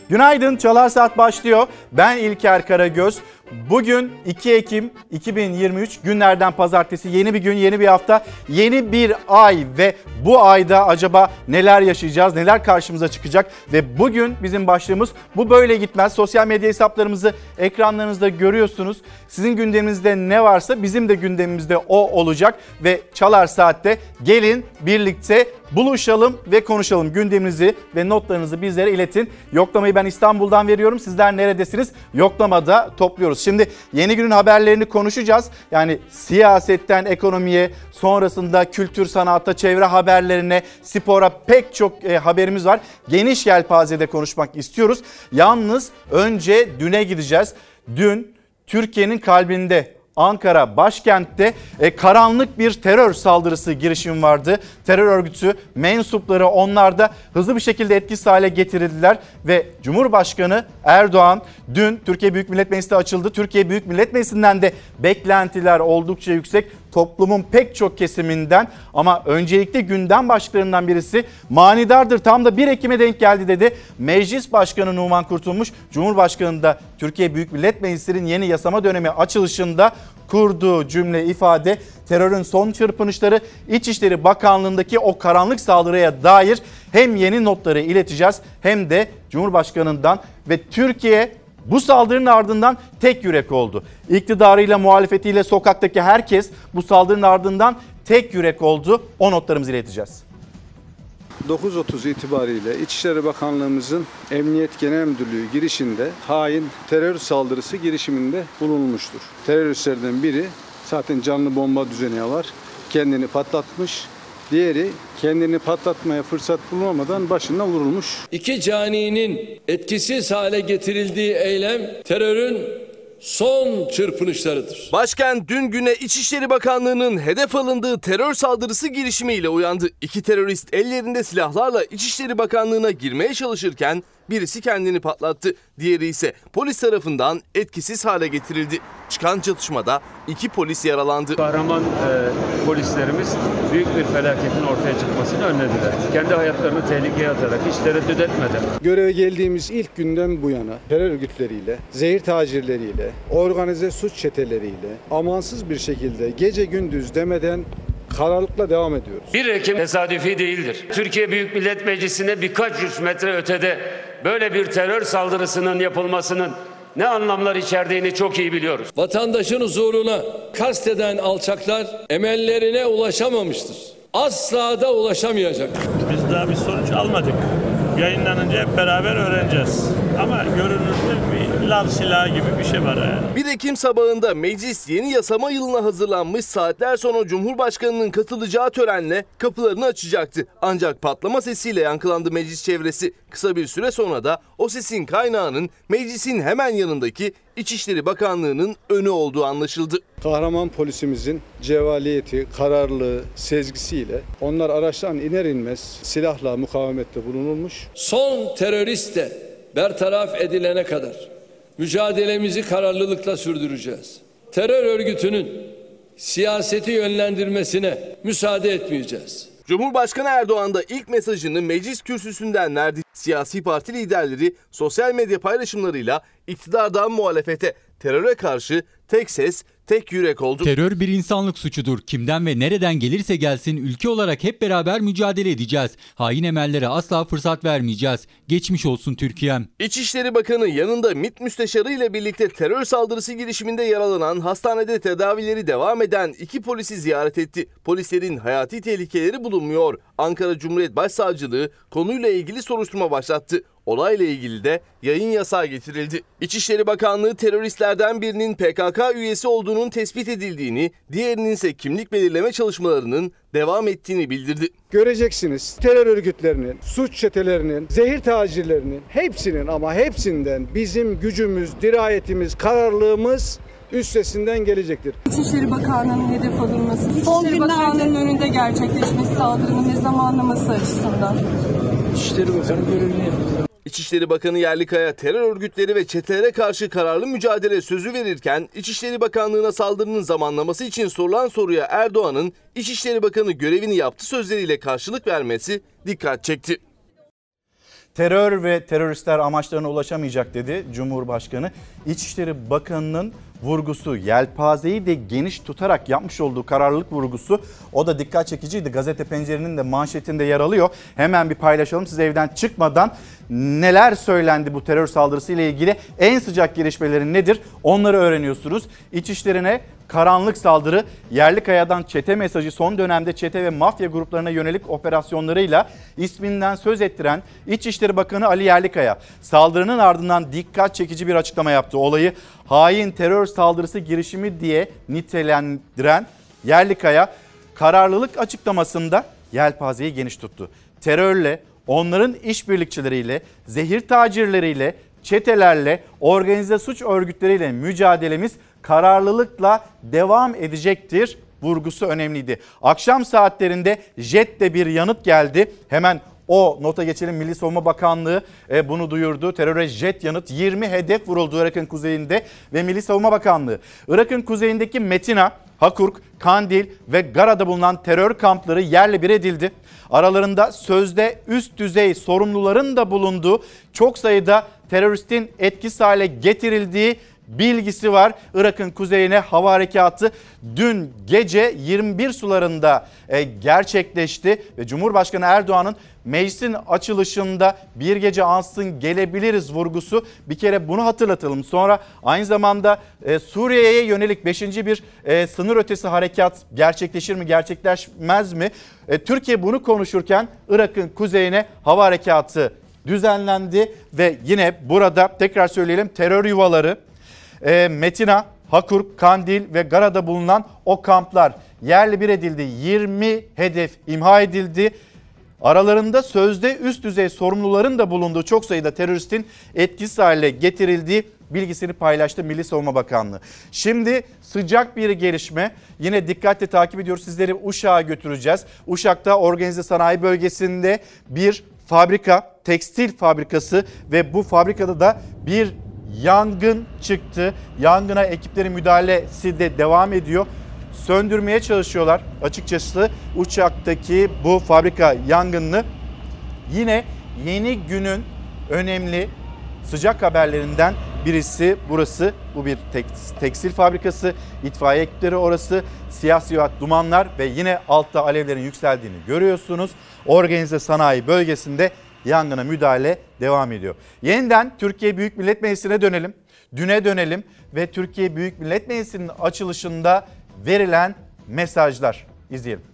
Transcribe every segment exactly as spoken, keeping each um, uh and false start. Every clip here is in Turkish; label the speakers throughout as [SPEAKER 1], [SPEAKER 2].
[SPEAKER 1] Günaydın, Çalar Saat başlıyor. Ben İlker Karagöz. Bugün iki Ekim iki bin yirmi üç, günlerden pazartesi. Yeni bir gün, yeni bir hafta, yeni bir ay ve bu ayda acaba neler yaşayacağız, neler karşımıza çıkacak? Ve bugün bizim başlığımız bu böyle gitmez. Sosyal medya hesaplarımızı ekranlarınızda görüyorsunuz. Sizin gündeminizde ne varsa bizim de gündemimizde o olacak ve Çalar Saat'te gelin birlikte buluşalım ve konuşalım. Gündeminizi ve notlarınızı bizlere iletin. Yoklamayı ben İstanbul'dan veriyorum. Sizler neredesiniz? Yoklamada topluyoruz. Şimdi yeni günün haberlerini konuşacağız. Yani siyasetten ekonomiye, sonrasında kültür, sanata, çevre haberlerine, spora pek çok e, haberimiz var. Geniş yelpazede konuşmak istiyoruz. Yalnız önce düne gideceğiz. Dün Türkiye'nin kalbinde, Ankara başkentte e, karanlık bir terör saldırısı girişimi vardı. Terör örgütü mensupları onlar da hızlı bir şekilde etkisiz hale getirildiler ve Cumhurbaşkanı Erdoğan dün Türkiye Büyük Millet Meclisi açıldı. Türkiye Büyük Millet Meclisi'nden de beklentiler oldukça yüksek. Toplumun pek çok kesiminden ama öncelikle gündem başlıklarından birisi manidardır. Tam da bir Ekim'e denk geldi dedi. Meclis Başkanı Numan Kurtulmuş, Cumhurbaşkanı da Türkiye Büyük Millet Meclisi'nin yeni yasama dönemi açılışında kurduğu cümle, ifade, terörün son çırpınışları, İçişleri Bakanlığı'ndaki o karanlık saldırıya dair hem yeni notları ileteceğiz hem de Cumhurbaşkanı'ndan ve Türkiye bu saldırının ardından tek yürek oldu. İktidarıyla, muhalefetiyle, sokaktaki herkes bu saldırının ardından tek yürek oldu. O notlarımızı ileteceğiz.
[SPEAKER 2] dokuz otuz itibariyle İçişleri Bakanlığımızın Emniyet Genel Müdürlüğü girişinde hain terör saldırısı girişiminde bulunulmuştur. Teröristlerden biri zaten canlı bomba düzeni var, kendini patlatmış. Diğeri kendini patlatmaya fırsat bulamadan başına vurulmuş.
[SPEAKER 3] İki caninin etkisiz hale getirildiği eylem terörün son çırpınışlarıdır.
[SPEAKER 4] Başkent dün güne İçişleri Bakanlığı'nın hedef alındığı terör saldırısı girişimiyle uyandı. İki terörist ellerinde silahlarla İçişleri Bakanlığı'na girmeye çalışırken birisi kendini patlattı. Diğeri ise polis tarafından etkisiz hale getirildi. Çıkan çatışmada iki polis yaralandı.
[SPEAKER 5] Kahraman e, polislerimiz büyük bir felaketin ortaya çıkmasını önlediler. Kendi hayatlarını tehlikeye atarak hiç tereddüt etmeden.
[SPEAKER 2] Göreve geldiğimiz ilk günden bu yana terör örgütleriyle, zehir tacirleriyle, organize suç çeteleriyle amansız bir şekilde gece gündüz demeden kararlılıkla devam ediyoruz.
[SPEAKER 6] bir Ekim tesadüfi değildir. Türkiye Büyük Millet Meclisi'ne birkaç yüz metre ötede böyle bir terör saldırısının yapılmasının ne anlamlar içerdiğini çok iyi biliyoruz.
[SPEAKER 3] Vatandaşın huzuruna kasteden alçaklar emellerine ulaşamamıştır. Asla da ulaşamayacak.
[SPEAKER 7] Biz daha bir sonuç almadık. Yayınlanınca hep beraber öğreneceğiz. Ama görünürde bir lav silahı gibi bir şey var yani.
[SPEAKER 4] bir Ekim sabahında meclis yeni yasama yılına hazırlanmış, saatler sonra Cumhurbaşkanı'nın katılacağı törenle kapılarını açacaktı. Ancak patlama sesiyle yankılandı meclis çevresi. Kısa bir süre sonra da o sesin kaynağının meclisin hemen yanındaki İçişleri Bakanlığı'nın önü olduğu anlaşıldı.
[SPEAKER 2] Kahraman polisimizin cevaliyeti, kararlılığı, sezgisiyle onlar araçtan iner inmez silahla mukavemette bulunulmuş.
[SPEAKER 3] Son terörist de bertaraf edilene kadar mücadelemizi kararlılıkla sürdüreceğiz. Terör örgütünün siyaseti yönlendirmesine müsaade etmeyeceğiz.
[SPEAKER 4] Cumhurbaşkanı Erdoğan da ilk mesajını meclis kürsüsünden verdi. Siyasi parti liderleri sosyal medya paylaşımlarıyla iktidardan muhalefete, teröre karşı tek ses, tek yürek oldu.
[SPEAKER 8] Terör bir insanlık suçudur. Kimden ve nereden gelirse gelsin ülke olarak hep beraber mücadele edeceğiz. Hain emellere asla fırsat vermeyeceğiz. Geçmiş olsun Türkiye'm.
[SPEAKER 4] İçişleri Bakanı yanında MİT Müsteşarı ile birlikte terör saldırısı girişiminde yaralanan, hastanede tedavileri devam eden iki polisi ziyaret etti. Polislerin hayati tehlikeleri bulunmuyor. Ankara Cumhuriyet Başsavcılığı konuyla ilgili soruşturma başlattı. Olayla ilgili de yayın yasağı getirildi. İçişleri Bakanlığı teröristlerden birinin P K K üyesi olduğunun tespit edildiğini, diğerinin ise kimlik belirleme çalışmalarının devam ettiğini bildirdi.
[SPEAKER 2] Göreceksiniz terör örgütlerinin, suç çetelerinin, zehir tacirlerinin hepsinin ama hepsinden bizim gücümüz, dirayetimiz, kararlılığımız üstesinden gelecektir.
[SPEAKER 9] İçişleri Bakanlığı'nın hedef alınması, İçişleri Bakanlığı'nın önünde gerçekleşmesi saldırının ve zamanlaması açısından.
[SPEAKER 3] İçişleri Bakanı görevini yapıyor.
[SPEAKER 4] İçişleri Bakanı Yerlikaya terör örgütleri ve çetelere karşı kararlı mücadele sözü verirken İçişleri Bakanlığı'na saldırının zamanlaması için sorulan soruya Erdoğan'ın İçişleri Bakanı görevini yaptı sözleriyle karşılık vermesi dikkat çekti.
[SPEAKER 1] Terör ve teröristler amaçlarına ulaşamayacak dedi Cumhurbaşkanı. İçişleri Bakanı'nın vurgusu, yelpazeyi de geniş tutarak yapmış olduğu kararlılık vurgusu, o da dikkat çekiciydi. Gazete Pencere'nin de manşetinde yer alıyor. Hemen bir paylaşalım siz evden çıkmadan. Neler söylendi bu terör saldırısı ile ilgili, en sıcak gelişmelerin nedir onları öğreniyorsunuz. İçişlerine karanlık saldırı, Yerlikaya'dan çete mesajı, son dönemde çete ve mafya gruplarına yönelik operasyonlarıyla isminden söz ettiren İçişleri Bakanı Ali Yerlikaya saldırının ardından dikkat çekici bir açıklama yaptı. Olayı hain terör saldırısı girişimi diye nitelendiren Yerlikaya kararlılık açıklamasında yelpazeyi geniş tuttu. Terörle, onların işbirlikçileriyle, zehir tacirleriyle, çetelerle, organize suç örgütleriyle mücadelemiz kararlılıkla devam edecektir vurgusu önemliydi. Akşam saatlerinde jette bir yanıt geldi. Hemen o nota geçelim. Milli Savunma Bakanlığı bunu duyurdu. Teröre jet yanıt, yirmi hedef vuruldu Irak'ın kuzeyinde ve Milli Savunma Bakanlığı Irak'ın kuzeyindeki Metina, Hakurk, Kandil ve Gara'da bulunan terör kampları yerle bir edildi. Aralarında sözde üst düzey sorumluların da bulunduğu, çok sayıda teröristin etkisiz hale getirildiği bilgisi var. Irak'ın kuzeyine hava harekatı dün gece yirmi bir sularında gerçekleşti ve Cumhurbaşkanı Erdoğan'ın meclisin açılışında bir gece ansızın gelebiliriz vurgusu, bir kere bunu hatırlatalım. Sonra aynı zamanda Suriye'ye yönelik beşinci bir sınır ötesi harekat gerçekleşir mi, gerçekleşmez mi? Türkiye bunu konuşurken Irak'ın kuzeyine hava harekatı düzenlendi ve yine burada tekrar söyleyelim, terör yuvaları, Metina, Hakurk, Kandil ve Gara'da bulunan o kamplar yerle bir edildi. yirmi hedef imha edildi. Aralarında sözde üst düzey sorumluların da bulunduğu çok sayıda teröristin etkisiz hale getirildiği bilgisini paylaştı Milli Savunma Bakanlığı. Şimdi sıcak bir gelişme, yine dikkatle takip ediyoruz. Sizleri Uşak'a götüreceğiz. Uşak'ta organize sanayi bölgesinde bir fabrika, tekstil fabrikası ve bu fabrikada da bir yangın çıktı. Yangına ekiplerin müdahalesi de devam ediyor. Söndürmeye çalışıyorlar. Açıkçası Uşak'taki bu fabrika yangınını yine yeni günün önemli sıcak haberlerinden birisi burası. Bu bir tekstil fabrikası. İtfaiye ekipleri orası. Siyah siyah dumanlar ve yine altta alevlerin yükseldiğini görüyorsunuz. Organize sanayi bölgesinde yangına müdahale devam ediyor. Yeniden Türkiye Büyük Millet Meclisi'ne dönelim. Düne dönelim ve Türkiye Büyük Millet Meclisi'nin açılışında verilen mesajlar izleyelim.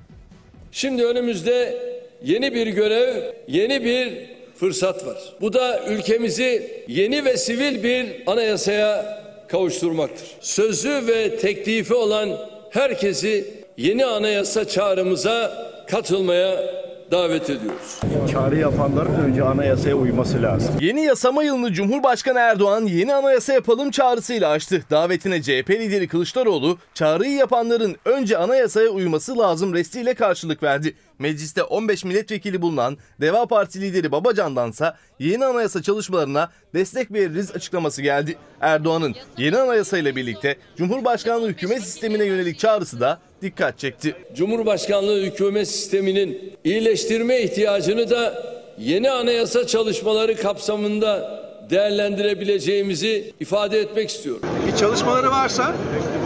[SPEAKER 3] Şimdi önümüzde yeni bir görev, yeni bir fırsat var. Bu da ülkemizi yeni ve sivil bir anayasaya kavuşturmaktır. Sözü ve teklifi olan herkesi yeni anayasa çağrımıza katılmaya davet ediyoruz.
[SPEAKER 10] Çağrı yapanların önce anayasaya uyması lazım.
[SPEAKER 4] Yeni yasama yılını Cumhurbaşkanı Erdoğan yeni anayasa yapalım çağrısıyla açtı. Davetine C H P lideri Kılıçdaroğlu çağrıyı yapanların önce anayasaya uyması lazım restiyle karşılık verdi. Mecliste on beş milletvekili bulunan Deva Partisi lideri Babacan'dansa yeni anayasa çalışmalarına destek veririz açıklaması geldi. Erdoğan'ın yeni anayasa ile birlikte Cumhurbaşkanlığı hükümet sistemine yönelik çağrısı da dikkat çekti.
[SPEAKER 3] Cumhurbaşkanlığı hükümet sisteminin iyileştirme ihtiyacını da yeni anayasa çalışmaları kapsamında değerlendirebileceğimizi ifade etmek istiyorum.
[SPEAKER 10] Bir çalışmaları varsa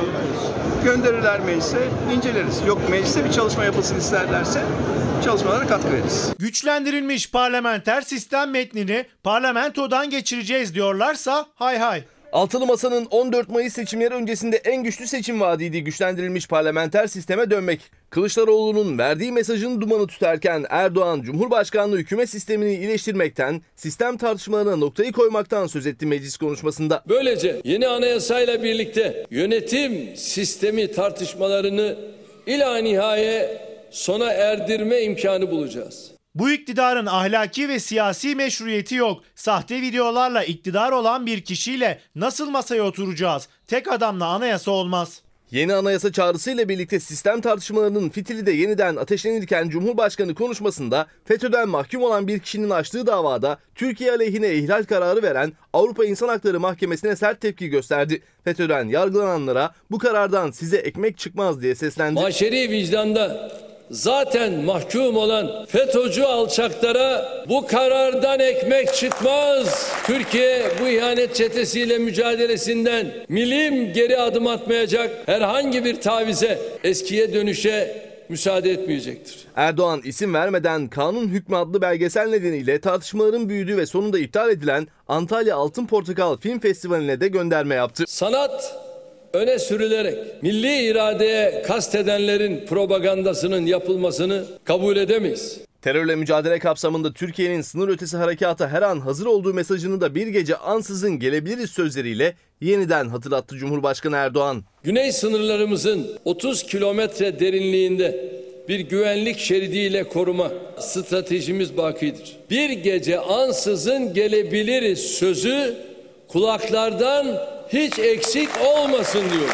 [SPEAKER 10] gönderirler meclise, inceleriz. Yok mecliste bir çalışma yapılsın isterlerse çalışmalara katkı veririz.
[SPEAKER 11] Güçlendirilmiş parlamenter sistem metnini parlamentodan geçireceğiz diyorlarsa hay hay.
[SPEAKER 4] Altılı Masa'nın on dört Mayıs seçimleri öncesinde en güçlü seçim vaadiydi güçlendirilmiş parlamenter sisteme dönmek. Kılıçdaroğlu'nun verdiği mesajın dumanı tutarken Erdoğan Cumhurbaşkanlığı hükümet sistemini iyileştirmekten, sistem tartışmalarına noktayı koymaktan söz etti meclis konuşmasında.
[SPEAKER 3] Böylece yeni anayasayla birlikte yönetim sistemi tartışmalarını ila nihaye sona erdirme imkanı bulacağız.
[SPEAKER 11] Bu iktidarın ahlaki ve siyasi meşruiyeti yok. Sahte videolarla iktidar olan bir kişiyle nasıl masaya oturacağız? Tek adamla anayasa olmaz.
[SPEAKER 4] Yeni anayasa çağrısıyla birlikte sistem tartışmalarının fitili de yeniden ateşlenirken Cumhurbaşkanı konuşmasında FETÖ'den mahkum olan bir kişinin açtığı davada Türkiye aleyhine ihlal kararı veren Avrupa İnsan Hakları Mahkemesi'ne sert tepki gösterdi. FETÖ'den yargılananlara bu karardan size ekmek çıkmaz diye seslendi.
[SPEAKER 3] Maşeri vicdanda zaten mahkum olan FETÖ'cü alçaklara bu karardan ekmek çıkmaz. Türkiye bu ihanet çetesiyle mücadelesinden milim geri adım atmayacak, herhangi bir tavize, eskiye dönüşe müsaade etmeyecektir.
[SPEAKER 4] Erdoğan isim vermeden Kanun Hükmü adlı belgesel nedeniyle tartışmaların büyüdüğü ve sonunda iptal edilen Antalya Altın Portakal Film Festivali'ne de gönderme yaptı.
[SPEAKER 3] Sanat öne sürülerek milli iradeye kastedenlerin propagandasının yapılmasını kabul edemeyiz.
[SPEAKER 4] Terörle mücadele kapsamında Türkiye'nin sınır ötesi harekata her an hazır olduğu mesajını da bir gece ansızın gelebiliriz sözleriyle yeniden hatırlattı Cumhurbaşkanı Erdoğan.
[SPEAKER 3] Güney sınırlarımızın otuz kilometre derinliğinde bir güvenlik şeridiyle koruma stratejimiz bakidir. Bir gece ansızın gelebiliriz sözü kulaklardan hiç eksik olmasın diyor.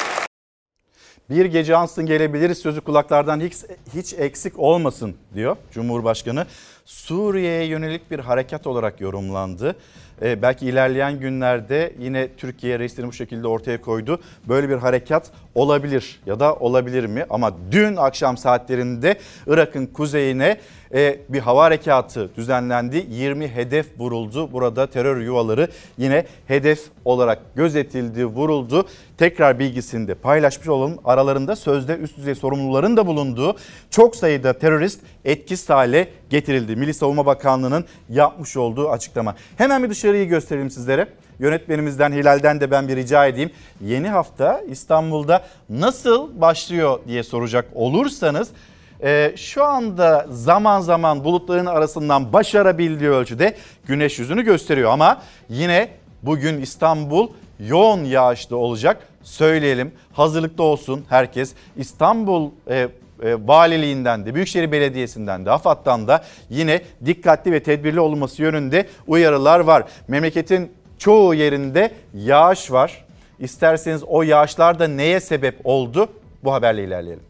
[SPEAKER 1] Bir gece ansızın gelebiliriz sözü kulaklardan hiç, hiç eksik olmasın diyor Cumhurbaşkanı. Suriye'ye yönelik bir harekat olarak yorumlandı. Ee, belki ilerleyen günlerde yine Türkiye reislerini bu şekilde ortaya koydu. Böyle bir harekat olabilir ya da olabilir mi? Ama dün akşam saatlerinde Irak'ın kuzeyine e, bir hava harekatı düzenlendi. yirmi hedef vuruldu. Burada terör yuvaları yine hedef olarak gözetildi, vuruldu. Tekrar bilgisini de paylaşmış olalım. Aralarında sözde üst düzey sorumluların da bulunduğu çok sayıda terörist etkisiz hale getirildi. Milli Savunma Bakanlığı'nın yapmış olduğu açıklama. Hemen bir dışarıyı gösterelim sizlere. Yönetmenimizden Hilal'den de ben bir rica edeyim. Yeni hafta İstanbul'da nasıl başlıyor diye soracak olursanız e, şu anda zaman zaman bulutların arasından başarabildiği ölçüde güneş yüzünü gösteriyor. Ama yine bugün İstanbul yoğun yağışlı olacak. Söyleyelim, hazırlıklı olsun herkes. İstanbul e, e, Valiliğinden de, Büyükşehir Belediyesi'nden de, AFAD'dan da yine dikkatli ve tedbirli olunması yönünde uyarılar var. Memleketin çoğu yerinde yağış var. İsterseniz o yağışlar da neye sebep oldu? Bu haberle ilerleyelim.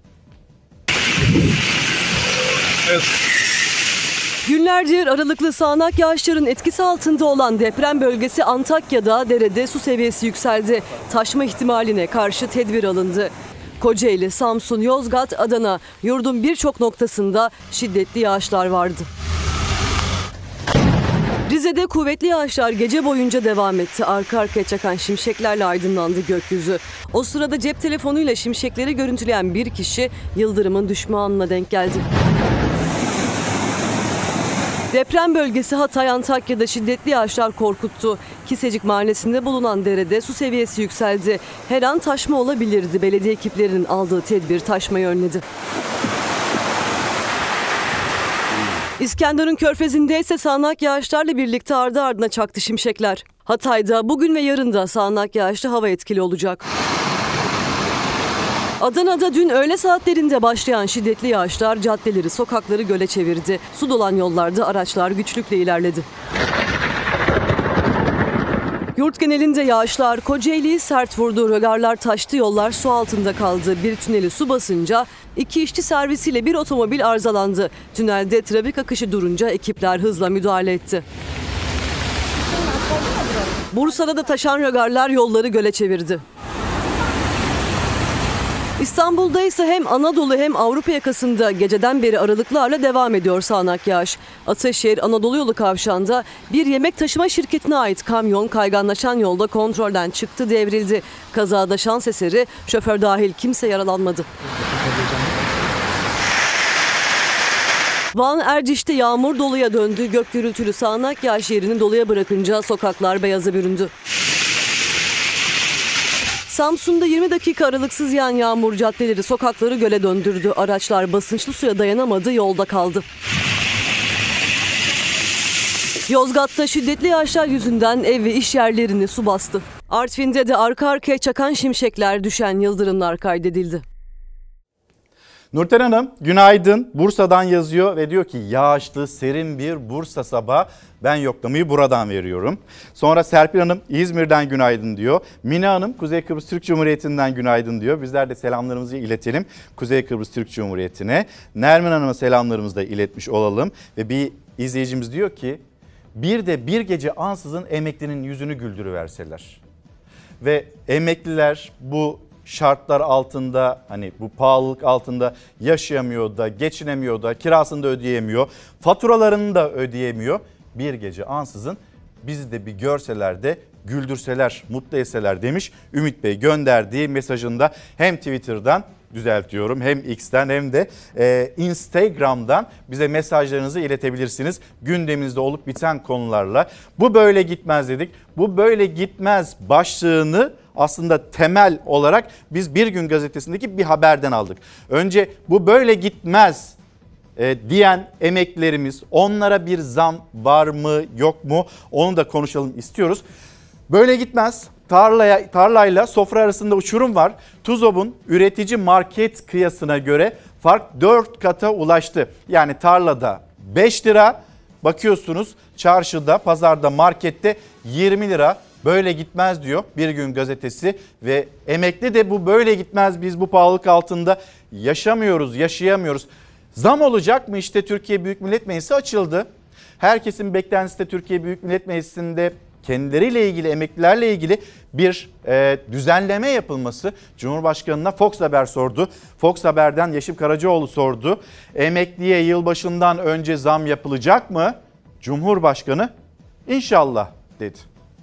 [SPEAKER 12] Evet. Günlerdir aralıklı sağanak yağışların etkisi altında olan deprem bölgesi Antakya'da derede su seviyesi yükseldi. Taşma ihtimaline karşı tedbir alındı. Kocaeli, Samsun, Yozgat, Adana, yurdun birçok noktasında şiddetli yağışlar vardı. Rize'de kuvvetli yağışlar gece boyunca devam etti. Arka arkaya çakan şimşeklerle aydınlandı gökyüzü. O sırada cep telefonuyla şimşekleri görüntüleyen bir kişi yıldırımın düşme anına denk geldi. Deprem bölgesi Hatay, Antakya'da şiddetli yağışlar korkuttu. Kisecik mahallesinde bulunan derede su seviyesi yükseldi. Her an taşma olabilirdi. Belediye ekiplerinin aldığı tedbir taşmayı önledi. İskenderun Körfezi'nde ise sağanak yağışlarla birlikte ardı ardına çaktı şimşekler. Hatay'da bugün ve yarın da sağanak yağışlı hava etkili olacak. Adana'da dün öğle saatlerinde başlayan şiddetli yağışlar caddeleri, sokakları göle çevirdi. Su dolan yollarda araçlar güçlükle ilerledi. Yurt genelinde yağışlar Kocaeli'yi sert vurdu. Rögarlar taştı, yollar su altında kaldı. Bir tüneli su basınca iki işçi servisiyle bir otomobil arızalandı. Tünelde trafik akışı durunca ekipler hızla müdahale etti. Bursa'da da taşan rögarlar yolları göle çevirdi. İstanbul'da ise hem Anadolu hem Avrupa yakasında geceden beri aralıklarla devam ediyor sağanak yağış. Ataşehir Anadolu yolu kavşağında bir yemek taşıma şirketine ait kamyon kayganlaşan yolda kontrolden çıktı, devrildi. Kazada şans eseri şoför dahil kimse yaralanmadı. Van Erciş'te yağmur doluya döndü. Gök gürültülü sağanak yağış yerini doluya bırakınca sokaklar beyaza büründü. Samsun'da yirmi dakika aralıksız yağan yağmur caddeleri, sokakları göle döndürdü. Araçlar basınçlı suya dayanamadı, yolda kaldı. Yozgat'ta şiddetli yağışlar yüzünden ev ve iş yerlerini su bastı. Artvin'de de arka arkaya çakan şimşekler, düşen yıldırımlar kaydedildi.
[SPEAKER 1] Nurten Hanım günaydın, Bursa'dan yazıyor ve diyor ki yağışlı serin bir Bursa sabahı, ben yoklamayı buradan veriyorum. Sonra Serpil Hanım İzmir'den günaydın diyor. Mine Hanım Kuzey Kıbrıs Türk Cumhuriyeti'nden günaydın diyor. Bizler de selamlarımızı iletelim Kuzey Kıbrıs Türk Cumhuriyeti'ne. Nermin Hanım'a selamlarımızı da iletmiş olalım. Ve bir izleyicimiz diyor ki bir de bir gece ansızın emeklinin yüzünü güldürüverseler. Ve emekliler bu şartlar altında, hani bu pahalılık altında yaşayamıyor da, geçinemiyor da, kirasını da ödeyemiyor, faturalarını da ödeyemiyor. Bir gece ansızın bizi de bir görseler de güldürseler, mutlu etseler demiş. Ümit Bey gönderdiği mesajında hem Twitter'dan, düzeltiyorum, hem X'ten hem de e, Instagram'dan bize mesajlarınızı iletebilirsiniz. Gündeminizde olup biten konularla. Bu böyle gitmez dedik. Bu böyle gitmez başlığını aslında temel olarak biz Bir Gün Gazetesi'ndeki bir haberden aldık. Önce bu böyle gitmez e, diyen emeklilerimiz, onlara bir zam var mı yok mu onu da konuşalım istiyoruz. Böyle gitmez. Tarlaya, tarlayla sofra arasında uçurum var. TUZOB'un üretici market kıyasına göre fark dört kata ulaştı. Yani tarlada beş lira, bakıyorsunuz çarşıda, pazarda, markette yirmi lira. Böyle gitmez diyor Bir Gün Gazetesi ve emekli de bu böyle gitmez, biz bu pahalılık altında yaşamıyoruz, yaşayamıyoruz. Zam olacak mı? İşte Türkiye Büyük Millet Meclisi açıldı. Herkesin beklentisi de Türkiye Büyük Millet Meclisi'nde kendileriyle ilgili, emeklilerle ilgili bir e, düzenleme yapılması. Cumhurbaşkanı'na Fox Haber sordu. Fox Haber'den Yeşim Karacaoğlu sordu. Emekliye yılbaşından önce zam yapılacak mı? Cumhurbaşkanı inşallah dedi.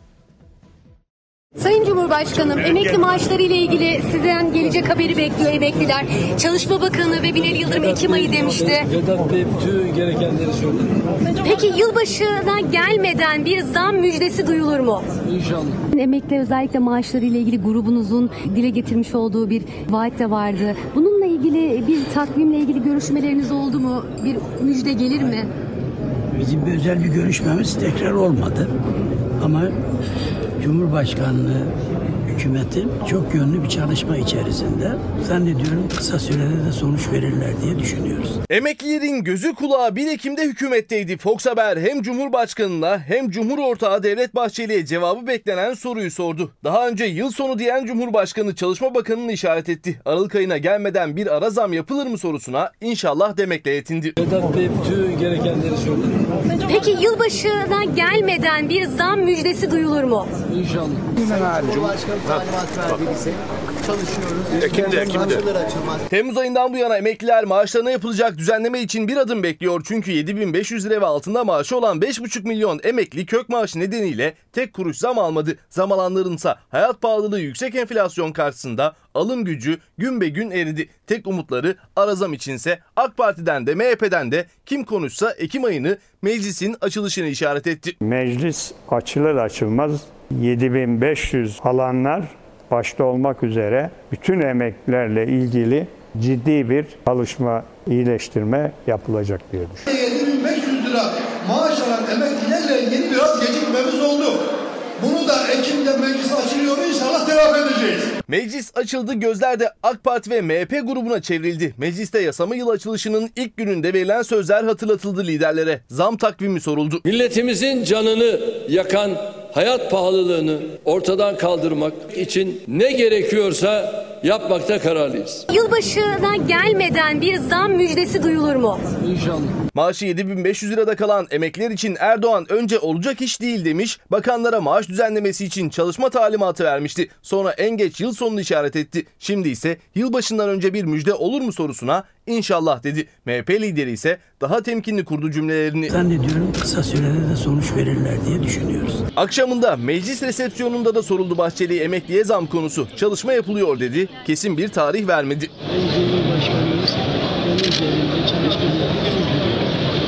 [SPEAKER 13] Sayın Cumhurbaşkanım, emekli maaşları ile ilgili sizden gelecek haberi bekliyor emekliler. Çalışma Bakanı ve Binali Yıldırım Ekim ayı demişti.
[SPEAKER 14] Vedat Bey bütün gerekenleri söyledi.
[SPEAKER 13] Peki yılbaşına gelmeden bir zam müjdesi duyulur mu?
[SPEAKER 14] İnşallah.
[SPEAKER 13] Emekli özellikle maaşları ile ilgili grubunuzun dile getirmiş olduğu bir vaat de vardı. Bununla ilgili bir takvimle ilgili görüşmeleriniz oldu mu? Bir müjde gelir mi?
[SPEAKER 15] Bizim bir özel bir görüşmemiz tekrar olmadı. Ama Cumhurbaşkanlığı hükümeti çok yönlü bir çalışma içerisinde, zannediyorum kısa sürede de sonuç verirler diye düşünüyoruz.
[SPEAKER 4] Emeklilerin gözü kulağı bir Ekim'de hükümetteydi. Fox Haber hem Cumhurbaşkanı'na hem Cumhur Ortağı Devlet Bahçeli'ye cevabı beklenen soruyu sordu. Daha önce yıl sonu diyen Cumhurbaşkanı Çalışma Bakanı'nı işaret etti. Aralık ayına gelmeden bir ara zam yapılır mı sorusuna inşallah demekle yetindi.
[SPEAKER 14] Vedat Bey bütün gerekenleri söyledi.
[SPEAKER 13] Peki yılbaşına gelmeden bir zam müjdesi duyulur mu?
[SPEAKER 14] İnşallah.
[SPEAKER 16] Cumhurbaşkanı talimat verdiyse çalışıyoruz.
[SPEAKER 4] Ekim'de, Ekim'de. Temmuz ayından bu yana emekliler maaşlarına yapılacak düzenleme için bir adım bekliyor. Çünkü yedi bin beş yüz lira ve altında maaşı olan beş buçuk milyon emekli kök maaşı nedeniyle tek kuruş zam almadı. Zam alanlarınsa hayat pahalılığı, yüksek enflasyon karşısında alım gücü gün be gün eridi. Tek umutları ara zam içinse AK Parti'den de M H P'den de kim konuşsa Ekim ayını meclisin açılışını işaret etti.
[SPEAKER 17] Meclis açılır açılmaz yedi bin beş yüz alanlar başta olmak üzere bütün emeklilerle ilgili ciddi bir çalışma, iyileştirme yapılacak diye düşünüyorum.
[SPEAKER 18] yedi bin beş yüz lira maaş alan emeklilerle ilgili biraz gecikmemiz oldu. Bunu da Ekim'de meclis açılıyor, inşallah telafi edeceğiz.
[SPEAKER 4] Meclis açıldı, gözler de AK Parti ve M H P grubuna çevrildi. Mecliste yasama yılı açılışının ilk gününde verilen sözler hatırlatıldı liderlere. Zam takvimi soruldu.
[SPEAKER 3] Milletimizin canını yakan hayat pahalılığını ortadan kaldırmak için ne gerekiyorsa yapmakta kararlıyız.
[SPEAKER 13] Yılbaşına gelmeden bir zam müjdesi duyulur mu?
[SPEAKER 14] İnşallah.
[SPEAKER 4] Maaşı yedi bin beş yüz lirada kalan emekliler için Erdoğan önce olacak iş değil demiş, bakanlara maaş düzenlemesi için çalışma talimatı vermişti. Sonra en geç yıl sonunu işaret etti. Şimdi ise yılbaşından önce bir müjde olur mu sorusuna inşallah dedi. M H P lideri ise daha temkinli kurdu cümlelerini.
[SPEAKER 15] Zannediyorum kısa sürede de sonuç verirler diye düşünüyoruz.
[SPEAKER 4] Akşamında meclis resepsiyonunda da soruldu Bahçeli'ye emekliye zam konusu. Çalışma yapılıyor dedi. Kesin bir tarih vermedi.
[SPEAKER 14] Cumhurbaşkanımız benim üzerinde çalışmaları sürdürüyor.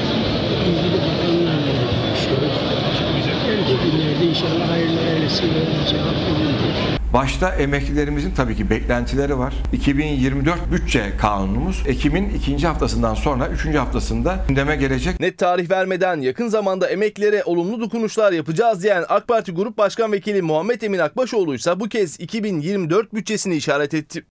[SPEAKER 14] İlgili bakanlarla görüşüyoruz. Önümüzdeki günlerde inşallah hayırlı ailesiyle cevap verildi.
[SPEAKER 19] Başta emeklilerimizin tabii ki beklentileri var. iki bin yirmi dört bütçe kanunumuz Ekim'in ikinci haftasından sonra üçüncü haftasında gündeme gelecek.
[SPEAKER 4] Net tarih vermeden yakın zamanda emeklilere olumlu dokunuşlar yapacağız diyen AK Parti Grup Başkan Vekili Muhammed Emin Akbaşoğlu ise bu kez iki bin yirmi dört bütçesini işaret etti.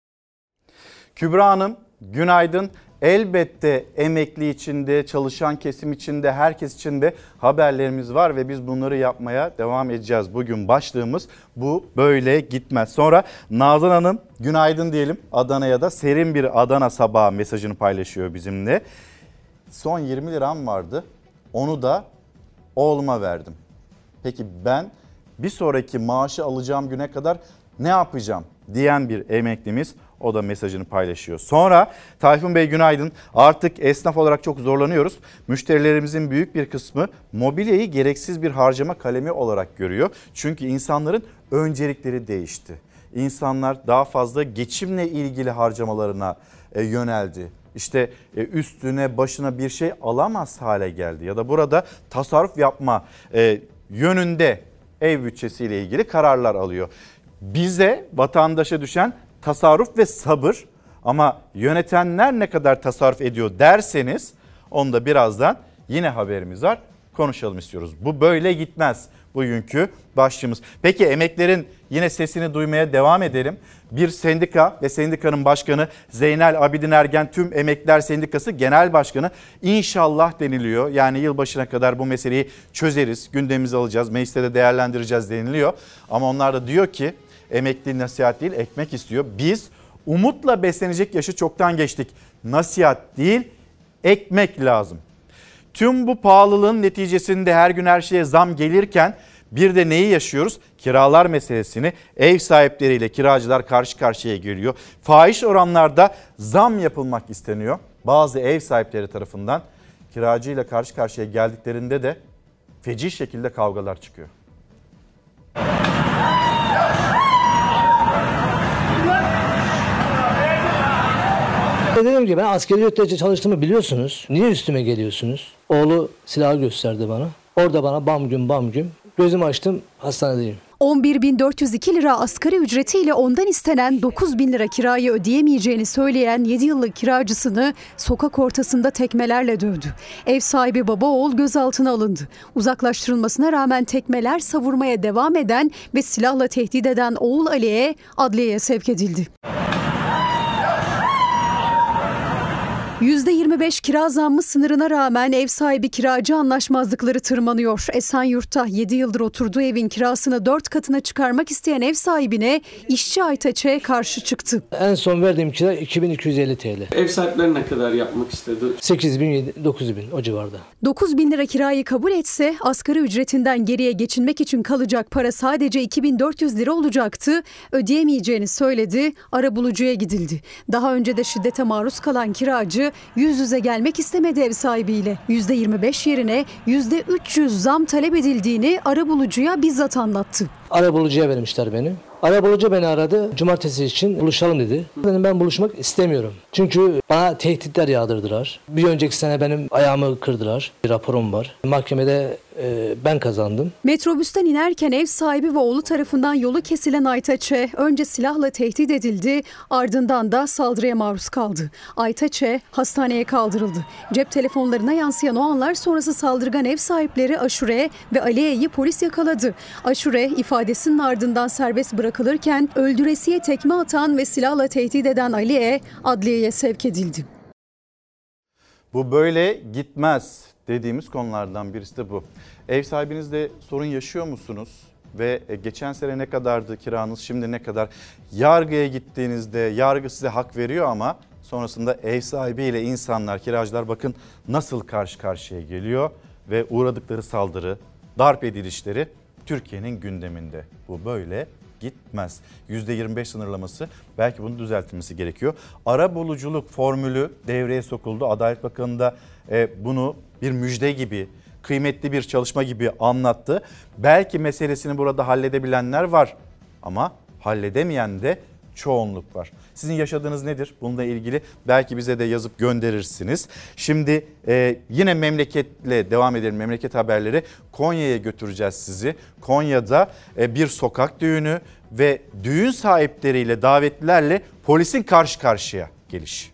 [SPEAKER 1] Kübra Hanım günaydın. Elbette emekli içinde, çalışan kesim içinde, herkes içinde haberlerimiz var ve biz bunları yapmaya devam edeceğiz. Bugün başlığımız bu böyle gitmez. Sonra Nazan Hanım günaydın diyelim, Adana'ya da serin bir Adana sabahı mesajını paylaşıyor bizimle. Son yirmi liram vardı, onu da oğluma verdim. Peki ben bir sonraki maaşı alacağım güne kadar ne yapacağım? diyen bir emeklimiz, o da mesajını paylaşıyor. Sonra Tayfun Bey günaydın. Artık esnaf olarak çok zorlanıyoruz. Müşterilerimizin büyük bir kısmı mobilyayı gereksiz bir harcama kalemi olarak görüyor. Çünkü insanların öncelikleri değişti. İnsanlar daha fazla geçimle ilgili harcamalarına e, yöneldi. İşte e, üstüne başına bir şey alamaz hale geldi. Ya da burada tasarruf yapma e, yönünde ev bütçesiyle ilgili kararlar alıyor. Bize, vatandaşa düşen tasarruf ve sabır, ama yönetenler ne kadar tasarruf ediyor derseniz onu da birazdan yine haberimiz var, konuşalım istiyoruz. Bu böyle gitmez bugünkü başlığımız. Peki emeklerin yine sesini duymaya devam edelim. Bir sendika ve sendikanın başkanı Zeynel Abidin Ergen Tüm Emekliler Sendikası Genel Başkanı, inşallah deniliyor. Yani yılbaşına kadar bu meseleyi çözeriz, gündemimize alacağız, mecliste de değerlendireceğiz deniliyor. Ama onlar da diyor ki emekli nasihat değil ekmek istiyor. Biz umutla beslenecek yaşı çoktan geçtik. Nasihat değil ekmek lazım. Tüm bu pahalılığın neticesinde her gün her şeye zam gelirken bir de neyi yaşıyoruz? Kiralar meselesini. Ev sahipleriyle kiracılar karşı karşıya geliyor. Fahiş oranlarda zam yapılmak isteniyor. Bazı ev sahipleri tarafından kiracıyla karşı karşıya geldiklerinde de feci şekilde kavgalar çıkıyor.
[SPEAKER 20] Dediğim gibi ben askeri ücretle çalıştığımı biliyorsunuz. Niye üstüme geliyorsunuz? Oğlu silahı gösterdi bana. Orada bana bam gün bam gün. Gözümü açtım, hastanedeyim.
[SPEAKER 21] on bir bin dört yüz iki lira asgari ücretiyle ondan istenen dokuz bin lira kirayı ödeyemeyeceğini söyleyen yedi yıllık kiracısını sokak ortasında tekmelerle dövdü. Ev sahibi baba oğul gözaltına alındı. Uzaklaştırılmasına rağmen tekmeler savurmaya devam eden ve silahla tehdit eden oğul Ali'ye adliyeye sevk edildi. yüzde yirmi beş kira zammı sınırına rağmen ev sahibi kiracı anlaşmazlıkları tırmanıyor. Esenyurt'ta yedi yıldır oturduğu evin kirasını dört katına çıkarmak isteyen ev sahibine işçi Aytaç'e karşı çıktı.
[SPEAKER 20] En son verdiğim kira iki bin iki yüz elli TL.
[SPEAKER 22] Ev sahipleri ne kadar yapmak istedi?
[SPEAKER 20] sekiz bin dokuz bin o civarda.
[SPEAKER 21] dokuz bin lira kirayı kabul etse asgari ücretinden geriye geçinmek için kalacak para sadece iki bin dört yüz lira olacaktı. Ödeyemeyeceğini söyledi. Arabulucuya gidildi. Daha önce de şiddete maruz kalan kiracı yüz yüze gelmek istemedi ev sahibiyle. yüzde yirmi beş yerine yüzde üç yüz zam talep edildiğini arabulucuya bizzat anlattı.
[SPEAKER 20] Arabulucuya vermişler beni. Arabulucu beni aradı. Cumartesi için buluşalım dedi. Dedim ben buluşmak istemiyorum. Çünkü bana tehditler yağdırdılar. Bir önceki sene benim ayağımı kırdılar. Bir raporum var. Mahkemede e, ben kazandım.
[SPEAKER 21] Metrobüsten inerken ev sahibi ve oğlu tarafından yolu kesilen Aytaç'e önce silahla tehdit edildi. Ardından da saldırıya maruz kaldı. Aytaç'e hastaneye kaldırıldı. Cep telefonlarına yansıyan o anlar sonrası saldırgan ev sahipleri Aşure ve Aliye'yi polis yakaladı. Aşure ifadesinin ardından serbest bırakılırken öldüresiye tekme atan ve silahla tehdit eden Aliye adliyeye sevk edildi.
[SPEAKER 1] Bu böyle gitmez dediğimiz konulardan birisi de bu. Ev sahibinizle sorun yaşıyor musunuz? Ve geçen sene ne kadardı kiranız, şimdi ne kadar? Yargıya gittiğinizde yargı size hak veriyor ama sonrasında ev sahibiyle insanlar, kiracılar bakın nasıl karşı karşıya geliyor ve uğradıkları saldırı, darp edilişleri Türkiye'nin gündeminde. Bu böyle gitmez. yüzde yirmi beş sınırlaması, belki bunu düzeltilmesi gerekiyor. Arabuluculuk formülü devreye sokuldu. Adalet Bakanı da e, bunu bir müjde gibi, kıymetli bir çalışma gibi anlattı. Belki meselesini burada halledebilenler var ama halledemeyen de çoğunluk var. Sizin yaşadığınız nedir? Bununla ilgili belki bize de yazıp gönderirsiniz. Şimdi e, yine memleketle devam edelim. Memleket haberleri. Konya'ya götüreceğiz sizi. Konya'da e, bir sokak düğünü ve düğün sahipleriyle, davetlilerle polisin karşı karşıya gelişi.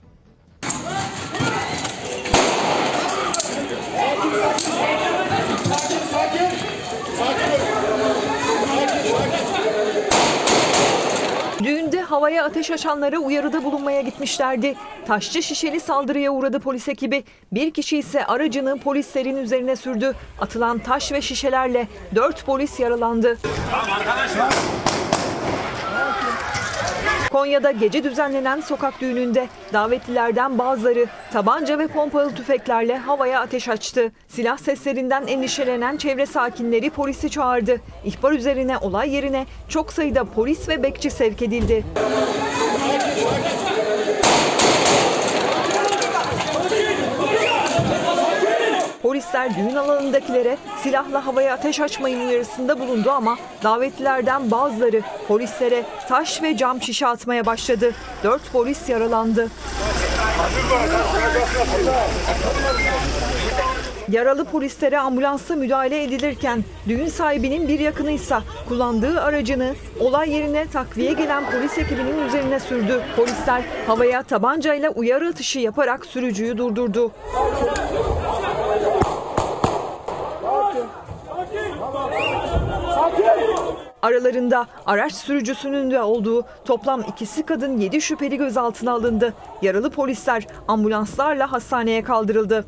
[SPEAKER 23] Düğünde havaya ateş açanlara uyarıda bulunmaya gitmişlerdi. Taşçı şişeli saldırıya uğradı polis ekibi. Bir kişi ise aracını polislerin üzerine sürdü. Atılan taş ve şişelerle dört polis yaralandı. Konya'da gece düzenlenen sokak düğününde davetlilerden bazıları tabanca ve pompalı tüfeklerle havaya ateş açtı. Silah seslerinden endişelenen çevre sakinleri polisi çağırdı. İhbar üzerine olay yerine çok sayıda polis ve bekçi sevk edildi. Polisler düğün alanındakilere silahla havaya ateş açmayın uyarısında bulundu ama davetlilerden bazıları polislere taş ve cam şişe atmaya başladı. Dört polis yaralandı. Yaralı polislere ambulansla müdahale edilirken düğün sahibinin bir yakınıysa kullandığı aracını olay yerine takviye gelen polis ekibinin üzerine sürdü. Polisler havaya tabancayla uyarı atışı yaparak sürücüyü durdurdu. Aralarında araç sürücüsünün de olduğu toplam ikisi kadın yedi şüpheli gözaltına alındı. Yaralı polisler ambulanslarla hastaneye kaldırıldı.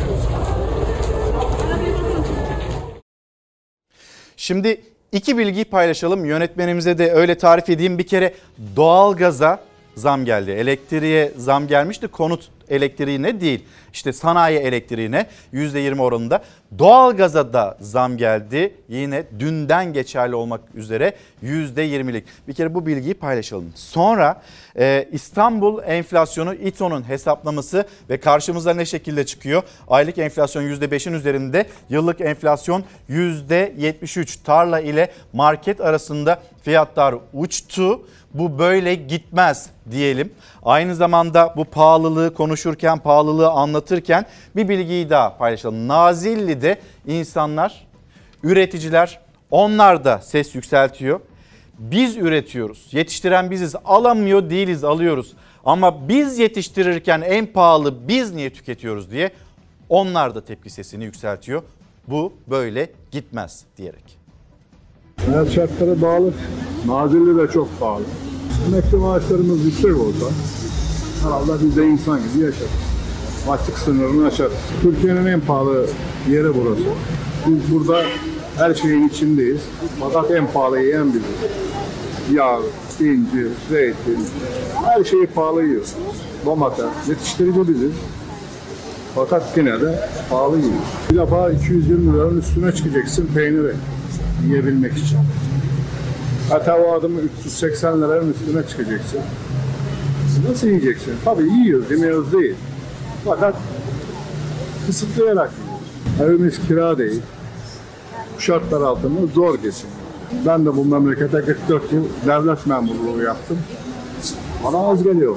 [SPEAKER 1] Şimdi iki bilgiyi paylaşalım. Yönetmenimize de öyle tarif edeyim. Bir kere doğalgaza zam geldi. Elektriğe zam gelmişti. Konut elektriğine değil. İşte sanayi elektriğine yüzde yirmi oranında. Doğalgaza da zam geldi. Yine dünden geçerli olmak üzere yüzde yirmilik. Bir kere bu bilgiyi paylaşalım. Sonra e, İstanbul enflasyonu İTO'nun hesaplaması ve karşımıza ne şekilde çıkıyor? Aylık enflasyon yüzde beşin üzerinde. Yıllık enflasyon yüzde yetmiş üç. Tarla ile market arasında fiyatlar uçtu. Bu böyle gitmez diyelim. Aynı zamanda bu pahalılığı konuşurken, pahalılığı anlatırken bir bilgiyi daha paylaşalım. Nazilli'de insanlar, üreticiler, onlar da ses yükseltiyor. Biz üretiyoruz, yetiştiren biziz, alamıyor değiliz, alıyoruz. Ama biz yetiştirirken en pahalı biz niye tüketiyoruz diye onlar da tepki sesini yükseltiyor. Bu böyle gitmez diyerek.
[SPEAKER 5] Hayat şartları bağlı. Nazilli de çok pahalı. Emekli maaşlarımız yüksek olsa herhalde biz de insan gibi yaşarız. Açlık sınırını aşarız. Türkiye'nin en pahalı yeri burası. Biz burada her şeyin içindeyiz. Fakat en pahalı yiyen biziz. Yağ, incir, zeytin, her şeyi pahalı yiyoruz. Domates, yetiştirici biziz. Fakat yine de pahalı yiyoruz. Bir defa iki yüz yirmi liranın üstüne çıkacaksın peyniri yiyebilmek için. Hatta adımı üç yüz seksen liranın üstüne çıkacaksın. Nasıl yiyeceksin? Tabii yiyoruz, yemiyoruz değil. Fakat kısıtlayarak yiyoruz. Evimiz kira değil. Bu şartlar altında zor geçin. Ben de bu memlekete kırk dört yıl devlet memurluğu yaptım. Bana az geliyor.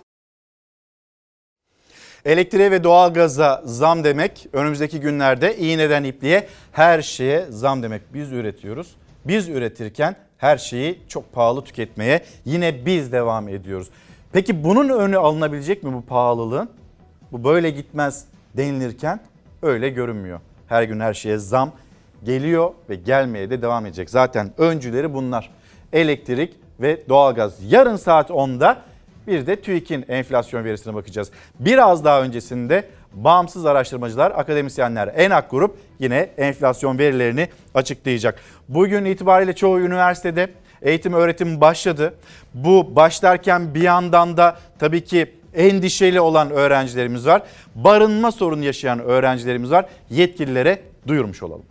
[SPEAKER 1] Elektriğe ve doğalgaza zam demek, önümüzdeki günlerde iğneden ipliğe her şeye zam demek. Biz üretiyoruz. Biz üretirken her şeyi çok pahalı tüketmeye yine biz devam ediyoruz. Peki bunun önü alınabilecek mi bu pahalılığın? Bu böyle gitmez denilirken öyle görünmüyor. Her gün her şeye zam geliyor ve gelmeye de devam edecek. Zaten öncüleri bunlar. Elektrik ve doğalgaz. Yarın saat onda bir de TÜİK'in enflasyon verisine bakacağız. Biraz daha öncesinde bağımsız araştırmacılar, akademisyenler, ENAK Grup yine enflasyon verilerini açıklayacak. Bugün itibariyle çoğu üniversitede eğitim öğretim başladı. Bu başlarken bir yandan da tabii ki endişeli olan öğrencilerimiz var. Barınma sorunu yaşayan öğrencilerimiz var. Yetkililere duyurmuş olalım.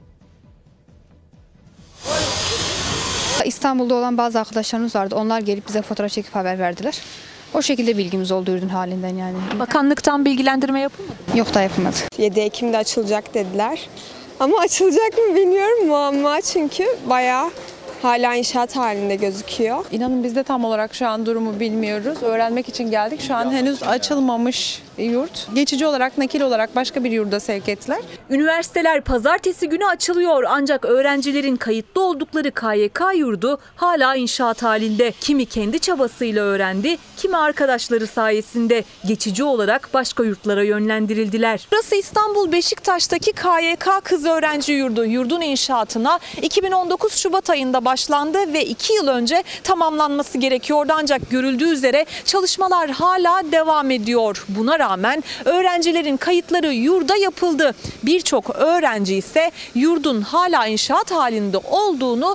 [SPEAKER 6] İstanbul'da olan bazı arkadaşlarımız vardı. Onlar gelip bize fotoğraf çekip haber verdiler. O şekilde bilgimiz oldu ürün halinden yani.
[SPEAKER 23] Bakanlıktan bilgilendirme yapılmadı mı?
[SPEAKER 6] Yok da yapılmadı.
[SPEAKER 7] yedi Ekim'de açılacak dediler. Ama açılacak mı bilmiyorum, muamma çünkü bayağı hala inşaat halinde gözüküyor.
[SPEAKER 24] İnanın biz de tam olarak şu an durumu bilmiyoruz. Öğrenmek için geldik. Şu an henüz açılmamış yurt. Geçici olarak, nakil olarak başka bir yurda sevk ettiler.
[SPEAKER 23] Üniversiteler pazartesi günü açılıyor ancak öğrencilerin kayıtlı oldukları K Y K yurdu hala inşaat halinde. Kimi kendi çabasıyla öğrendi, kimi arkadaşları sayesinde geçici olarak başka yurtlara yönlendirildiler. Burası İstanbul Beşiktaş'taki K Y K kız öğrenci yurdu. Yurdun inşaatına iki bin on dokuz Şubat ayında başlandı ve iki yıl önce tamamlanması gerekiyordu. Ancak görüldüğü üzere çalışmalar hala devam ediyor. Buna rağmen öğrencilerin kayıtları yurda yapıldı. Birçok öğrenci ise yurdun hala inşaat halinde olduğunu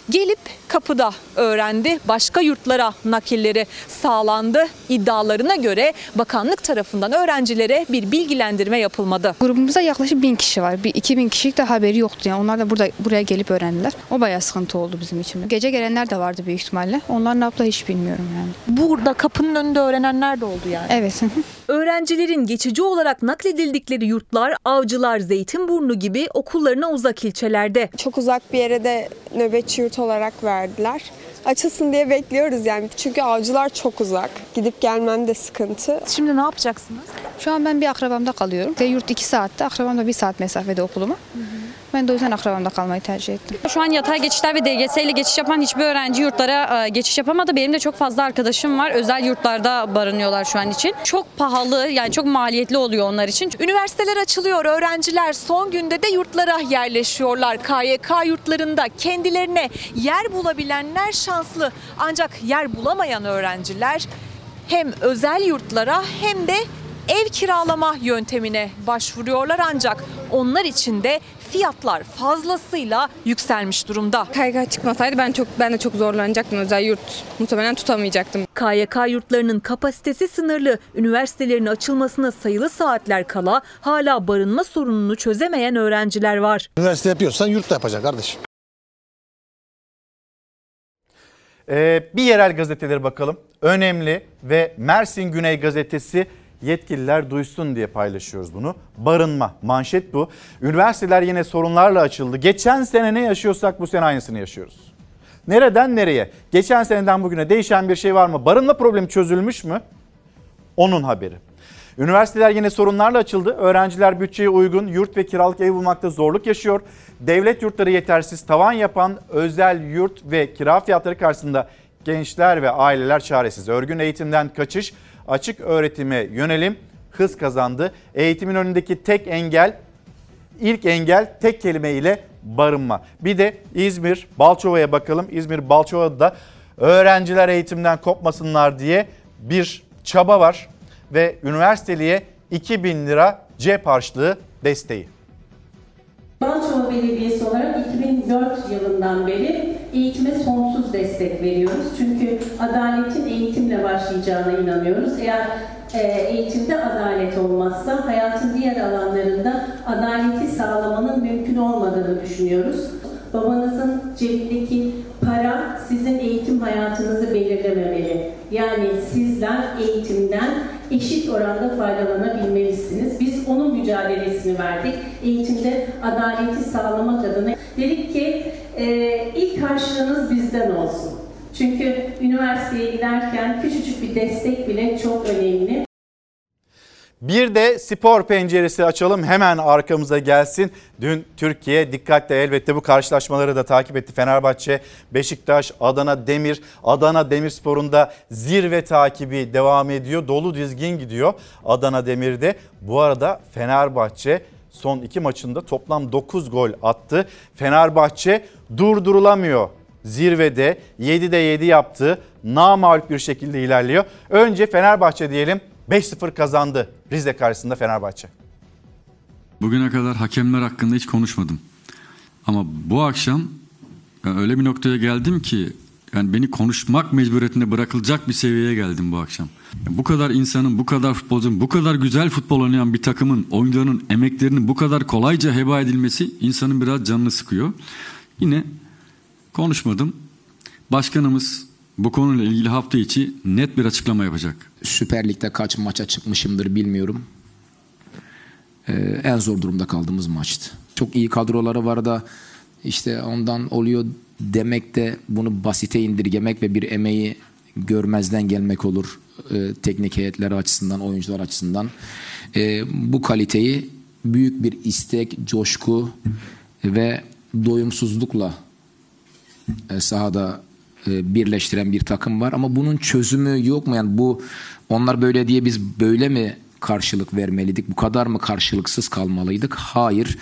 [SPEAKER 23] gelip kapıda öğrendi. Başka yurtlara nakilleri sağlandı. İddialarına göre bakanlık tarafından öğrencilere bir bilgilendirme yapılmadı.
[SPEAKER 6] Grubumuzda yaklaşık bin kişi var. Bir iki bin kişilik de haberi yoktu. Yani onlar da burada buraya gelip öğrendiler. O bayağı sıkıntı oldu bizim için. Gece gelenler de vardı büyük ihtimalle. Onlar ne yaptı hiç bilmiyorum yani.
[SPEAKER 23] Burada kapının önünde öğrenenler de oldu yani.
[SPEAKER 6] Evet.
[SPEAKER 23] Öğrencilerin geçici olarak nakledildikleri yurtlar Avcılar, Zeytinburnu gibi okullarına uzak ilçelerde.
[SPEAKER 7] Çok uzak bir yere de nöbetçi yurt olarak verdiler. Açılsın diye bekliyoruz yani. Çünkü Avcılar çok uzak. Gidip gelmem de sıkıntı.
[SPEAKER 23] Şimdi ne yapacaksınız?
[SPEAKER 6] Şu an ben bir akrabamda kalıyorum. Ve yurt iki saatte, akrabam da bir saat mesafede okuluma. Hı hı. Ben de o yüzden akrabamda kalmayı tercih ettim.
[SPEAKER 2] Şu an yatay geçişler ve D G S ile geçiş yapan hiçbir öğrenci yurtlara geçiş yapamadı. Benim de çok fazla arkadaşım var. Özel yurtlarda barınıyorlar şu an için. Çok pahalı, yani çok maliyetli oluyor onlar için.
[SPEAKER 23] Üniversiteler açılıyor. Öğrenciler son günde de yurtlara yerleşiyorlar. K Y K yurtlarında kendilerine yer bulabilenler şanslı. Ancak yer bulamayan öğrenciler hem özel yurtlara hem de ev kiralama yöntemine başvuruyorlar, ancak onlar için de fiyatlar fazlasıyla yükselmiş durumda.
[SPEAKER 7] K Y K çıkmasaydı ben çok ben de çok zorlanacaktım. Özel yurt muhtemelen tutamayacaktım.
[SPEAKER 23] K Y K yurtlarının kapasitesi sınırlı. Üniversitelerin açılmasına sayılı saatler kala hala barınma sorununu çözemeyen öğrenciler var.
[SPEAKER 8] Üniversite yapıyorsan yurt da yapacaksın kardeşim.
[SPEAKER 1] Ee, bir yerel gazetelere bakalım. Önemli ve Mersin Güney Gazetesi yetkililer duysun diye paylaşıyoruz bunu. Barınma, manşet bu. Üniversiteler yine sorunlarla açıldı. Geçen sene ne yaşıyorsak bu sene aynısını yaşıyoruz. Nereden nereye? Geçen seneden bugüne değişen bir şey var mı? Barınma problemi çözülmüş mü? Onun haberi. Üniversiteler yine sorunlarla açıldı. Öğrenciler bütçeye uygun yurt ve kiralık ev bulmakta zorluk yaşıyor. Devlet yurtları yetersiz, tavan yapan özel yurt ve kira fiyatları karşısında gençler ve aileler çaresiz. Örgün eğitimden kaçış, açık öğretime yönelim hız kazandı. Eğitimin önündeki tek engel, ilk engel tek kelimeyle barınma. Bir de İzmir Balçova'ya bakalım. İzmir Balçova'da da öğrenciler eğitimden kopmasınlar diye bir çaba var ve üniversiteliye iki bin lira cep harçlığı desteği.
[SPEAKER 9] Balçova Belediyesi olarak iki bin dört yılından beri eğitime sonsuz destek veriyoruz. Çünkü adaletin eğitimle başlayacağına inanıyoruz. Eğer e, eğitimde adalet olmazsa hayatın diğer alanlarında adaleti sağlamanın mümkün olmadığını düşünüyoruz. Babanızın cebindeki para sizin eğitim hayatınızı belirlememeli. Yani sizler eğitimden eşit oranda faydalanabilmelisiniz. Biz onun mücadelesini verdik. Eğitimde adaleti sağlamak adına dedik ki e, ilk karşılığınız bizden olsun. Çünkü üniversiteye giderken küçücük bir destek bile çok önemli.
[SPEAKER 1] Bir de spor penceresi açalım, hemen arkamıza gelsin. Dün Türkiye dikkatle elbette bu karşılaşmaları da takip etti. Fenerbahçe, Beşiktaş, Adana Demir. Adana Demirspor'un da zirve takibi devam ediyor. Dolu dizgin gidiyor Adana Demir'de. Bu arada Fenerbahçe son iki maçında toplam dokuz gol attı. Fenerbahçe durdurulamıyor. Zirvede yedide yedi yaptı. Namağlup bir şekilde ilerliyor. Önce Fenerbahçe diyelim. beş sıfır kazandı Rize karşısında Fenerbahçe.
[SPEAKER 10] Bugüne kadar hakemler hakkında hiç konuşmadım. Ama bu akşam yani öyle bir noktaya geldim ki yani beni konuşmak mecburiyetinde bırakılacak bir seviyeye geldim bu akşam. Yani bu kadar insanın, bu kadar futbolcunun, bu kadar güzel futbol oynayan bir takımın, oyuncuların emeklerinin bu kadar kolayca heba edilmesi insanın biraz canını sıkıyor. Yine konuşmadım. Başkanımız bu konuyla ilgili hafta içi net bir açıklama yapacak.
[SPEAKER 25] Süper Lig'de kaç maça çıkmışımdır bilmiyorum. Ee, en zor durumda kaldığımız maçtı. Çok iyi kadroları var da işte ondan oluyor demek de bunu basite indirgemek ve bir emeği görmezden gelmek olur. Ee, teknik heyetleri açısından, oyuncular açısından. Ee, bu kaliteyi büyük bir istek, coşku ve doyumsuzlukla e, sahada birleştiren bir takım var ama bunun çözümü yok mu? Yani bu onlar böyle diye biz böyle mi karşılık vermeliydik? Bu kadar mı karşılıksız kalmalıydık? Hayır.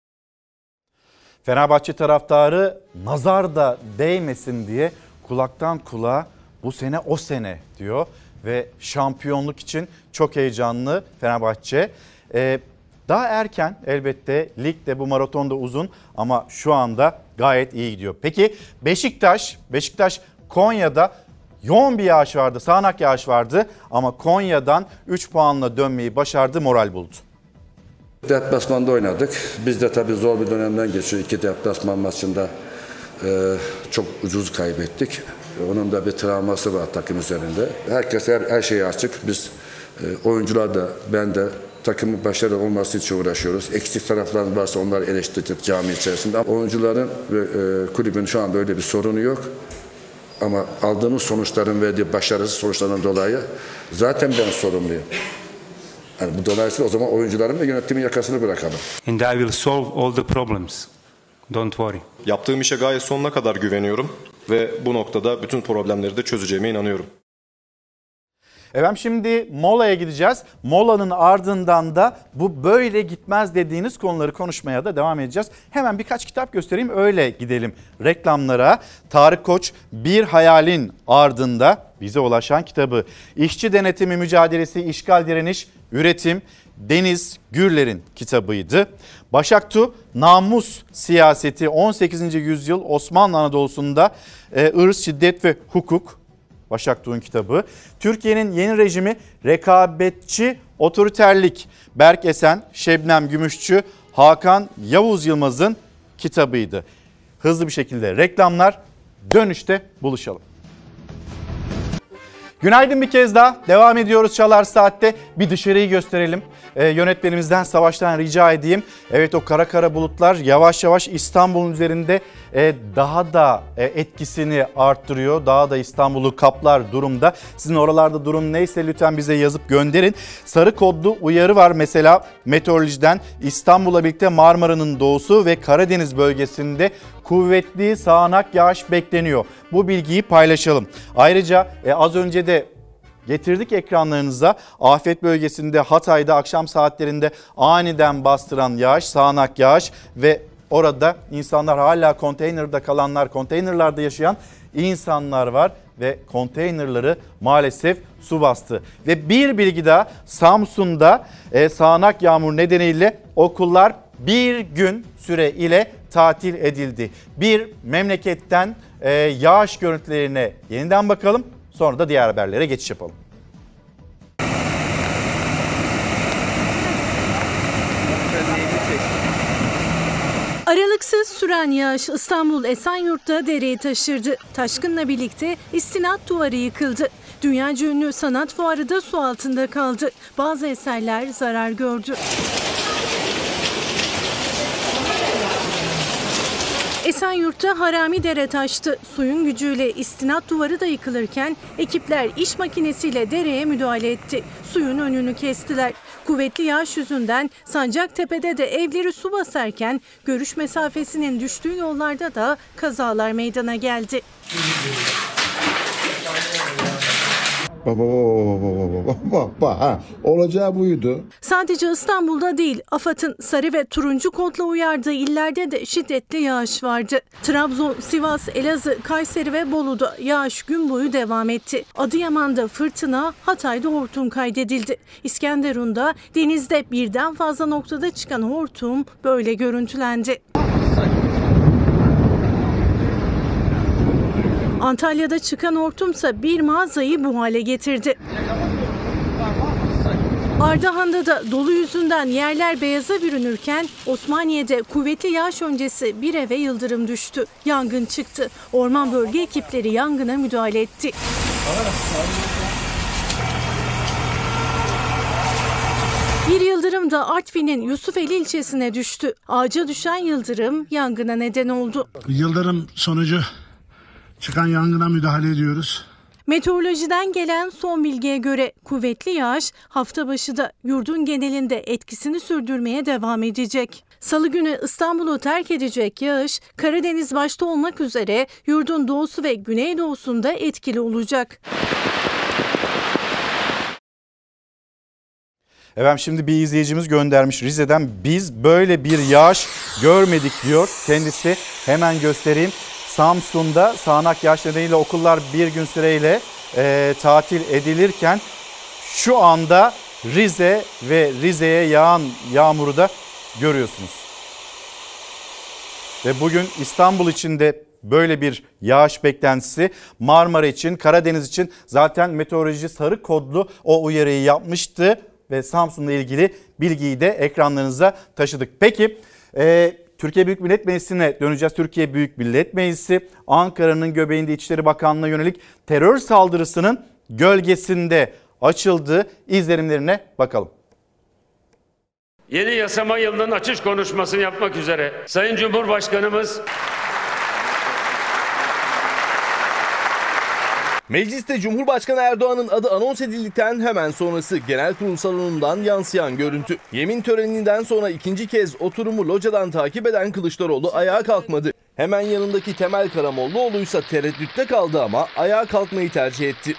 [SPEAKER 1] Fenerbahçe taraftarı nazar da değmesin diye kulaktan kulağa bu sene o sene diyor ve şampiyonluk için çok heyecanlı Fenerbahçe. Ee, Daha erken elbette, lig de bu maratonda uzun ama şu anda gayet iyi gidiyor. Peki Beşiktaş, Beşiktaş Konya'da yoğun bir yağış vardı, sağanak yağış vardı ama Konya'dan üç puanla dönmeyi başardı, moral buldu.
[SPEAKER 11] Deplasmanda oynadık. Biz de tabii zor bir dönemden geçiyor. İki deplasman maçında e, çok ucuz kaybettik. Onun da bir travması var takım üzerinde. Herkes her, her şeye açık. Biz e, oyuncular da ben de takımın başarılı olması için uğraşıyoruz. Eksik taraflar varsa onları eleştirdik cami içerisinde. Oyuncuların ve e, kulübün şu anda öyle bir sorunu yok. Ama aldığımız sonuçların verdiği başarısız sonuçlardan dolayı zaten ben sorumluyum. Yani bu dolayısıyla o zaman oyuncuların ve yönetimin yakasını bırakalım.
[SPEAKER 12] And I will solve all the problems. Don't worry.
[SPEAKER 16] Yaptığım işe gayet sonuna kadar güveniyorum ve bu noktada bütün problemleri de çözeceğime inanıyorum.
[SPEAKER 1] Efendim şimdi molaya gideceğiz. Molanın ardından da bu böyle gitmez dediğiniz konuları konuşmaya da devam edeceğiz. Hemen birkaç kitap göstereyim, öyle gidelim reklamlara. Tarık Koç Bir Hayalin Ardında bize ulaşan kitabı. İşçi denetimi mücadelesi, işgal direniş, üretim, Deniz Gürler'in kitabıydı. Başak Tu Namus Siyaseti, on sekizinci yüzyıl Osmanlı Anadolu'sunda e, ırz, şiddet ve hukuk. Başak Tuğ'un kitabı. Türkiye'nin yeni rejimi, rekabetçi otoriterlik. Berk Esen, Şebnem Gümüşçü, Hakan Yavuz Yılmaz'ın kitabıydı. Hızlı bir şekilde reklamlar, dönüşte buluşalım. Günaydın bir kez daha. Devam ediyoruz Çalar Saat'te. Bir dışarıyı gösterelim. Ee, yönetmenimizden Savaş'tan rica edeyim. Evet, o kara kara bulutlar yavaş yavaş İstanbul'un üzerinde e, daha da e, etkisini arttırıyor. Daha da İstanbul'u kaplar durumda. Sizin oralarda durum neyse lütfen bize yazıp gönderin. Sarı kodlu uyarı var mesela meteorolojiden. İstanbul'la birlikte Marmara'nın doğusu ve Karadeniz bölgesinde kuvvetli sağanak yağış bekleniyor. Bu bilgiyi paylaşalım. Ayrıca e, az önce de getirdik ekranlarınıza. Afet bölgesinde Hatay'da akşam saatlerinde aniden bastıran yağış, sağanak yağış ve orada insanlar, hala konteynerde kalanlar, konteynerlarda yaşayan insanlar var ve konteynerları maalesef su bastı. Ve bir bilgi daha, Samsun'da e, sağanak yağmur nedeniyle okullar bir gün süre ile tatil edildi. Bir memleketten e, yağış görüntülerine yeniden bakalım. Sonra da diğer haberlere geçiş yapalım.
[SPEAKER 17] Aralıksız süren yağış İstanbul Esenyurt'ta dereyi taşırdı. Taşkınla birlikte istinat duvarı yıkıldı. Dünyaca ünlü sanat fuarı da su altında kaldı. Bazı eserler zarar gördü. Esenyurt'ta Haramidere taştı. Suyun gücüyle istinat duvarı da yıkılırken ekipler iş makinesiyle dereye müdahale etti. Suyun önünü kestiler. Kuvvetli yağış yüzünden Sancaktepe'de de evleri su basarken görüş mesafesinin düştüğü yollarda da kazalar meydana geldi.
[SPEAKER 18] Baba baba baba baba baba ha olacağı buydu.
[SPEAKER 17] Sadece İstanbul'da değil, AFAD'ın sarı ve turuncu kodla uyardığı illerde de şiddetli yağış vardı. Trabzon, Sivas, Elazığ, Kayseri ve Bolu'da yağış gün boyu devam etti. Adıyaman'da fırtına, Hatay'da hortum kaydedildi. İskenderun'da denizde birden fazla noktada çıkan hortum böyle görüntülendi. Antalya'da çıkan hortumsa bir mağazayı bu hale getirdi. Ardahan'da da dolu yüzünden yerler beyaza bürünürken Osmaniye'de kuvvetli yağış öncesi bir eve yıldırım düştü. Yangın çıktı. Orman bölge ekipleri yangına müdahale etti. Bir yıldırım da Artvin'in Yusufeli ilçesine düştü. Ağaca düşen yıldırım yangına neden oldu.
[SPEAKER 8] Yıldırım sonucu çıkan yangına müdahale ediyoruz.
[SPEAKER 17] Meteorolojiden gelen son bilgiye göre kuvvetli yağış hafta başı da yurdun genelinde etkisini sürdürmeye devam edecek. Salı günü İstanbul'u terk edecek yağış Karadeniz başta olmak üzere yurdun doğusu ve güneydoğusunda etkili olacak.
[SPEAKER 1] Efendim şimdi bir izleyicimiz göndermiş Rize'den, biz böyle bir yağış görmedik diyor kendisi. Hemen göstereyim. Samsun'da sağanak yağış nedeniyle okullar bir gün süreyle e, tatil edilirken şu anda Rize ve Rize'ye yağan yağmuru da görüyorsunuz. Ve bugün İstanbul için de böyle bir yağış beklentisi, Marmara için, Karadeniz için zaten meteoroloji sarı kodlu o uyarıyı yapmıştı ve Samsun'la ilgili bilgiyi de ekranlarınıza taşıdık. Peki e, Türkiye Büyük Millet Meclisi'ne döneceğiz. Türkiye Büyük Millet Meclisi Ankara'nın göbeğinde İçişleri Bakanlığı'na yönelik terör saldırısının gölgesinde açıldı. İzlenimlerine bakalım.
[SPEAKER 3] Yeni yasama yılının açış konuşmasını yapmak üzere Sayın Cumhurbaşkanımız
[SPEAKER 4] Mecliste Cumhurbaşkanı Erdoğan'ın adı anons edildikten hemen sonrası genel kurul salonundan yansıyan görüntü. Yemin töreninden sonra ikinci kez oturumu locadan takip eden Kılıçdaroğlu ayağa kalkmadı. Hemen yanındaki Temel Karamollaoğlu ise tereddütte kaldı ama ayağa kalkmayı tercih etti.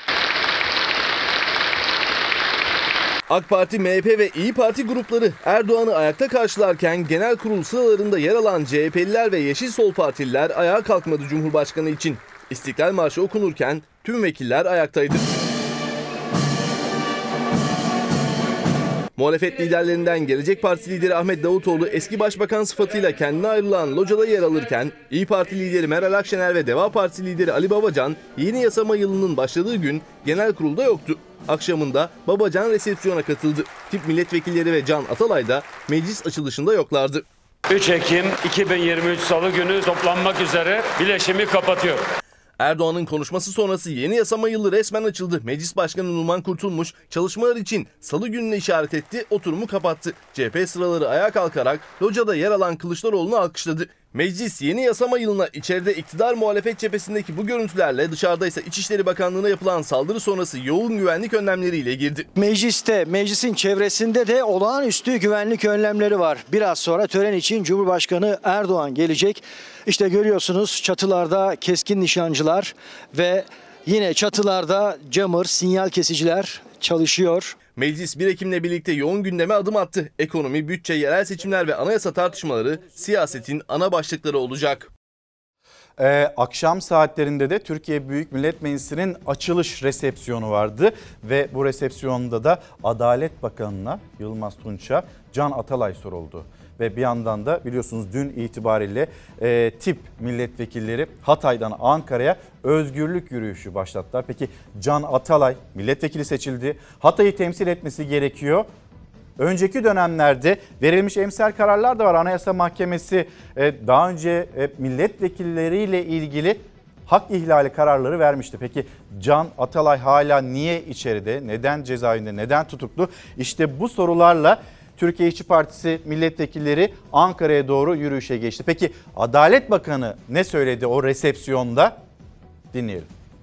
[SPEAKER 4] AK Parti, M H P ve İYİ Parti grupları Erdoğan'ı ayakta karşılarken genel kurul sıralarında yer alan C H P'liler ve Yeşil Sol Partililer ayağa kalkmadı Cumhurbaşkanı için. İstiklal Marşı okunurken tüm vekiller ayaktaydı. Muhalefet liderlerinden Gelecek Partisi lideri Ahmet Davutoğlu eski başbakan sıfatıyla kendine ayrılan locada yer alırken İYİ Parti lideri Meral Akşener ve Deva Partisi lideri Ali Babacan yeni yasama yılının başladığı gün genel kurulda yoktu. Akşamında Babacan resepsiyona katıldı. Tip milletvekilleri ve Can Atalay da meclis açılışında yoklardı.
[SPEAKER 3] üç Ekim iki bin yirmi üç Salı günü toplanmak üzere bileşimi kapatıyor.
[SPEAKER 4] Erdoğan'ın konuşması sonrası yeni yasama yılı resmen açıldı. Meclis Başkanı Numan Kurtulmuş çalışmalar için salı gününe işaret etti, oturumu kapattı. C H P sıraları ayağa kalkarak locada yer alan Kılıçdaroğlu'nu alkışladı. Meclis yeni yasama yılına içeride iktidar muhalefet cephesindeki bu görüntülerle dışarıda ise İçişleri Bakanlığı'na yapılan saldırı sonrası yoğun güvenlik önlemleriyle girdi.
[SPEAKER 13] Mecliste, meclisin çevresinde de olağanüstü güvenlik önlemleri var. Biraz sonra tören için Cumhurbaşkanı Erdoğan gelecek. İşte görüyorsunuz çatılarda keskin nişancılar ve yine çatılarda camır, sinyal kesiciler çalışıyor.
[SPEAKER 4] Meclis bir Ekim'le birlikte yoğun gündeme adım attı. Ekonomi, bütçe, yerel seçimler ve anayasa tartışmaları siyasetin ana başlıkları olacak.
[SPEAKER 1] Ee, akşam saatlerinde de Türkiye Büyük Millet Meclisi'nin açılış resepsiyonu vardı. Ve bu resepsiyonda da Adalet Bakanı'na Yılmaz Tunç'a Can Atalay soruldu. Ve bir yandan da biliyorsunuz dün itibariyle e, tip milletvekilleri Hatay'dan Ankara'ya özgürlük yürüyüşü başlattılar. Peki Can Atalay milletvekili seçildi. Hatay'ı temsil etmesi gerekiyor. Önceki dönemlerde verilmiş emsal kararlar da var. Anayasa Mahkemesi e, daha önce e, milletvekilleriyle ilgili hak ihlali kararları vermişti. Peki Can Atalay hala niye içeride? Neden cezaevinde? Neden tutuklu? İşte bu sorularla Türkiye İşçi Partisi milletvekilleri Ankara'ya doğru yürüyüşe geçti. Peki Adalet Bakanı ne söyledi o resepsiyonda? Dinleyelim.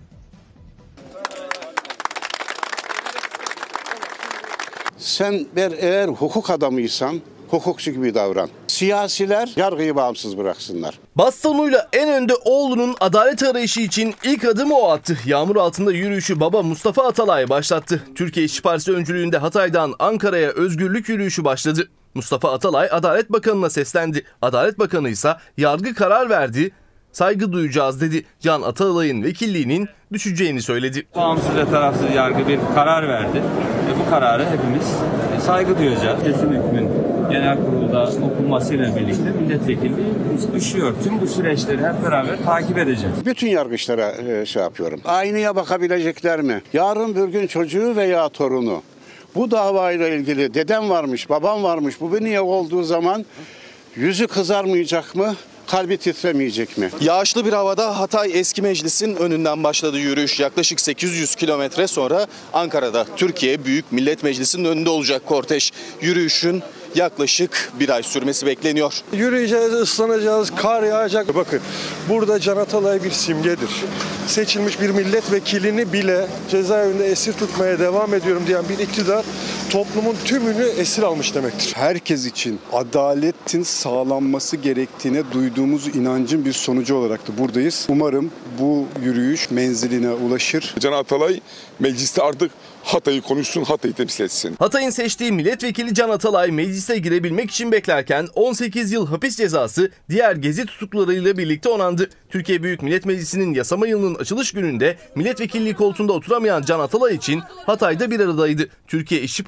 [SPEAKER 18] Sen eğer hukuk adamıysan hukukçu gibi davran. Siyasiler yargıyı bağımsız bıraksınlar.
[SPEAKER 4] Bastonuyla en önde oğlunun adalet arayışı için ilk adımı o attı. Yağmur altında yürüyüşü baba Mustafa Atalay başlattı. Türkiye İşçi Partisi öncülüğünde Hatay'dan Ankara'ya özgürlük yürüyüşü başladı. Mustafa Atalay Adalet Bakanı'na seslendi. Adalet Bakanı ise yargı karar verdi, saygı duyacağız dedi. Can Atalay'ın vekilliğinin düşeceğini söyledi.
[SPEAKER 14] Bağımsız ve tarafsız yargı bir karar verdi. Ve bu kararı hepimiz saygı duyacağız. Kesin hükmün genel kurulda okunmasıyla birlikte milletvekilliği düşüyor. Tüm bu süreçleri hep beraber takip edeceğiz.
[SPEAKER 18] Bütün yargıçlara e, şey yapıyorum. Aynaya bakabilecekler mi? Yarın bir gün çocuğu veya torunu bu davayla ilgili dedem varmış, babam varmış, bu niye olduğu zaman yüzü kızarmayacak mı? Kalbi titremeyecek mi?
[SPEAKER 15] Yağışlı bir havada Hatay Eski Meclis'in önünden başladı yürüyüş. Yaklaşık sekiz yüz kilometre sonra Ankara'da Türkiye Büyük Millet Meclisi'nin önünde olacak kortej. Yürüyüşün yaklaşık bir ay sürmesi bekleniyor.
[SPEAKER 19] Yürüyeceğiz, ıslanacağız, kar yağacak. Bakın burada Can Atalay bir simgedir. Seçilmiş bir milletvekilini bile cezaevinde esir tutmaya devam ediyorum diyen bir iktidar toplumun tümünü esir almış demektir.
[SPEAKER 26] Herkes için adaletin sağlanması gerektiğine duyduğumuz inancın bir sonucu olarak da buradayız. Umarım bu yürüyüş menziline ulaşır.
[SPEAKER 27] Can Atalay mecliste artık Hatay'ı konuşsun, Hatay'ı temsil etsin.
[SPEAKER 4] Hatay'ın seçtiği milletvekili Can Atalay meclise girebilmek için beklerken on sekiz yıl hapis cezası diğer gezi tutuklularıyla birlikte onandı. Türkiye Büyük Millet Meclisi'nin yasama yılının açılış gününde milletvekilliği koltuğunda oturamayan Can Atalay için Hatay'da bir aradaydı. Türkiye İşçi Partisi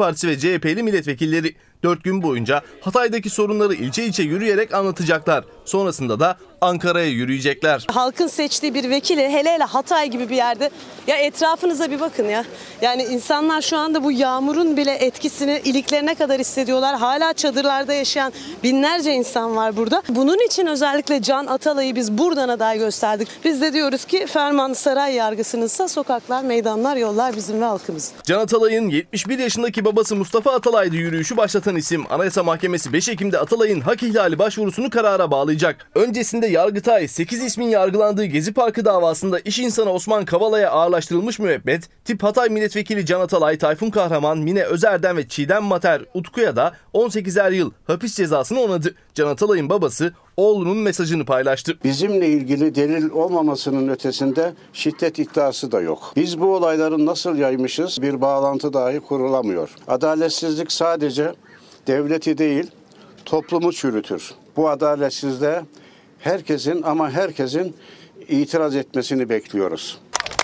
[SPEAKER 4] Partisi ve C H P'li milletvekilleri. Dört gün boyunca Hatay'daki sorunları ilçe ilçe yürüyerek anlatacaklar. Sonrasında da Ankara'ya yürüyecekler.
[SPEAKER 2] Halkın seçtiği bir vekili hele hele Hatay gibi bir yerde, ya etrafınıza bir bakın ya. Yani insanlar şu anda bu yağmurun bile etkisini iliklerine kadar hissediyorlar. Hala çadırlarda yaşayan binlerce insan var burada. Bunun için özellikle Can Atalay'ı biz buradan aday gösterdik. Biz de diyoruz ki ferman saray yargısınızsa sokaklar, meydanlar, yollar bizim ve halkımızın.
[SPEAKER 4] Can Atalay'ın yetmiş bir yaşındaki babası Mustafa Atalay'dı yürüyüşü başlatan isim. Anayasa Mahkemesi beş Ekim'de Atalay'ın hak ihlali başvurusunu karara bağlayacak. Öncesinde Yargıtay sekiz ismin yargılandığı Gezi Parkı davasında iş insanı Osman Kavala'ya ağırlaştırılmış müebbet, tip Hatay Milletvekili Can Atalay, Tayfun Kahraman, Mine Özer'den ve Çiğdem Mater Utku'ya da on sekizer yıl hapis cezasını onadı. Can Atalay'ın babası oğlunun mesajını paylaştı.
[SPEAKER 18] Bizimle ilgili delil olmamasının ötesinde şiddet iddiası da yok. Biz bu olayları nasıl yaymışız bir bağlantı dahi kurulamıyor. Adaletsizlik sadece devleti değil toplumu çürütür. Bu adaletsizliğe herkesin ama herkesin itiraz etmesini bekliyoruz.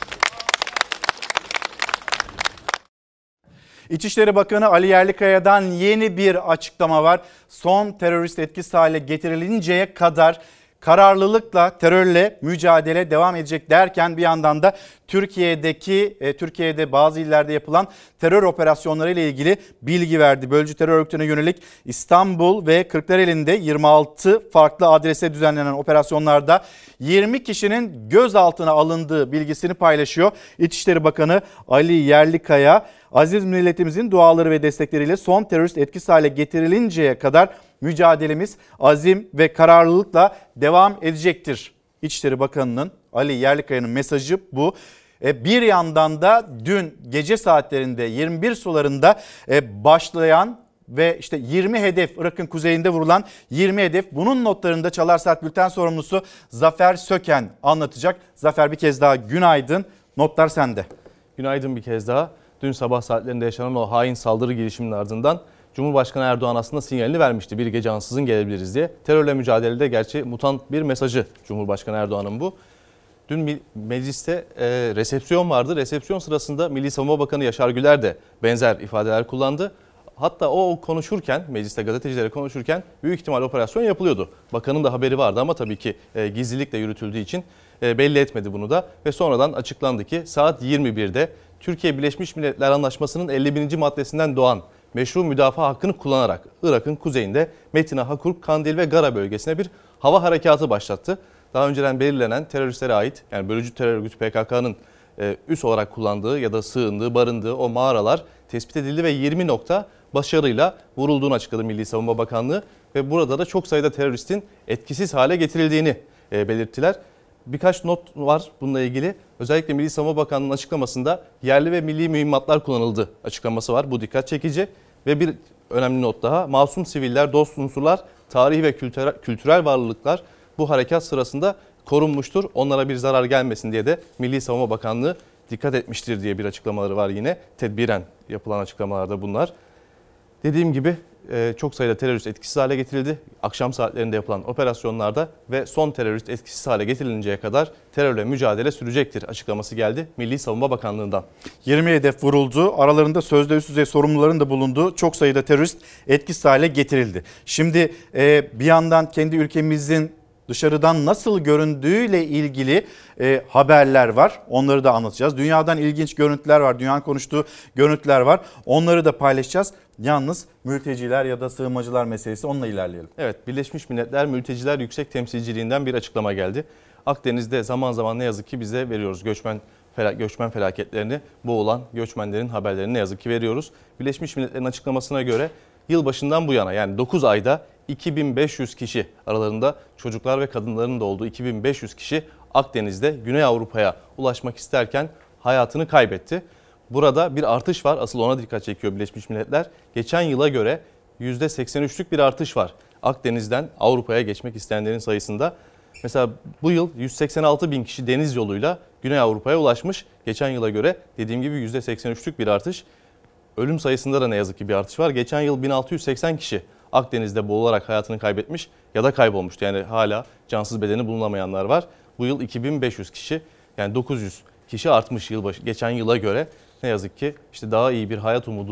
[SPEAKER 1] İçişleri Bakanı Ali Yerlikaya'dan yeni bir açıklama var. Son terörist etkisiz hale getirilinceye kadar kararlılıkla terörle mücadele devam edecek derken bir yandan da Türkiye'deki e, Türkiye'de bazı illerde yapılan terör operasyonları ile ilgili bilgi verdi. Bölücü terör örgütüne yönelik İstanbul ve Kırklareli'nde yirmi altı farklı adrese düzenlenen operasyonlarda yirmi kişinin gözaltına alındığı bilgisini paylaşıyor. İçişleri Bakanı Ali Yerlikaya, aziz milletimizin duaları ve destekleriyle son terörist etkisiz hale getirilinceye kadar mücadelemiz azim ve kararlılıkla devam edecektir. İçişleri Bakanı'nın, Ali Yerlikaya'nın mesajı bu. Bir yandan da dün gece saatlerinde yirmi bir sularında başlayan ve işte yirmi hedef, Irak'ın kuzeyinde vurulan yirmi hedef, bunun notlarında Çalar Saat Bülten sorumlusu Zafer Söken anlatacak. Zafer, bir kez daha günaydın, notlar sende.
[SPEAKER 5] Günaydın bir kez daha. Dün sabah saatlerinde yaşanan o hain saldırı girişiminin ardından Cumhurbaşkanı Erdoğan aslında sinyalini vermişti. Bir gece ansızın gelebiliriz diye. Terörle mücadelede gerçi mutant bir mesajı Cumhurbaşkanı Erdoğan'ın bu. Dün mecliste e, resepsiyon vardı. Resepsiyon sırasında Milli Savunma Bakanı Yaşar Güler de benzer ifadeler kullandı. Hatta o konuşurken, mecliste gazetecilere konuşurken büyük ihtimal operasyon yapılıyordu. Bakanın da haberi vardı ama tabii ki e, gizlilikle yürütüldüğü için e, belli etmedi bunu da. Ve sonradan açıklandı ki saat yirmi birde Türkiye Birleşmiş Milletler Anlaşması'nın elli birinci maddesinden doğan meşru müdafaa hakkını kullanarak Irak'ın kuzeyinde Metin'e, Hakurk, Kandil ve Gara bölgesine bir hava harekatı başlattı. Daha önceden belirlenen teröristlere ait, yani bölücü terör örgütü P K K'nın e, üs olarak kullandığı ya da sığındığı, barındığı o mağaralar tespit edildi ve yirmi nokta başarıyla vurulduğunu açıkladı Milli Savunma Bakanlığı. Ve burada da çok sayıda teröristin etkisiz hale getirildiğini e, belirttiler. Birkaç not var bununla ilgili. Özellikle Milli Savunma Bakanlığı'nın açıklamasında yerli ve milli mühimmatlar kullanıldı açıklaması var. Bu dikkat çekici. Ve bir önemli not daha. Masum siviller, dost unsurlar, tarihi ve kültürel, kültürel varlıklar bu harekat sırasında korunmuştur. Onlara bir zarar gelmesin diye de Milli Savunma Bakanlığı dikkat etmiştir diye bir açıklamaları var yine. Tedbiren yapılan açıklamalarda bunlar. Dediğim gibi çok sayıda terörist etkisiz hale getirildi. Akşam saatlerinde yapılan operasyonlarda ve son terörist etkisiz hale getirilinceye kadar terörle mücadele sürecektir açıklaması geldi Milli Savunma Bakanlığı'ndan.
[SPEAKER 1] yirmi hedef vuruldu. Aralarında sözde üst düzey sorumluların da bulunduğu çok sayıda terörist etkisiz hale getirildi. Şimdi bir yandan kendi ülkemizin dışarıdan nasıl göründüğüyle ilgili e, haberler var. Onları da anlatacağız. Dünyadan ilginç görüntüler var. Dünyanın konuştuğu görüntüler var. Onları da paylaşacağız. Yalnız mülteciler ya da sığınmacılar meselesi, onunla ilerleyelim.
[SPEAKER 5] Evet, Birleşmiş Milletler Mülteciler Yüksek Temsilciliğinden bir açıklama geldi. Akdeniz'de zaman zaman ne yazık ki biz de veriyoruz göçmen göçmen felaketlerini, boğulan göçmenlerin haberlerini ne yazık ki veriyoruz. Birleşmiş Milletler'in açıklamasına göre yılbaşından bu yana, yani dokuz ayda iki bin beş yüz kişi, aralarında çocuklar ve kadınların da olduğu iki bin beş yüz kişi Akdeniz'de Güney Avrupa'ya ulaşmak isterken hayatını kaybetti. Burada bir artış var. Asıl ona dikkat çekiyor Birleşmiş Milletler. Geçen yıla göre yüzde seksen üçlük bir artış var Akdeniz'den Avrupa'ya geçmek isteyenlerin sayısında. Mesela bu yıl yüz seksen altı bin kişi deniz yoluyla Güney Avrupa'ya ulaşmış. Geçen yıla göre dediğim gibi yüzde seksen üçlük bir artış. Ölüm sayısında da ne yazık ki bir artış var. Geçen yıl bin altı yüz seksen kişi Akdeniz'de boğularak hayatını kaybetmiş ya da kaybolmuştu. Yani hala cansız bedeni bulunamayanlar var. Bu yıl iki bin beş yüz kişi, yani dokuz yüz kişi artmış yılbaşı geçen yıla göre. Ne yazık ki işte daha iyi bir hayat umuduyla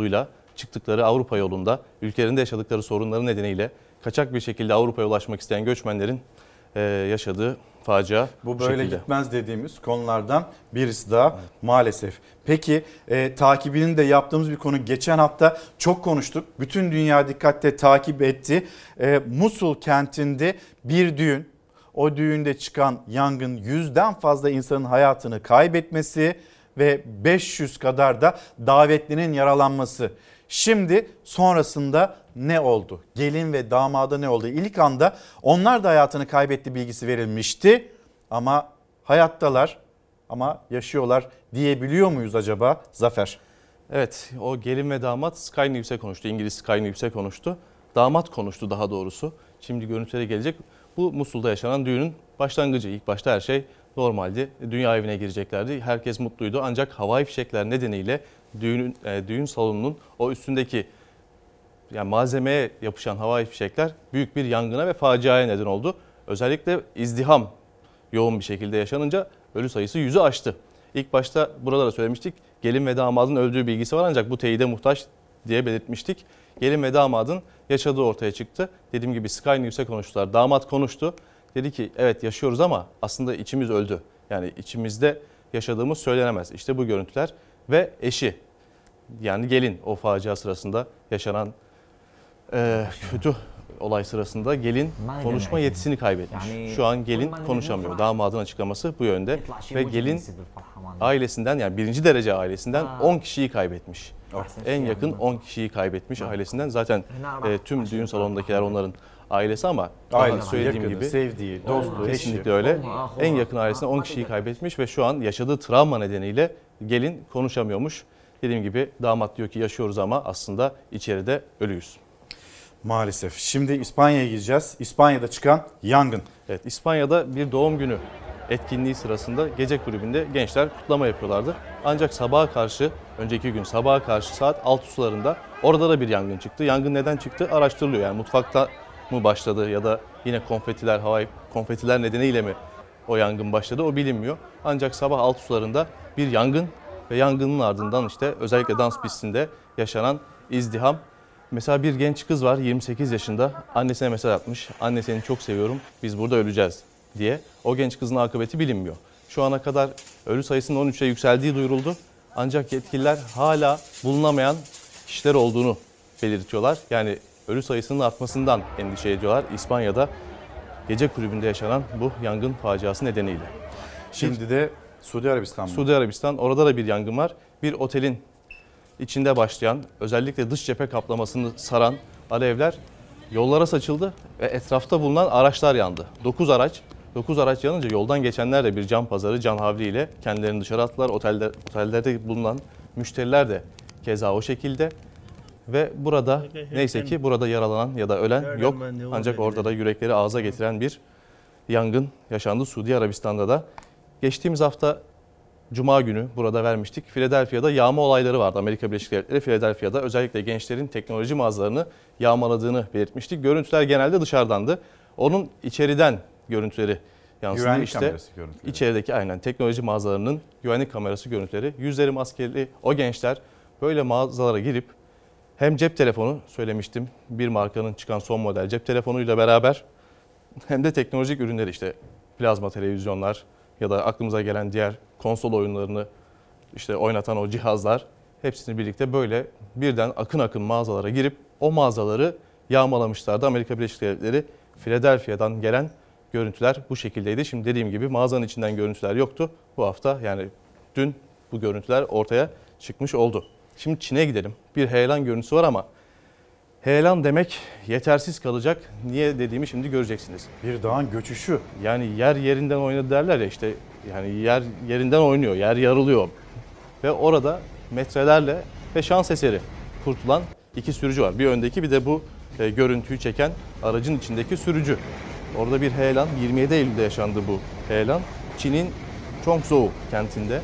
[SPEAKER 5] çıktıkları Avrupa yolunda ülkelerinde yaşadıkları sorunları nedeniyle kaçak bir şekilde Avrupa'ya ulaşmak isteyen göçmenlerin e, yaşadığı facia
[SPEAKER 1] bu böyle
[SPEAKER 5] şekilde.
[SPEAKER 1] Gitmez dediğimiz konulardan birisi daha evet. maalesef. Peki e, takibini de yaptığımız bir konu, geçen hafta çok konuştuk. Bütün dünya dikkatle takip etti. E, Musul kentinde bir düğün, o düğünde çıkan yangın yüzden fazla insanın hayatını kaybetmesi ve beş yüz kadar da davetlinin yaralanması. Şimdi sonrasında ne oldu? Gelin ve damada ne oldu? İlk anda onlar da hayatını kaybetti bilgisi verilmişti. Ama hayattalar, ama yaşıyorlar diyebiliyor muyuz acaba Zafer?
[SPEAKER 5] Evet, o gelin ve damat Sky News'e konuştu. İngiliz Sky News'e konuştu. Damat konuştu daha doğrusu. Şimdi görüntülere gelecek. Bu Musul'da yaşanan düğünün başlangıcı. İlk başta her şey normaldi. Dünya evine gireceklerdi. Herkes mutluydu. Ancak havai fişekler nedeniyle düğün, e, düğün salonunun o üstündeki yani malzemeye yapışan havai fişekler büyük bir yangına ve faciaya neden oldu. Özellikle izdiham yoğun bir şekilde yaşanınca ölü sayısı yüzü aştı. İlk başta burada da söylemiştik. Gelin ve damadın öldüğü bilgisi var ancak bu teyide muhtaç diye belirtmiştik. Gelin ve damadın yaşadığı ortaya çıktı. Dediğim gibi Sky News'e konuştular. Damat konuştu. Dedi ki evet yaşıyoruz ama aslında içimiz öldü. Yani içimizde yaşadığımız söylenemez. İşte bu görüntüler ve eşi yani gelin o facia sırasında yaşanan e, kötü olay sırasında gelin konuşma yetisini kaybetmiş. Şu an gelin konuşamıyor. Damadın açıklaması bu yönde ve gelin ailesinden yani birinci derece ailesinden on kişiyi kaybetmiş. En yakın on kişiyi kaybetmiş ailesinden. Zaten e, tüm düğün salonundakiler onların ailesi ama
[SPEAKER 1] ailesi,
[SPEAKER 5] söylediğim
[SPEAKER 1] yakını,
[SPEAKER 5] gibi
[SPEAKER 1] sevdiği, dostu,
[SPEAKER 5] kesinlikle
[SPEAKER 1] eşi.
[SPEAKER 5] öyle. En yakın ailesinden on kişiyi kaybetmiş ve şu an yaşadığı travma nedeniyle gelin konuşamıyormuş. Dediğim gibi damat diyor ki yaşıyoruz ama aslında içeride ölüyüz.
[SPEAKER 1] Maalesef. Şimdi İspanya'ya gideceğiz. İspanya'da çıkan yangın.
[SPEAKER 5] Evet, İspanya'da bir doğum günü etkinliği sırasında gece kulübünde gençler kutlama yapıyorlardı. Ancak sabaha karşı, önceki gün sabaha karşı saat altı sularında orada da bir yangın çıktı. Yangın neden çıktı? Araştırılıyor. Yani mutfakta mı başladı ya da yine konfetiler, havai konfetiler nedeniyle mi o yangın başladı o bilinmiyor. Ancak sabah altı sularında bir yangın ve yangının ardından işte özellikle dans pistinde yaşanan izdiham. Mesela bir genç kız var yirmi sekiz yaşında, annesine mesaj atmış. Anne seni çok seviyorum, biz burada öleceğiz diye. O genç kızın akıbeti bilinmiyor. Şu ana kadar ölü sayısının on üçe yükseldiği duyuruldu. Ancak yetkililer hala bulunamayan kişiler olduğunu belirtiyorlar. Yani ölü sayısının artmasından endişe ediyorlar İspanya'da gece kulübünde yaşanan bu yangın faciası nedeniyle.
[SPEAKER 1] Şimdi de Suudi Arabistan mı?
[SPEAKER 5] Suudi Arabistan, orada da bir yangın var. Bir otelin içinde başlayan, özellikle dış cephe kaplamasını saran alevler yollara saçıldı ve etrafta bulunan araçlar yandı. dokuz araç, dokuz araç yanınca yoldan geçenler de bir can pazarı, can havliyle kendilerini dışarı attılar. Otelde, otellerde bulunan müşteriler de keza o şekilde. Ve burada neyse ki burada yaralanan ya da ölen yok. Ancak orada da yürekleri ağza getiren bir yangın yaşandı Suudi Arabistan'da da. Geçtiğimiz hafta Cuma günü burada vermiştik. Philadelphia'da yağma olayları vardı. Amerika Birleşik Devletleri Philadelphia'da özellikle gençlerin teknoloji mağazalarını yağmaladığını belirtmiştik. Görüntüler genelde dışarıdandı. Onun içeriden görüntüleri yansıdı.
[SPEAKER 1] Güvenlik
[SPEAKER 5] işte
[SPEAKER 1] kamerası görüntüleri.
[SPEAKER 5] İçerideki aynen teknoloji mağazalarının güvenlik kamerası görüntüleri. Yüzleri maskeli o gençler böyle mağazalara girip hem cep telefonu söylemiştim bir markanın çıkan son model cep telefonuyla beraber hem de teknolojik ürünleri işte plazma televizyonlar ya da aklımıza gelen diğer konsol oyunlarını işte oynatan o cihazlar hepsini birlikte böyle birden akın akın mağazalara girip o mağazaları yağmalamışlardı. Amerika Birleşik Devletleri Philadelphia'dan gelen görüntüler bu şekildeydi. Şimdi dediğim gibi mağazanın içinden görüntüler yoktu. Bu hafta yani dün bu görüntüler ortaya çıkmış oldu. Şimdi Çin'e gidelim. Bir heyelan görüntüsü var ama heyelan demek yetersiz kalacak. Niye dediğimi şimdi göreceksiniz.
[SPEAKER 1] Bir dağın göçüşü.
[SPEAKER 5] Yani yer yerinden oynadı derler ya işte yani yer yerinden oynuyor, yer yarılıyor. Ve orada metrelerle ve şans eseri kurtulan iki sürücü var. Bir öndeki bir de bu e, görüntüyü çeken aracın içindeki sürücü. Orada bir heyelan, yirmi yedi Eylül'de yaşandı bu heyelan. Çin'in Chongzhou kentinde.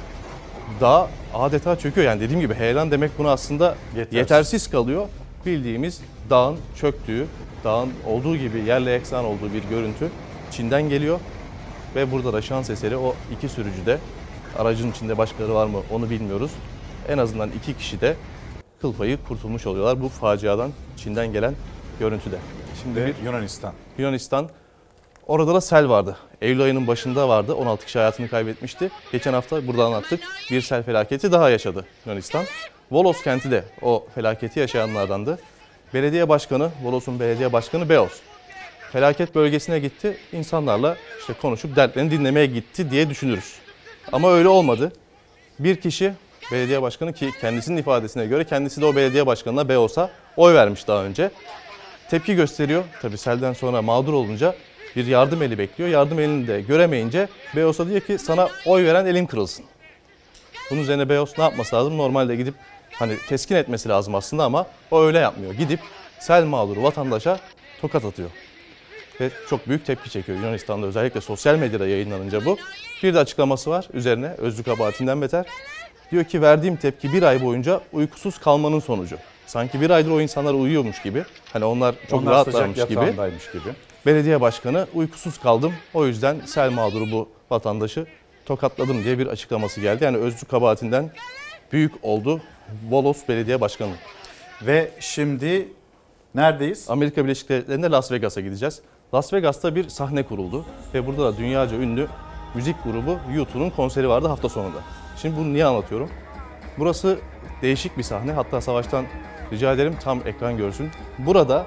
[SPEAKER 5] Dağ adeta çöküyor. Yani dediğim gibi heyelan demek bunu aslında yetersiz, yetersiz kalıyor. Bildiğimiz dağın çöktüğü, dağın olduğu gibi yerle eksan olduğu bir görüntü Çin'den geliyor. Ve burada da şans eseri o iki sürücü de aracın içinde başkaları var mı onu bilmiyoruz. En azından iki kişi de kıl payı kurtulmuş oluyorlar bu faciadan, Çin'den gelen görüntüde. Şimdi
[SPEAKER 1] bir Yunanistan.
[SPEAKER 5] Yunanistan. Orada da sel vardı. Eylül ayının başında vardı. on altı kişi hayatını kaybetmişti. Geçen hafta burada anlattık. Bir sel felaketi daha yaşadı Yunanistan. Volos kenti de o felaketi yaşayanlardandı. Belediye başkanı, Volos'un belediye başkanı Beos. Felaket bölgesine gitti. İnsanlarla işte konuşup dertlerini dinlemeye gitti diye düşünürüz. Ama öyle olmadı. Bir kişi belediye başkanı, ki kendisinin ifadesine göre kendisi de o belediye başkanına, Beos'a oy vermiş daha önce. Tepki gösteriyor. Tabii selden sonra mağdur olunca bir yardım eli bekliyor. Yardım elini de göremeyince Beos'a diyor ki sana oy veren elim kırılsın. Bunun üzerine Beos ne yapması lazım? Normalde gidip hani teskin etmesi lazım aslında ama o öyle yapmıyor. Gidip sel mağduru vatandaşa tokat atıyor. Ve çok büyük tepki çekiyor Yunanistan'da, özellikle sosyal medyada yayınlanınca bu. Bir de açıklaması var üzerine, özlü kabahatinden beter. Diyor ki verdiğim tepki bir ay boyunca uykusuz kalmanın sonucu. Sanki bir aydır o insanlar uyuyormuş gibi. Hani onlar çok
[SPEAKER 1] onlar
[SPEAKER 5] rahatlarmış gibi.
[SPEAKER 1] gibi.
[SPEAKER 5] Belediye başkanı uykusuz kaldım. O yüzden sel mağduru bu vatandaşı tokatladım diye bir açıklaması geldi. Yani özlü kabahatinden büyük oldu Volos Belediye Başkanı.
[SPEAKER 1] Ve şimdi neredeyiz?
[SPEAKER 5] Amerika Birleşik Devletleri'nde Las Vegas'a gideceğiz. Las Vegas'ta bir sahne kuruldu ve burada da dünyaca ünlü müzik grubu U iki'nin konseri vardı hafta sonunda. Şimdi bunu niye anlatıyorum? Burası değişik bir sahne. Hatta Savaş'tan rica ederim tam ekran görsün. Burada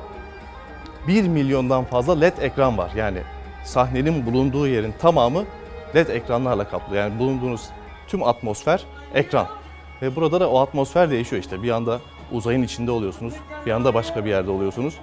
[SPEAKER 5] bir milyondan fazla led ekran var. Yani sahnenin bulunduğu yerin tamamı led ekranlarla kaplı. Yani bulunduğunuz tüm atmosfer ekran. Ve burada da o atmosfer değişiyor işte. Bir anda uzayın içinde oluyorsunuz, bir anda başka bir yerde oluyorsunuz.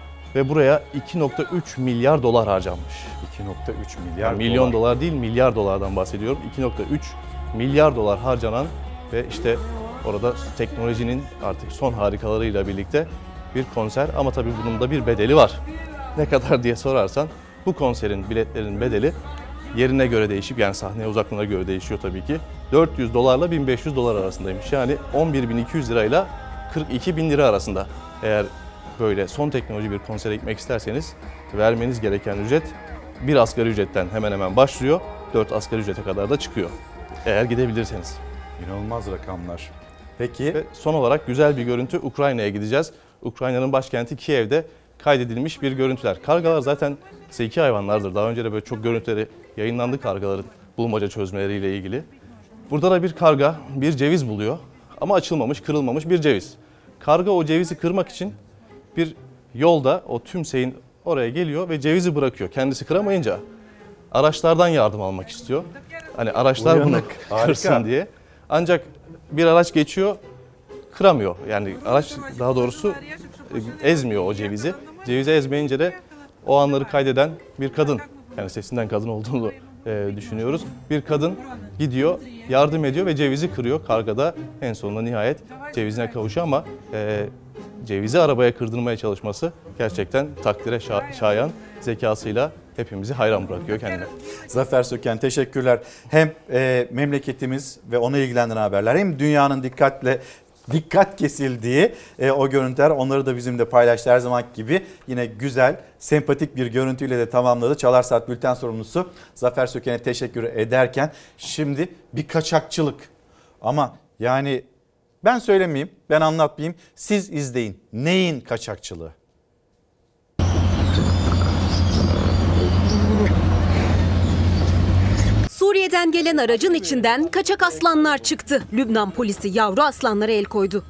[SPEAKER 5] Ve buraya iki nokta üç milyar dolar harcanmış.
[SPEAKER 1] iki nokta üç milyar
[SPEAKER 5] yani milyon
[SPEAKER 1] dolar.
[SPEAKER 5] dolar değil, milyar dolardan bahsediyorum. iki nokta üç milyar dolar harcanan ve işte orada teknolojinin artık son harikalarıyla birlikte bir konser. Ama tabii bunun da bir bedeli var. Ne kadar diye sorarsan bu konserin biletlerin bedeli yerine göre değişip, yani sahneye uzaklığına göre değişiyor tabii ki. dört yüz dolarla bin beş yüz dolar arasındaymış. Yani on bir bin iki yüz lirayla kırk iki bin lira arasında. Eğer böyle son teknoloji bir konsere gitmek isterseniz vermeniz gereken ücret bir asgari ücretten hemen hemen başlıyor. dört asgari ücrete kadar da çıkıyor. Eğer gidebilirseniz.
[SPEAKER 1] İnanılmaz rakamlar. Peki.
[SPEAKER 5] Ve son olarak güzel bir görüntü, Ukrayna'ya gideceğiz. Ukrayna'nın başkenti Kiev'de kaydedilmiş bir görüntüler. Kargalar zaten zeki hayvanlardır. Daha önce de böyle çok görüntüleri yayınlandı kargaların bulmaca çözmeleriyle ilgili. Burada da bir karga bir ceviz buluyor ama açılmamış, kırılmamış bir ceviz. Karga o cevizi kırmak için bir yolda o tümseyin oraya geliyor ve cevizi bırakıyor. Kendisi kıramayınca araçlardan yardım almak istiyor. Hani araçlar
[SPEAKER 1] Uyanık.
[SPEAKER 5] bunu kırsın Harika. diye. Ancak bir araç geçiyor, kıramıyor. Yani araç daha doğrusu ezmiyor o cevizi. Cevizi ezmeyince de o anları kaydeden bir kadın, yani sesinden kadın olduğunu e, düşünüyoruz. Bir kadın gidiyor, yardım ediyor ve cevizi kırıyor. Karga da en sonunda nihayet cevizine kavuşuyor ama e, cevizi arabaya kırdırmaya çalışması gerçekten takdire şa- şayan, zekasıyla hepimizi hayran bırakıyor kendine.
[SPEAKER 1] Zafer Söken teşekkürler. Hem e, memleketimiz ve onu ilgilendiren haberler, hem dünyanın dikkatle dikkat kesildiği e, o görüntüler, onları da bizimle paylaştı her zamanki gibi. Yine güzel, sempatik bir görüntüyle de tamamladı. Çalar Saat Bülten sorumlusu Zafer Söken'e teşekkür ederken şimdi bir kaçakçılık. Ama yani ben söylemeyeyim, ben anlatmayayım, siz izleyin. Neyin kaçakçılığı?
[SPEAKER 6] Suriye'den gelen aracın içinden kaçak aslanlar çıktı. Lübnan polisi yavru aslanlara el koydu.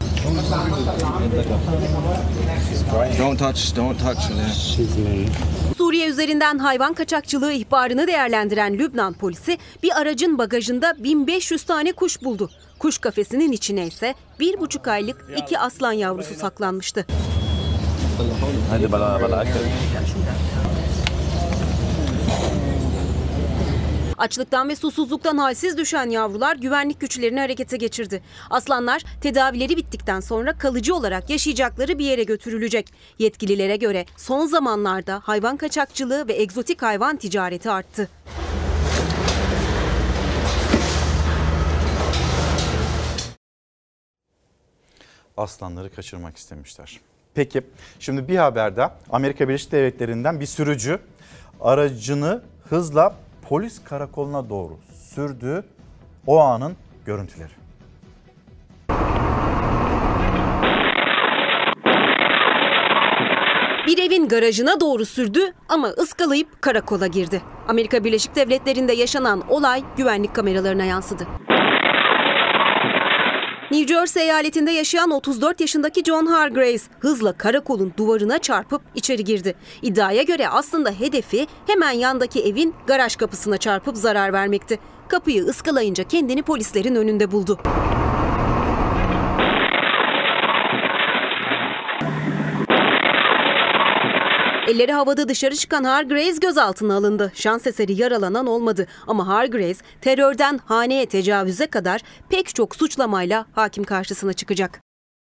[SPEAKER 7] Don't touch, don't touch.
[SPEAKER 6] Suriye üzerinden hayvan kaçakçılığı ihbarını değerlendiren Lübnan polisi bir aracın bagajında bin beş yüz tane kuş buldu. Kuş kafesinin içine ise bir buçuk aylık iki aslan yavrusu saklanmıştı.
[SPEAKER 5] Hadi bala bala.
[SPEAKER 6] Açlıktan ve susuzluktan halsiz düşen yavrular güvenlik güçlerini harekete geçirdi. Aslanlar tedavileri bittikten sonra kalıcı olarak yaşayacakları bir yere götürülecek. Yetkililere göre son zamanlarda hayvan kaçakçılığı ve egzotik hayvan ticareti arttı.
[SPEAKER 1] Aslanları kaçırmak istemişler. Peki şimdi bir haberde Amerika Birleşik Devletleri'nden bir sürücü aracını hızla polis karakoluna doğru sürdü. O anın görüntüleri.
[SPEAKER 6] garajına doğru sürdü ama ıskalayıp karakola girdi. Amerika Birleşik Devletleri'nde yaşanan olay güvenlik kameralarına yansıdı. New Jersey eyaletinde yaşayan otuz dört yaşındaki John Hargraves hızla karakolun duvarına çarpıp içeri girdi. İddiaya göre aslında hedefi hemen yandaki evin garaj kapısına çarpıp zarar vermekti. Kapıyı ıskalayınca kendini polislerin önünde buldu. Elleri havada dışarı çıkan Hargraves gözaltına alındı. Şans eseri yaralanan olmadı ama Hargraves terörden haneye tecavüze kadar pek çok suçlamayla hakim karşısına çıkacak.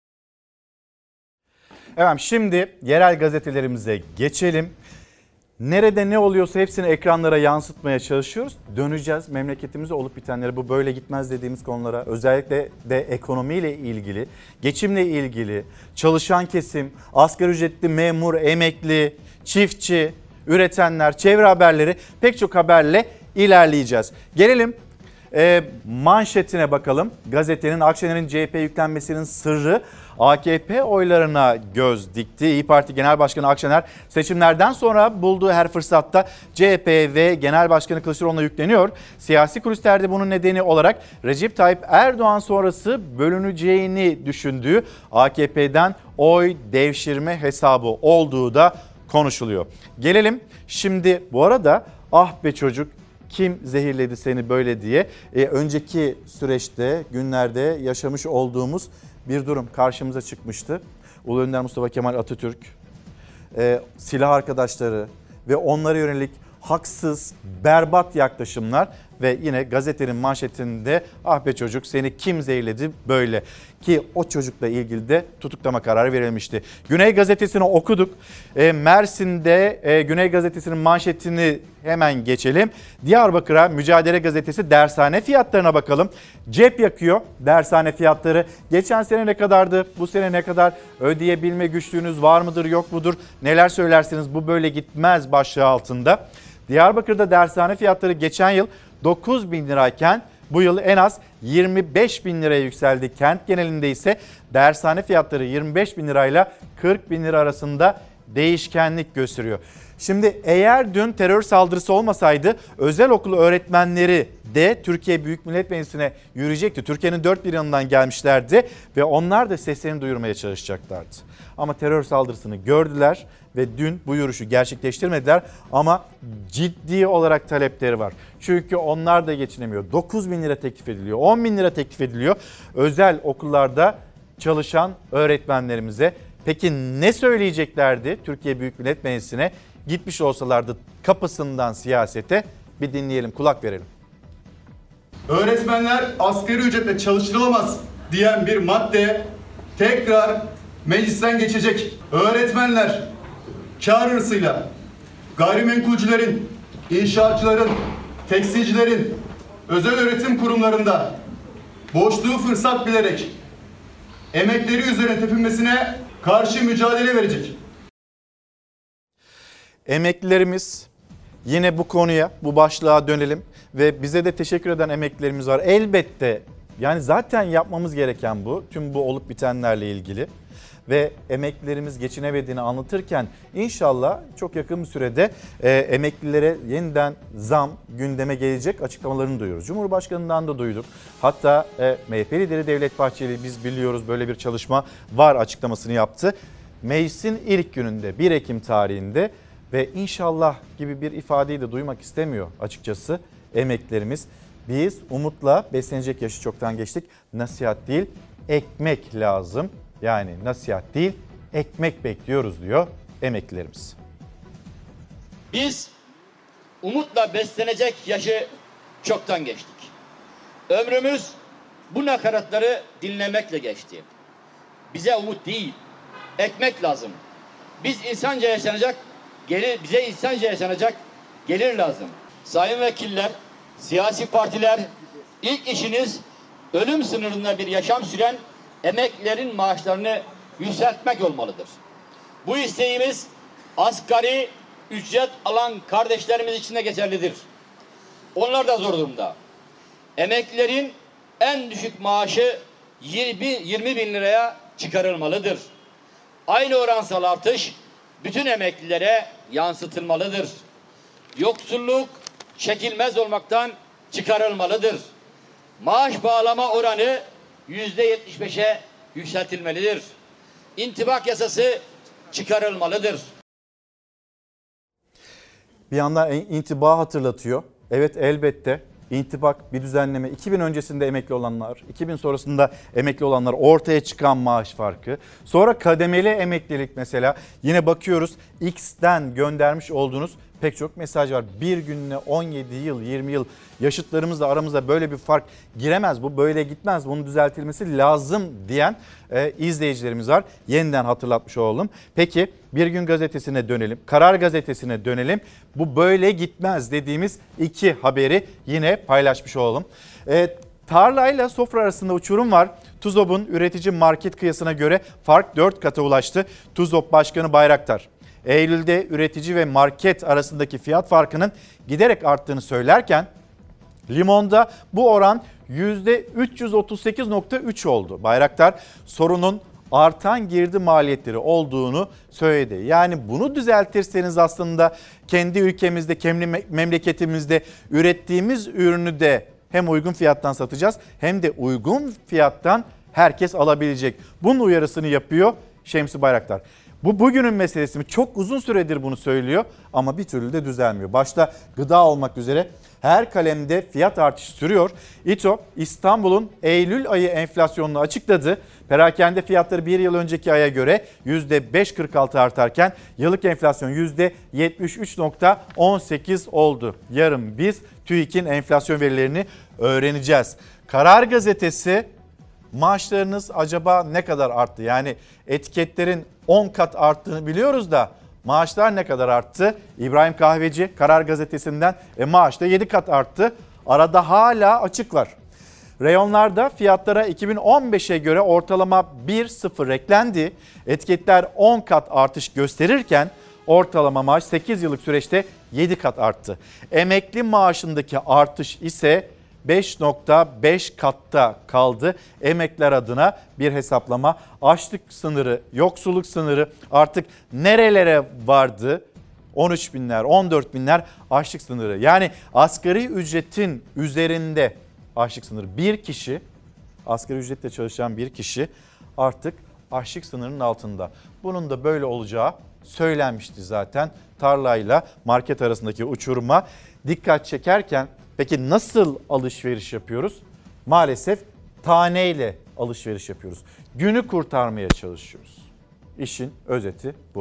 [SPEAKER 1] Evet, şimdi yerel gazetelerimize geçelim. Nerede ne oluyorsa hepsini ekranlara yansıtmaya çalışıyoruz. Döneceğiz memleketimize olup bitenlere, bu böyle gitmez dediğimiz konulara, özellikle de ekonomiyle ilgili, geçimle ilgili, çalışan kesim, asgari ücretli, memur, emekli, çiftçi, üretenler, çevre haberleri, pek çok haberle ilerleyeceğiz. Gelelim e, manşetine bakalım. Gazetenin Akşener'in C H P yüklenmesinin sırrı, A K P oylarına göz dikti. İYİ Parti Genel Başkanı Akşener seçimlerden sonra bulduğu her fırsatta C H P ve Genel Başkanı Kılıçdaroğlu'na yükleniyor. Siyasi kulislerde bunun nedeni olarak Recep Tayyip Erdoğan sonrası bölüneceğini düşündüğü A K P'den oy devşirme hesabı olduğu da konuşuluyor. Gelelim şimdi, bu arada ah be çocuk kim zehirledi seni böyle diye e, önceki süreçte, günlerde yaşamış olduğumuz bir durum karşımıza çıkmıştı. Ulu Önder Mustafa Kemal Atatürk, e, silah arkadaşları ve onlara yönelik haksız, berbat yaklaşımlar ve yine gazetenin manşetinde ah be çocuk seni kim zehirledi böyle, ki o çocukla ilgili de tutuklama kararı verilmişti. Güney Gazetesi'ni okuduk. E, Mersin'de e, Güney Gazetesi'nin manşetini hemen geçelim. Diyarbakır'a Mücadele Gazetesi dershane fiyatlarına bakalım. Cep yakıyor dershane fiyatları. Geçen sene ne kadardı? Bu sene ne kadar? Ödeyebilme güçlüğünüz var mıdır, yok mudur? Neler söylersiniz? Bu böyle gitmez başlığı altında. Diyarbakır'da dershane fiyatları geçen yıl dokuz bin lirayken bu yıl en az yirmi beş bin liraya yükseldi. Kent genelinde ise dershane fiyatları yirmi beş bin lirayla kırk bin lira arasında değişkenlik gösteriyor. Şimdi eğer dün terör saldırısı olmasaydı özel okul öğretmenleri de Türkiye Büyük Millet Meclisi'ne yürüyecekti. Türkiye'nin dört bir yanından gelmişlerdi ve onlar da seslerini duyurmaya çalışacaklardı. Ama terör saldırısını gördüler ve dün bu yürüyüşü gerçekleştirmediler ama ciddi olarak talepleri var. Çünkü onlar da geçinemiyor. dokuz bin lira teklif ediliyor, on bin lira teklif ediliyor özel okullarda çalışan öğretmenlerimize. Peki ne söyleyeceklerdi Türkiye Büyük Millet Meclisi'ne? Gitmiş olsalardı kapısından siyasete, bir dinleyelim, kulak verelim.
[SPEAKER 9] Öğretmenler asgari ücretle çalıştırılamaz diyen bir madde tekrar meclisten geçecek. Öğretmenler kâr hırsıyla gayrimenkulcülerin, inşaatçıların, tekstilcilerin özel öğretim kurumlarında boşluğu fırsat bilerek emekleri üzerine tepinmesine karşı mücadele verecek.
[SPEAKER 1] Emeklilerimiz, yine bu konuya, bu başlığa dönelim ve bize de teşekkür eden emeklilerimiz var. Elbette, yani zaten yapmamız gereken bu, tüm bu olup bitenlerle ilgili ve emeklilerimiz geçinemediğini anlatırken inşallah çok yakın bir sürede e, emeklilere yeniden zam gündeme gelecek açıklamalarını duyuyoruz. Cumhurbaşkanından da duyduk. Hatta e, M H P lideri Devlet Bahçeli, biz biliyoruz böyle bir çalışma var açıklamasını yaptı. Meclisin ilk gününde, bir Ekim tarihinde ve inşallah gibi bir ifadeyi de duymak istemiyor açıkçası emeklilerimiz. Biz umutla beslenecek yaşı çoktan geçtik. Nasihat değil, ekmek lazım. Yani nasihat değil, ekmek bekliyoruz diyor emeklilerimiz.
[SPEAKER 10] Biz umutla beslenecek yaşı çoktan geçtik. Ömrümüz bu nakaratları dinlemekle geçti. Bize umut değil, ekmek lazım. Biz insanca yaşanacak, gelir, bize insanca yaşanacak gelir lazım. Sayın vekiller, siyasi partiler, ilk işiniz ölüm sınırında bir yaşam süren emeklilerin maaşlarını yükseltmek olmalıdır. Bu isteğimiz asgari ücret alan kardeşlerimiz için de geçerlidir. Onlar da zor durumda. Emeklilerin en düşük maaşı yirmi bin liraya çıkarılmalıdır. Aynı oransal artış bütün emeklilere yansıtılmalıdır. Yoksulluk çekilmez olmaktan çıkarılmalıdır. Maaş bağlama oranı yüzde yetmiş beşe yükseltilmelidir. İntibak yasası çıkarılmalıdır.
[SPEAKER 1] Bir yandan intiba hatırlatıyor. Evet, elbette intibak bir düzenleme. iki bin öncesinde emekli olanlar, iki bin sonrasında emekli olanlar, ortaya çıkan maaş farkı. Sonra kademeli emeklilik mesela. Yine bakıyoruz X'ten göndermiş olduğunuz pek çok mesaj var. Bir gününe on yedi yıl, yirmi yıl yaşıtlarımızla aramızda böyle bir fark giremez. Bu böyle gitmez. Bunun düzeltilmesi lazım diyen e, izleyicilerimiz var. Yeniden hatırlatmış olalım. Peki Bir Gün Gazetesi'ne dönelim. Karar Gazetesi'ne dönelim. Bu böyle gitmez dediğimiz iki haberi yine paylaşmış olalım. E, tarlayla sofra arasında uçurum var. TUZOP'un üretici market kıyasına göre fark dört kata ulaştı. TUZOP Başkanı Bayraktar, Eylül'de üretici ve market arasındaki fiyat farkının giderek arttığını söylerken limonda bu oran yüzde üç yüz otuz sekiz nokta üç oldu. Bayraktar sorunun artan girdi maliyetleri olduğunu söyledi. Yani bunu düzeltirseniz aslında kendi ülkemizde, kendi memleketimizde ürettiğimiz ürünü de hem uygun fiyattan satacağız hem de uygun fiyattan herkes alabilecek. Bunun uyarısını yapıyor Şemsi Bayraktar. Bu bugünün meselesi mi? Çok uzun süredir bunu söylüyor ama bir türlü de düzelmiyor. Başta gıda olmak üzere her kalemde fiyat artışı sürüyor. İTO İstanbul'un Eylül ayı enflasyonunu açıkladı. Perakende fiyatları bir yıl önceki aya göre yüzde beş virgül kırk altı artarken yıllık enflasyon yüzde yetmiş üç virgül on sekiz oldu. Yarın biz TÜİK'in enflasyon verilerini öğreneceğiz. Karar Gazetesi, maaşlarınız acaba ne kadar arttı? Yani etiketlerin on kat arttığını biliyoruz da maaşlar ne kadar arttı? İbrahim Kahveci Karar Gazetesi'nden e, maaş da yedi kat arttı. Arada hala açık var. Reyonlarda fiyatlara iki bin on beşe göre ortalama bir virgül sıfır eklendi. Etiketler on kat artış gösterirken ortalama maaş sekiz yıllık süreçte yedi kat arttı. Emekli maaşındaki artış ise beş virgül beş katta kaldı. Emekliler adına bir hesaplama. Açlık sınırı, yoksulluk sınırı artık nerelere vardı? on üç binler, on dört binler açlık sınırı. Yani asgari ücretin üzerinde açlık sınırı. Bir kişi, asgari ücretle çalışan bir kişi artık açlık sınırının altında. Bunun da böyle olacağı söylenmişti zaten. Tarlayla market arasındaki uçuruma dikkat çekerken peki nasıl alışveriş yapıyoruz? Maalesef taneyle alışveriş yapıyoruz. Günü kurtarmaya çalışıyoruz. İşin özeti bu.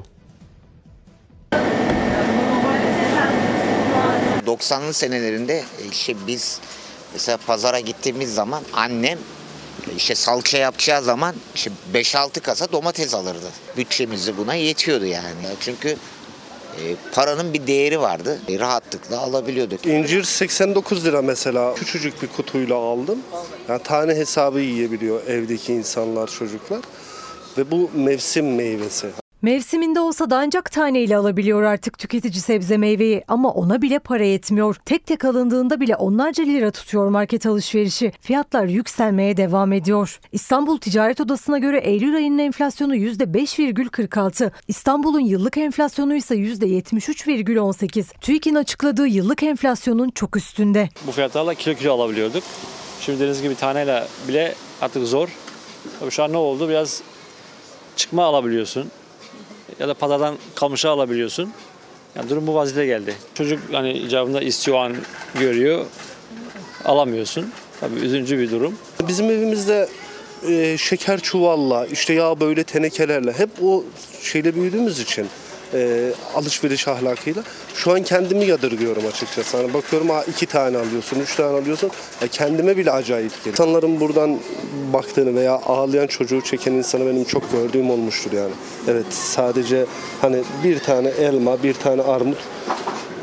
[SPEAKER 11] doksanlı senelerinde işte biz mesela pazara gittiğimiz zaman annem işte salça yapacağı zaman işte beş altı kasa domates alırdı. Bütçemiz buna yetiyordu yani. Çünkü e, paranın bir değeri vardı. E, rahatlıkla alabiliyorduk.
[SPEAKER 19] İncir seksen dokuz lira mesela. Küçücük bir kutuyla aldım. Yani tane hesabı yiyebiliyor evdeki insanlar, çocuklar. Ve bu mevsim meyvesi.
[SPEAKER 20] Mevsiminde olsa da ancak taneyle alabiliyor artık tüketici sebze meyveyi ama ona bile para yetmiyor. Tek tek alındığında bile onlarca lira tutuyor market alışverişi. Fiyatlar yükselmeye devam ediyor. İstanbul Ticaret Odası'na göre Eylül ayının enflasyonu yüzde beş virgül kırk altı. İstanbul'un yıllık enflasyonu ise yüzde yetmiş üç virgül on sekiz. TÜİK'in açıkladığı yıllık enflasyonun çok üstünde.
[SPEAKER 21] Bu fiyatlarla kilo kilo alabiliyorduk. Şimdi dediğiniz gibi taneyle bile artık zor. Tabii şu an ne oldu? Biraz çıkma alabiliyorsun. Ya da pazardan kalmışa alabiliyorsun. Yani durum bu vaziyete geldi. Çocuk hani icabında istiyor an görüyor, alamıyorsun. Tabii üzücü bir durum.
[SPEAKER 19] Bizim evimizde e, şeker çuvalla, işte yağ böyle tenekelerle hep o şeyle büyüdüğümüz için e, alışveriş ahlakıyla şu an kendimi yadırgıyorum açıkçası. Hani bakıyorum ha iki tane alıyorsun, üç tane alıyorsun. Ya kendime bile acayip geliyor. İnsanların buradan baktığını veya ağlayan çocuğu çeken insanı benim çok gördüğüm olmuştur yani. Evet, sadece hani bir tane elma, bir tane armut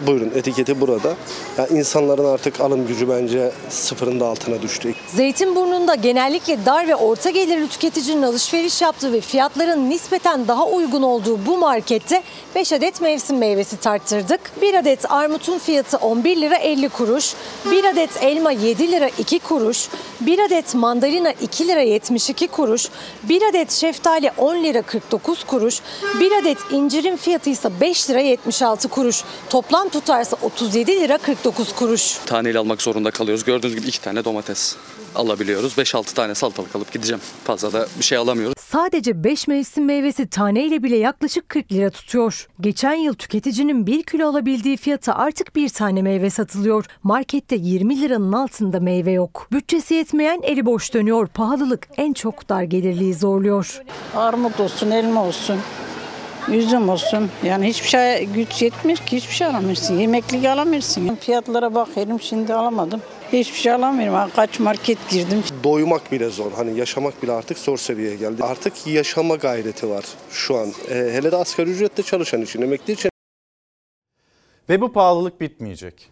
[SPEAKER 8] Buyurun, etiketi burada. Yani insanların artık alım gücü bence sıfırın da altına düştü.
[SPEAKER 20] Zeytinburnu'nda genellikle dar ve orta gelirli tüketicinin alışveriş yaptığı ve fiyatların nispeten daha uygun olduğu bu markette beş adet mevsim meyvesi tarttırdık. bir adet armutun fiyatı on bir lira elli kuruş, bir adet elma yedi lira iki kuruş, bir adet mandalina iki lira yetmiş iki kuruş, bir adet şeftali on lira kırk dokuz kuruş, bir adet incirin fiyatı ise beş lira yetmiş altı kuruş. Toplam tutarsa otuz yedi lira kırk dokuz kuruş.
[SPEAKER 12] Taneyle almak zorunda kalıyoruz. Gördüğünüz gibi iki tane domates alabiliyoruz. beş altı tane salatalık alıp gideceğim. Fazla da bir şey alamıyoruz.
[SPEAKER 20] Sadece beş mevsim meyvesi taneyle bile yaklaşık kırk lira tutuyor. Geçen yıl tüketicinin bir kilo alabildiği fiyata artık bir tane meyve satılıyor. Markette yirmi liranın altında meyve yok. Bütçesi yetmeyen eli boş dönüyor. Pahalılık en çok dar gelirliği zorluyor.
[SPEAKER 16] Armut olsun, elma olsun, üzüm olsun. Yani hiçbir şey güç yetmiyor ki, hiçbir şey alamıyorsun. Yemeklik alamıyorsun. Fiyatlara bakıyorum, şimdi alamadım. Hiçbir şey alamıyorum. Kaç market girdim.
[SPEAKER 8] Doymak bile zor. Hani yaşamak bile artık zor seviyeye geldi. Artık yaşama gayreti var şu an. Ee, hele de asgari ücretle çalışan için, emekli için.
[SPEAKER 1] Ve bu pahalılık bitmeyecek.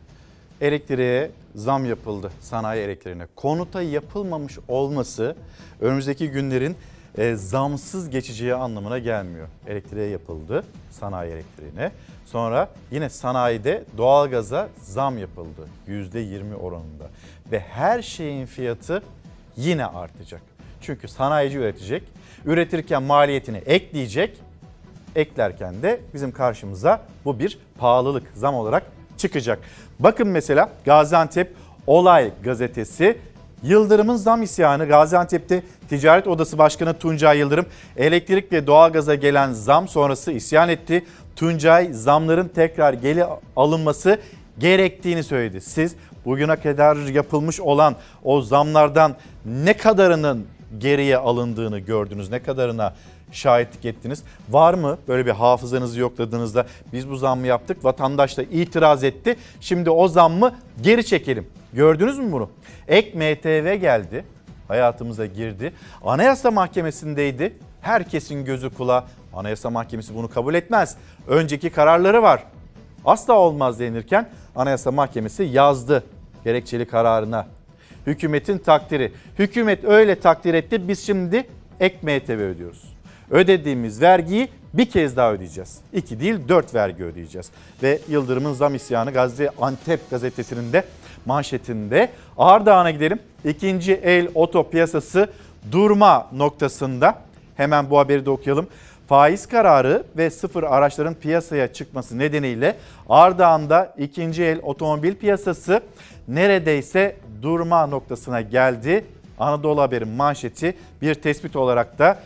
[SPEAKER 1] Elektriğe zam yapıldı, sanayi elektriğine. Konuta yapılmamış olması önümüzdeki günlerin e, zamsız geçeceği anlamına gelmiyor. Elektriğe yapıldı, sanayi elektriğine. Sonra yine sanayide doğalgaza zam yapıldı yüzde yirmi oranında. Ve her şeyin fiyatı yine artacak. Çünkü sanayici üretecek, üretirken maliyetini ekleyecek, eklerken de bizim karşımıza bu bir pahalılık, zam olarak çıkacak. Bakın mesela Gaziantep Olay gazetesi, Yıldırım'ın zam isyanı. Gaziantep'te Ticaret Odası Başkanı Tuncay Yıldırım elektrik ve doğalgaza gelen zam sonrası isyan etti. Tuncay zamların tekrar geri alınması gerektiğini söyledi. Siz bugüne kadar yapılmış olan o zamlardan ne kadarının geriye alındığını gördünüz, ne kadarına şahitlik ettiniz? Var mı böyle bir hafızanızı yokladığınızda biz bu zammı yaptık, vatandaş da itiraz etti, şimdi o zammı geri çekelim? Gördünüz mü bunu? Ek M T V geldi, hayatımıza girdi. Anayasa Mahkemesi'ndeydi. Herkesin gözü kulağı. Anayasa Mahkemesi bunu kabul etmez. Önceki kararları var. Asla olmaz denirken Anayasa Mahkemesi yazdı gerekçeli kararına. Hükümetin takdiri. Hükümet öyle takdir etti, biz şimdi ek M T V ödüyoruz. Ödediğimiz vergiyi bir kez daha ödeyeceğiz. İki değil dört vergi ödeyeceğiz. Ve Yıldırım'ın zam isyanı Gaziantep gazetesinin de manşetinde. Ağırdağ'a gidelim. İkinci el oto piyasası durma noktasında. Hemen bu haberi de okuyalım. Faiz kararı ve sıfır araçların piyasaya çıkması nedeniyle Ardahan'da ikinci el otomobil piyasası neredeyse durma noktasına geldi. Anadolu Haber'in manşeti bir tespit olarak da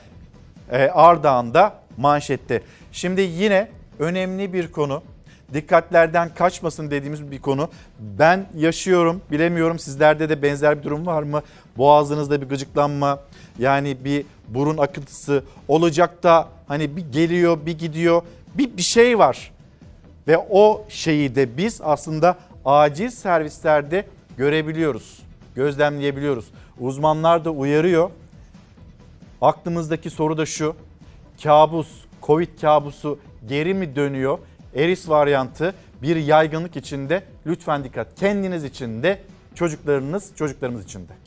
[SPEAKER 1] Ardahan'da manşette. Şimdi yine önemli bir konu. Dikkatlerden kaçmasın dediğimiz bir konu. Ben yaşıyorum, bilemiyorum sizlerde de benzer bir durum var mı? Boğazınızda bir gıcıklanma, yani bir burun akıntısı olacak da hani bir geliyor bir gidiyor, bir, bir şey var. Ve o şeyi de biz aslında acil servislerde görebiliyoruz, gözlemleyebiliyoruz. Uzmanlar da uyarıyor. Aklımızdaki soru da şu: kabus, Covid kabusu geri mi dönüyor? Eris varyantı bir yaygınlık içinde. Lütfen dikkat, kendiniz için de, çocuklarınız, çocuklarımız için de.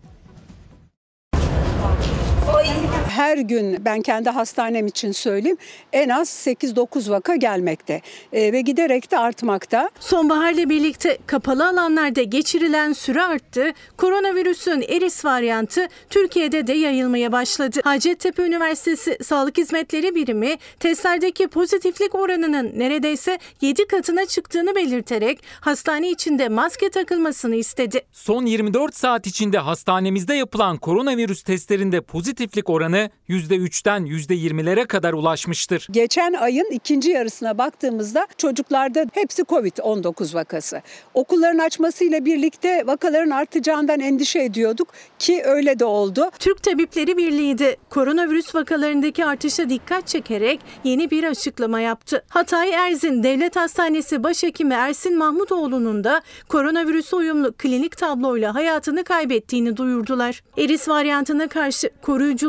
[SPEAKER 22] Her gün ben kendi hastanem için söyleyeyim en az sekiz dokuz vaka gelmekte e, ve giderek de artmakta.
[SPEAKER 17] Sonbaharla birlikte kapalı alanlarda geçirilen süre arttı. Koronavirüsün Eris varyantı Türkiye'de de yayılmaya başladı. Hacettepe Üniversitesi Sağlık Hizmetleri Birimi testlerdeki pozitiflik oranının neredeyse yedi katına çıktığını belirterek hastane içinde maske takılmasını istedi.
[SPEAKER 23] Son yirmi dört saat içinde hastanemizde yapılan koronavirüs testlerinde pozitiflik oranı yüzde üçten yüzde yirmilere kadar ulaşmıştır.
[SPEAKER 22] Geçen ayın ikinci yarısına baktığımızda çocuklarda hepsi kovid on dokuz vakası. Okulların açmasıyla birlikte vakaların artacağından endişe ediyorduk ki öyle de oldu.
[SPEAKER 17] Türk Tabipleri Birliği de koronavirüs vakalarındaki artışa dikkat çekerek yeni bir açıklama yaptı. Hatay Erzin Devlet Hastanesi Başhekimi Ersin Mahmutoğlu'nun da koronavirüse uyumlu klinik tabloyla hayatını kaybettiğini duyurdular. Eris varyantına karşı koruyuculuğu yüksek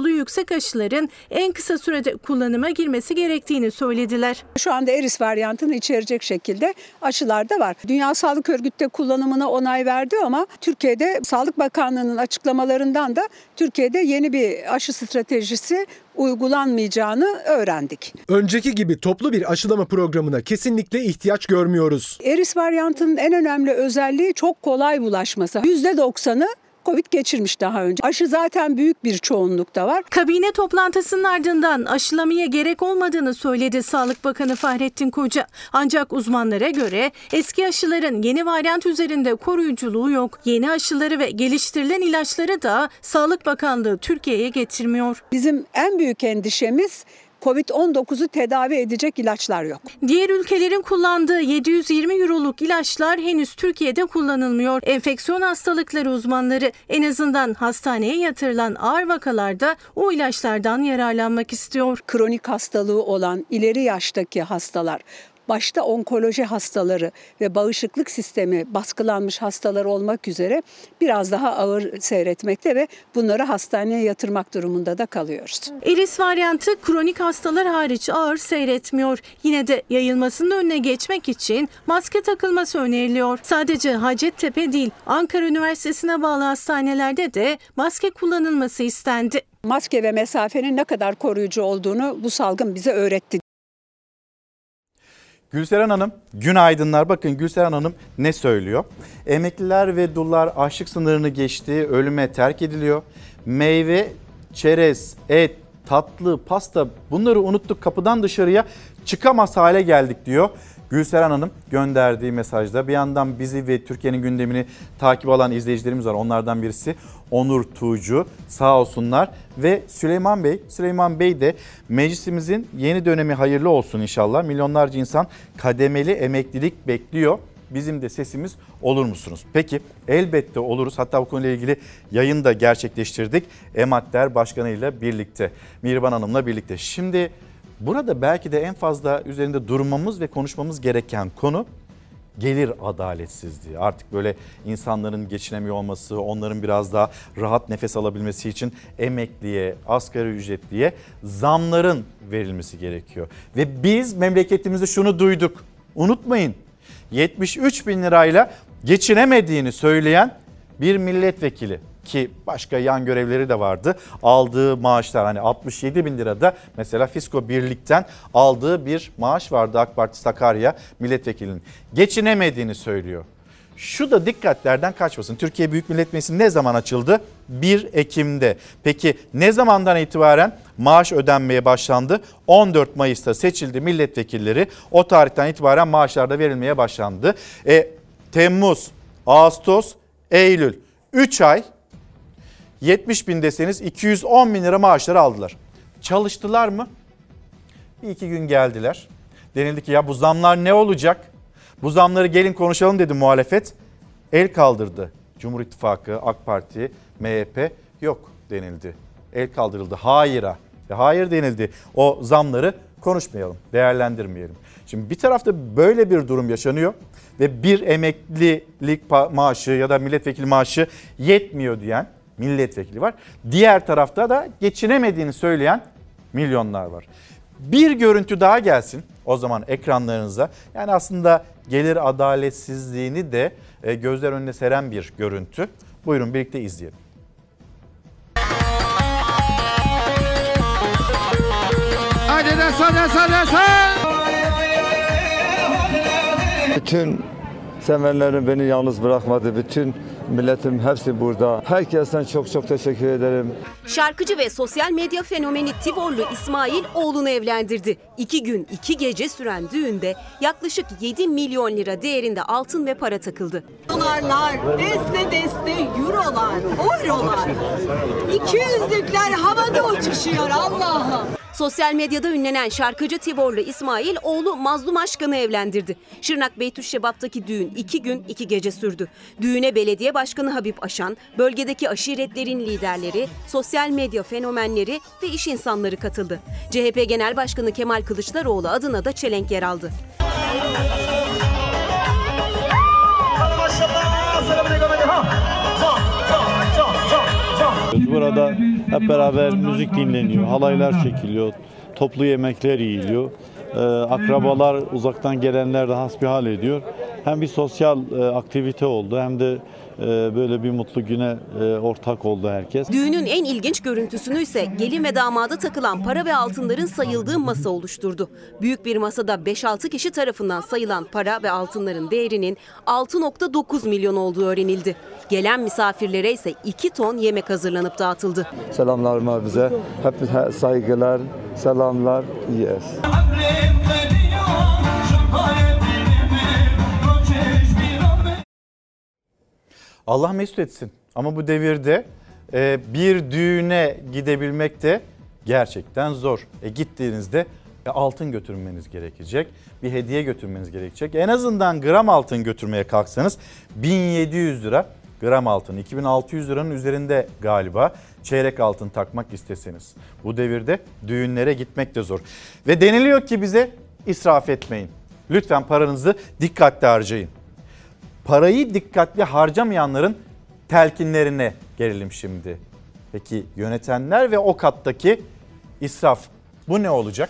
[SPEAKER 17] ilk aşıların en kısa sürede kullanıma girmesi gerektiğini söylediler.
[SPEAKER 22] Şu anda Eris varyantını içerecek şekilde aşılar da var. Dünya Sağlık Örgütü de kullanımına onay verdi ama Türkiye'de Sağlık Bakanlığı'nın açıklamalarından da Türkiye'de yeni bir aşı stratejisi uygulanmayacağını öğrendik.
[SPEAKER 3] Önceki gibi toplu bir aşılama programına kesinlikle ihtiyaç görmüyoruz.
[SPEAKER 22] Eris varyantının en önemli özelliği çok kolay bulaşması. yüzde doksanı Covid geçirmiş daha önce. Aşı zaten büyük bir çoğunlukta var.
[SPEAKER 17] Kabine toplantısının ardından aşılamaya gerek olmadığını söyledi Sağlık Bakanı Fahrettin Koca. Ancak uzmanlara göre eski aşıların yeni varyant üzerinde koruyuculuğu yok. Yeni aşıları ve geliştirilen ilaçları da Sağlık Bakanlığı Türkiye'ye getirmiyor.
[SPEAKER 22] Bizim en büyük endişemiz Covid on dokuzu tedavi edecek ilaçlar yok.
[SPEAKER 17] Diğer ülkelerin kullandığı yedi yüz yirmi euroluk ilaçlar henüz Türkiye'de kullanılmıyor. Enfeksiyon hastalıkları uzmanları en azından hastaneye yatırılan ağır vakalarda o ilaçlardan yararlanmak istiyor.
[SPEAKER 22] Kronik hastalığı olan ileri yaştaki hastalar, başta onkoloji hastaları ve bağışıklık sistemi baskılanmış hastalar olmak üzere biraz daha ağır seyretmekte ve bunları hastaneye yatırmak durumunda da kalıyoruz.
[SPEAKER 17] Eris varyantı kronik hastalar hariç ağır seyretmiyor. Yine de yayılmasının önüne geçmek için maske takılması öneriliyor. Sadece Hacettepe değil, Ankara Üniversitesi'ne bağlı hastanelerde de maske kullanılması istendi.
[SPEAKER 22] Maske ve mesafenin ne kadar koruyucu olduğunu bu salgın bize öğretti.
[SPEAKER 1] Gülseren Hanım, günaydınlar. Bakın Gülseren Hanım ne söylüyor? Emekliler ve dullar açlık sınırını geçti, ölüme terk ediliyor. Meyve, çerez, et, tatlı, pasta bunları unuttuk, kapıdan dışarıya çıkamaz hale geldik diyor. Gülseren Hanım gönderdiği mesajda. Bir yandan bizi ve Türkiye'nin gündemini takip alan izleyicilerimiz var. Onlardan birisi Onur Tuğcu, sağ olsunlar. Ve Süleyman Bey, Süleyman Bey de meclisimizin yeni dönemi hayırlı olsun inşallah. Milyonlarca insan kademeli emeklilik bekliyor. Bizim de sesimiz olur musunuz? Peki elbette oluruz. Hatta bu konuyla ilgili yayın da gerçekleştirdik. EMADDER Başkanı ile birlikte, Mihriban Hanım'la birlikte. Şimdi burada belki de en fazla üzerinde durmamız ve konuşmamız gereken konu gelir adaletsizliği. Artık böyle insanların geçinemiyor olması, onların biraz daha rahat nefes alabilmesi için emekliye, asgari ücretliye zamların verilmesi gerekiyor. Ve biz memleketimizde şunu duyduk. Unutmayın, yetmiş üç bin lirayla geçinemediğini söyleyen bir milletvekili, ki başka yan görevleri de vardı. Aldığı maaşlar hani altmış yedi bin lirada mesela Fisko Birlik'ten aldığı bir maaş vardı AK Parti Sakarya milletvekilinin. Geçinemediğini söylüyor. Şu da dikkatlerden kaçmasın. Türkiye Büyük Millet Meclisi ne zaman açıldı? bir Ekim'de. Peki ne zamandan itibaren maaş ödenmeye başlandı? on dört Mayıs'ta seçildi milletvekilleri. O tarihten itibaren maaşlar da verilmeye başlandı. E, Temmuz, Ağustos, Eylül üç ay yetmiş bin deseniz iki yüz on bin lira maaşları aldılar. Çalıştılar mı? Bir iki gün geldiler. Denildi ki ya bu zamlar ne olacak? Bu zamları gelin konuşalım dedi muhalefet. El kaldırdı. Cumhur İttifakı, AK Parti, M H P yok denildi. El kaldırıldı. Hayır'a. Ya hayır denildi. O zamları konuşmayalım, değerlendirmeyelim. Şimdi bir tarafta böyle bir durum yaşanıyor ve bir emeklilik maaşı ya da milletvekili maaşı yetmiyor diyen milletvekili var. Diğer tarafta da geçinemediğini söyleyen milyonlar var. Bir görüntü daha gelsin o zaman ekranlarınıza. Yani aslında gelir adaletsizliğini de gözler önüne seren bir görüntü. Buyurun birlikte izleyelim.
[SPEAKER 13] Hadi desen desen desen.
[SPEAKER 14] Bütün sevenlerim beni yalnız bırakmadı. Bütün milletim hepsi burada. Herkesten çok çok teşekkür ederim.
[SPEAKER 6] Şarkıcı ve sosyal medya fenomeni Tivorlu İsmail oğlunu evlendirdi. İki gün iki gece süren düğünde yaklaşık yedi milyon lira değerinde altın ve para takıldı.
[SPEAKER 15] Dolarlar, deste deste eurolar, eurolar, iki yüzlükler havada uçuşuyor Allah'ım.
[SPEAKER 6] Sosyal medyada ünlenen şarkıcı Tivorlu İsmail oğlu Mazlum Aşkan'ı evlendirdi. Şırnak Beytüşşebat'taki düğün iki gün iki gece sürdü. Düğüne belediye başkanı Habib Aşan, bölgedeki aşiretlerin liderleri, sosyal medya fenomenleri ve iş insanları katıldı. C H P Genel Başkanı Kemal Kılıçdaroğlu adına da çelenk yer aldı.
[SPEAKER 24] Mecbur
[SPEAKER 2] Burada hep beraber müzik dinleniyor, halaylar çekiliyor, toplu yemekler yiyiliyor. Ee, akrabalar, uzaktan gelenler de hasbihal ediyor. Hem bir sosyal e, aktivite oldu hem de e, böyle bir mutlu güne e, ortak oldu herkes.
[SPEAKER 6] Düğünün en ilginç görüntüsünü ise gelin ve damada takılan para ve altınların sayıldığı masa oluşturdu. Büyük bir masada beş altı kişi tarafından sayılan para ve altınların değerinin altı nokta dokuz milyon olduğu öğrenildi. Gelen misafirlere ise iki ton yemek hazırlanıp dağıtıldı.
[SPEAKER 14] Selamlar bize. Hep saygılar, selamlar. Yes.
[SPEAKER 1] Allah mesut etsin. Ama bu devirde e, bir düğüne gidebilmek de gerçekten zor. E, gittiğinizde e, altın götürmeniz gerekecek. Bir hediye götürmeniz gerekecek. En azından gram altın götürmeye kalksanız bin yedi yüz lira gram altın. iki bin altı yüz liranın üzerinde galiba çeyrek altın takmak isteseniz. Bu devirde düğünlere gitmek de zor. Ve deniliyor ki bize israf etmeyin. Lütfen paranızı dikkatli harcayın. Parayı dikkatli harcamayanların telkinlerine gelelim şimdi. Peki yönetenler ve o kattaki israf, bu ne olacak?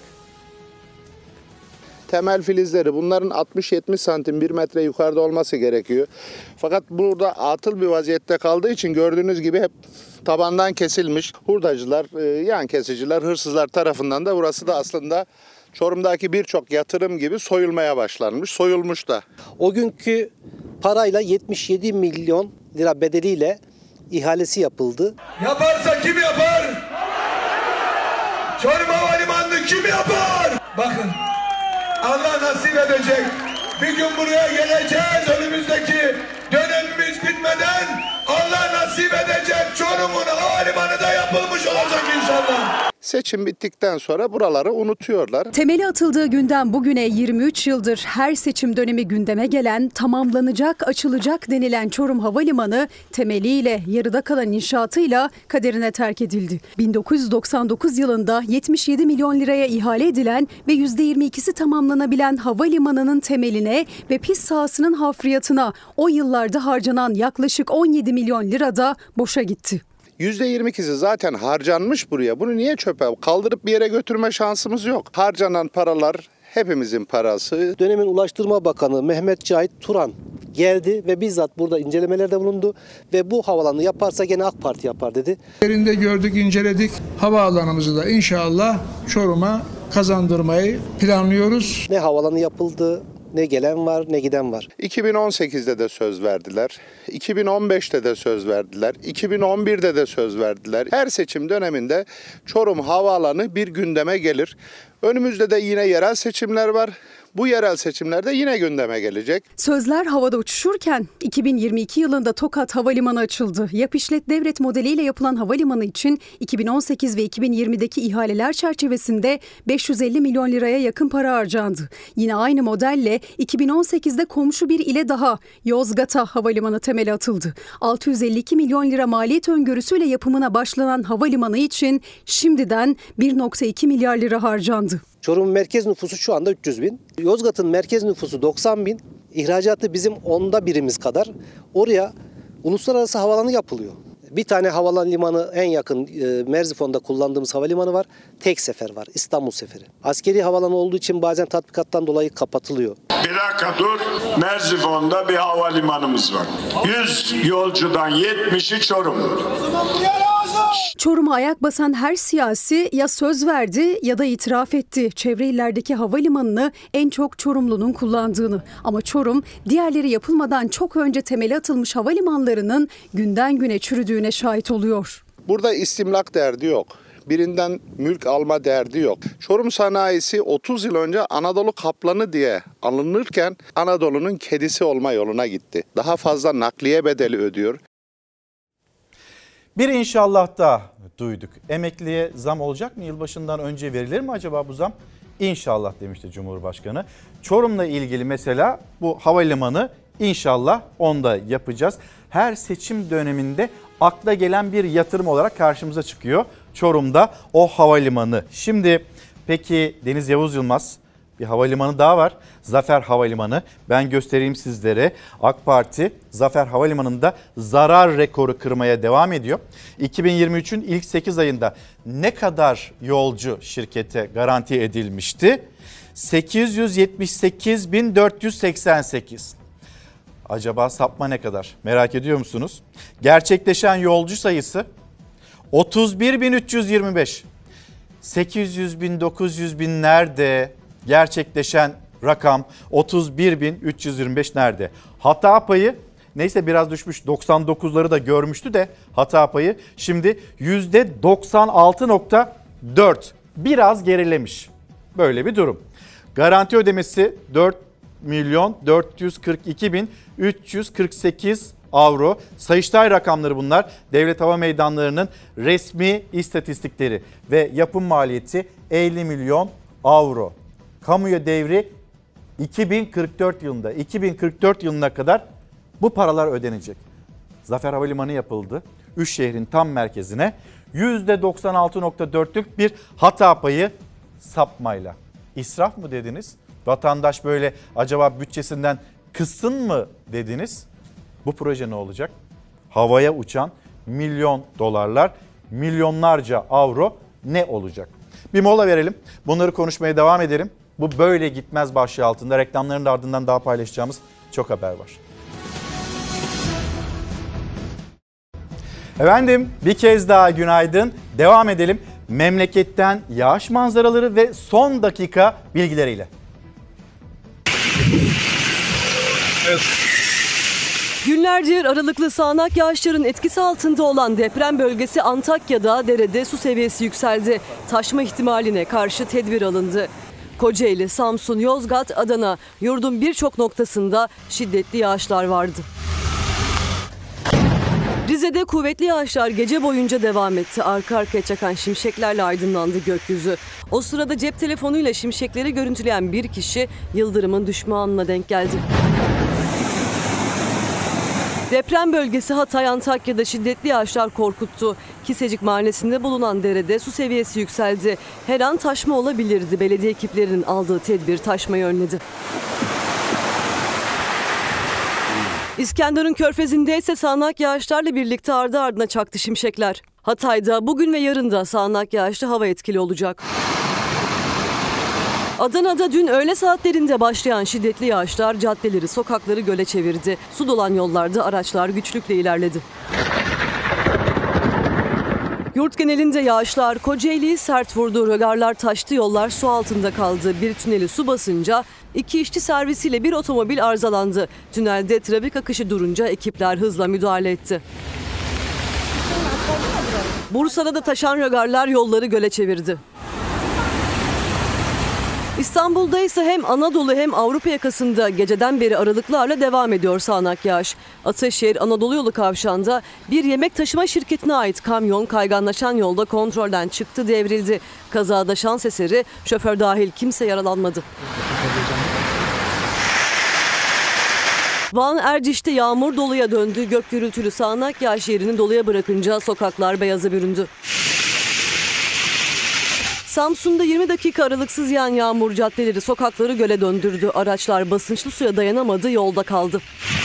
[SPEAKER 4] Temel filizleri bunların altmış yetmiş santim bir metre yukarıda olması gerekiyor. Fakat burada atıl bir vaziyette kaldığı için gördüğünüz gibi hep tabandan kesilmiş. Hurdacılar, yan kesiciler, hırsızlar tarafından da burası da aslında Çorum'daki birçok yatırım gibi soyulmaya başlanmış, soyulmuş da.
[SPEAKER 18] O günkü parayla yetmiş yedi milyon lira bedeliyle ihalesi yapıldı.
[SPEAKER 24] Yaparsa kim yapar? Çorum Havalimanı'nı kim yapar? Bakın, Allah nasip edecek. Bir gün buraya geleceğiz, önümüzdeki dönemimiz bitmeden Allah nasip edecek. Çorum'un havalimanı da yapılmış olacak inşallah.
[SPEAKER 4] Seçim bittikten sonra buraları unutuyorlar.
[SPEAKER 25] Temeli atıldığı günden bugüne yirmi üç yıldır her seçim dönemi gündeme gelen, tamamlanacak, açılacak denilen Çorum Havalimanı temeliyle, yarıda kalan inşaatıyla kaderine terk edildi. bin dokuz yüz doksan dokuz yılında yetmiş yedi milyon liraya ihale edilen ve yüzde yirmi ikisi tamamlanabilen havalimanının temeline ve pist sahasının hafriyatına o yıllarda harcanan yaklaşık on yedi milyon lira da boşa gitti.
[SPEAKER 4] yüzde yirmi ikisi zaten harcanmış buraya. Bunu niye çöpe? Kaldırıp bir yere götürme şansımız yok. Harcanan paralar hepimizin parası.
[SPEAKER 18] Dönemin Ulaştırma Bakanı Mehmet Cahit Turan geldi ve bizzat burada incelemelerde bulundu ve bu havalanı yaparsa gene AK Parti yapar dedi.
[SPEAKER 13] Yerinde gördük, inceledik. Havaalanımızı da inşallah Çorum'a kazandırmayı planlıyoruz.
[SPEAKER 18] Ne havalanı yapıldı, ne gelen var, ne giden var.
[SPEAKER 4] iki bin on sekizde de söz verdiler. iki bin on beşte de söz verdiler. iki bin on birde de söz verdiler. Her seçim döneminde Çorum Havaalanı bir gündeme gelir. Önümüzde de yine yerel seçimler var. Bu yerel seçimlerde yine gündeme gelecek.
[SPEAKER 25] Sözler havada uçuşurken iki bin yirmi iki yılında Tokat Havalimanı açıldı. Yap işlet devret modeliyle yapılan havalimanı için iki bin on sekiz ve iki bin yirmideki ihaleler çerçevesinde beş yüz elli milyon liraya yakın para harcandı. Yine aynı modelle iki bin on sekizde komşu bir ile daha Yozgat'a havalimanı temeli atıldı. altı yüz elli iki milyon lira maliyet öngörüsüyle yapımına başlanan havalimanı için şimdiden bir nokta iki milyar lira harcandı.
[SPEAKER 18] Çorum'un merkez nüfusu şu anda üç yüz bin. Yozgat'ın merkez nüfusu doksan bin. İhracatı bizim onda birimiz kadar. Oraya uluslararası havalanı yapılıyor. Bir tane havalan limanı en yakın e, Merzifon'da kullandığımız havalimanı var. Tek sefer var, İstanbul seferi. Askeri havalanı olduğu için bazen tatbikattan dolayı kapatılıyor.
[SPEAKER 26] Bir dakika dur. Merzifon'da bir havalimanımız var. yüz yolcudan yetmişi Çorum'dur.
[SPEAKER 25] Çorum'a ayak basan her siyasi ya söz verdi ya da itiraf etti. Çevre illerdeki havalimanını en çok Çorumlu'nun kullandığını. Ama Çorum diğerleri yapılmadan çok önce temeli atılmış havalimanlarının günden güne çürüdüğüne şahit oluyor.
[SPEAKER 4] Burada istimlak derdi yok. Birinden mülk alma derdi yok. Çorum sanayisi otuz yıl önce Anadolu kaplanı diye alınırken Anadolu'nun kedisi olma yoluna gitti. Daha fazla nakliye bedeli ödüyor.
[SPEAKER 1] Bir inşallah da duyduk. Emekliye zam olacak mı? Yılbaşından önce verilir mi acaba bu zam? İnşallah demişti Cumhurbaşkanı. Çorum'la ilgili mesela bu havalimanı inşallah onda yapacağız. Her seçim döneminde akla gelen bir yatırım olarak karşımıza çıkıyor Çorum'da o havalimanı. Şimdi peki Deniz Yavuz Yılmaz bir havalimanı daha var. Zafer Havalimanı. Ben göstereyim sizlere. AK Parti Zafer Havalimanı'nda zarar rekoru kırmaya devam ediyor. iki bin yirmi üçün ilk sekiz ayında ne kadar yolcu şirkete garanti edilmişti? sekiz yüz yetmiş sekiz bin dört yüz seksen sekiz. Acaba sapma ne kadar? Merak ediyor musunuz? Gerçekleşen yolcu sayısı otuz bir bin üç yüz yirmi beş. sekiz yüz bin dokuz yüz bin nerede? Gerçekleşen rakam otuz bir bin üç yüz yirmi beş nerede? Hata payı neyse biraz düşmüş, doksan dokuzları da görmüştü de hata payı şimdi yüzde doksan altı nokta dört, biraz gerilemiş. Böyle bir durum. Garanti ödemesi dört milyon dört yüz kırk iki bin üç yüz kırk sekiz avro. Sayıştay rakamları bunlar. Devlet Hava Meydanları'nın resmi istatistikleri ve yapım maliyeti elli milyon avro. Kamuya devri iki bin kırk dört yılında, iki bin kırk dört yılına kadar bu paralar ödenecek. Zafer Havalimanı yapıldı. Üç şehrin tam merkezine yüzde doksan altı nokta dörtlük bir hata payı sapmayla. İsraf mı dediniz? Vatandaş böyle acaba bütçesinden kıssın mı dediniz? Bu proje ne olacak? Havaya uçan milyon dolarlar, milyonlarca avro ne olacak? Bir mola verelim. Bunları konuşmaya devam edelim. Bu böyle gitmez başlığı altında reklamların da ardından daha paylaşacağımız çok haber var. Efendim bir kez daha günaydın. Devam edelim. Memleketten yağış manzaraları ve son dakika bilgileriyle.
[SPEAKER 5] Evet. Günlerdir aralıklı sağanak yağışların etkisi altında olan deprem bölgesi Antakya'da derede su seviyesi yükseldi. Taşma ihtimaline karşı tedbir alındı. Kocaeli, Samsun, Yozgat, Adana, yurdun birçok noktasında şiddetli yağışlar vardı. Rize'de kuvvetli yağışlar gece boyunca devam etti. Arka arkaya çakan şimşeklerle aydınlandı gökyüzü. O sırada cep telefonuyla şimşekleri görüntüleyen bir kişi yıldırımın düşme anına denk geldi. Deprem bölgesi Hatay, Antakya'da şiddetli yağışlar korkuttu. Kisecik mahallesinde bulunan derede su seviyesi yükseldi. Her an taşma olabilirdi. Belediye ekiplerinin aldığı tedbir taşmayı önledi. İskenderun Körfezi'nde ise sağanak yağışlarla birlikte ardı ardına çaktı şimşekler. Hatay'da bugün ve yarın da sağanak yağışlı hava etkili olacak. Adana'da dün öğle saatlerinde başlayan şiddetli yağışlar caddeleri, sokakları göle çevirdi. Su dolan yollarda araçlar güçlükle ilerledi. Yurt genelinde yağışlar Kocaeli'yi sert vurdu. Rögarlar taştı, yollar su altında kaldı. Bir tüneli su basınca iki işçi servisiyle bir otomobil arızalandı. Tünelde trafik akışı durunca ekipler hızla müdahale etti. Bursa'da da taşan rögarlar yolları göle çevirdi. İstanbul'da ise hem Anadolu hem Avrupa yakasında geceden beri aralıklarla devam ediyor sağanak yağış. Ataşehir Anadolu yolu kavşağında bir yemek taşıma şirketine ait kamyon kayganlaşan yolda kontrolden çıktı, devrildi. Kazada şans eseri şoför dahil kimse yaralanmadı. Van Erciş'te yağmur doluya döndü. Gök gürültülü sağanak yağış yerini doluya bırakınca sokaklar beyaza büründü. Samsun'da yirmi dakika aralıksız yağan yağmur caddeleri, sokakları göle döndürdü. Araçlar basınçlı suya dayanamadı, yolda kaldı.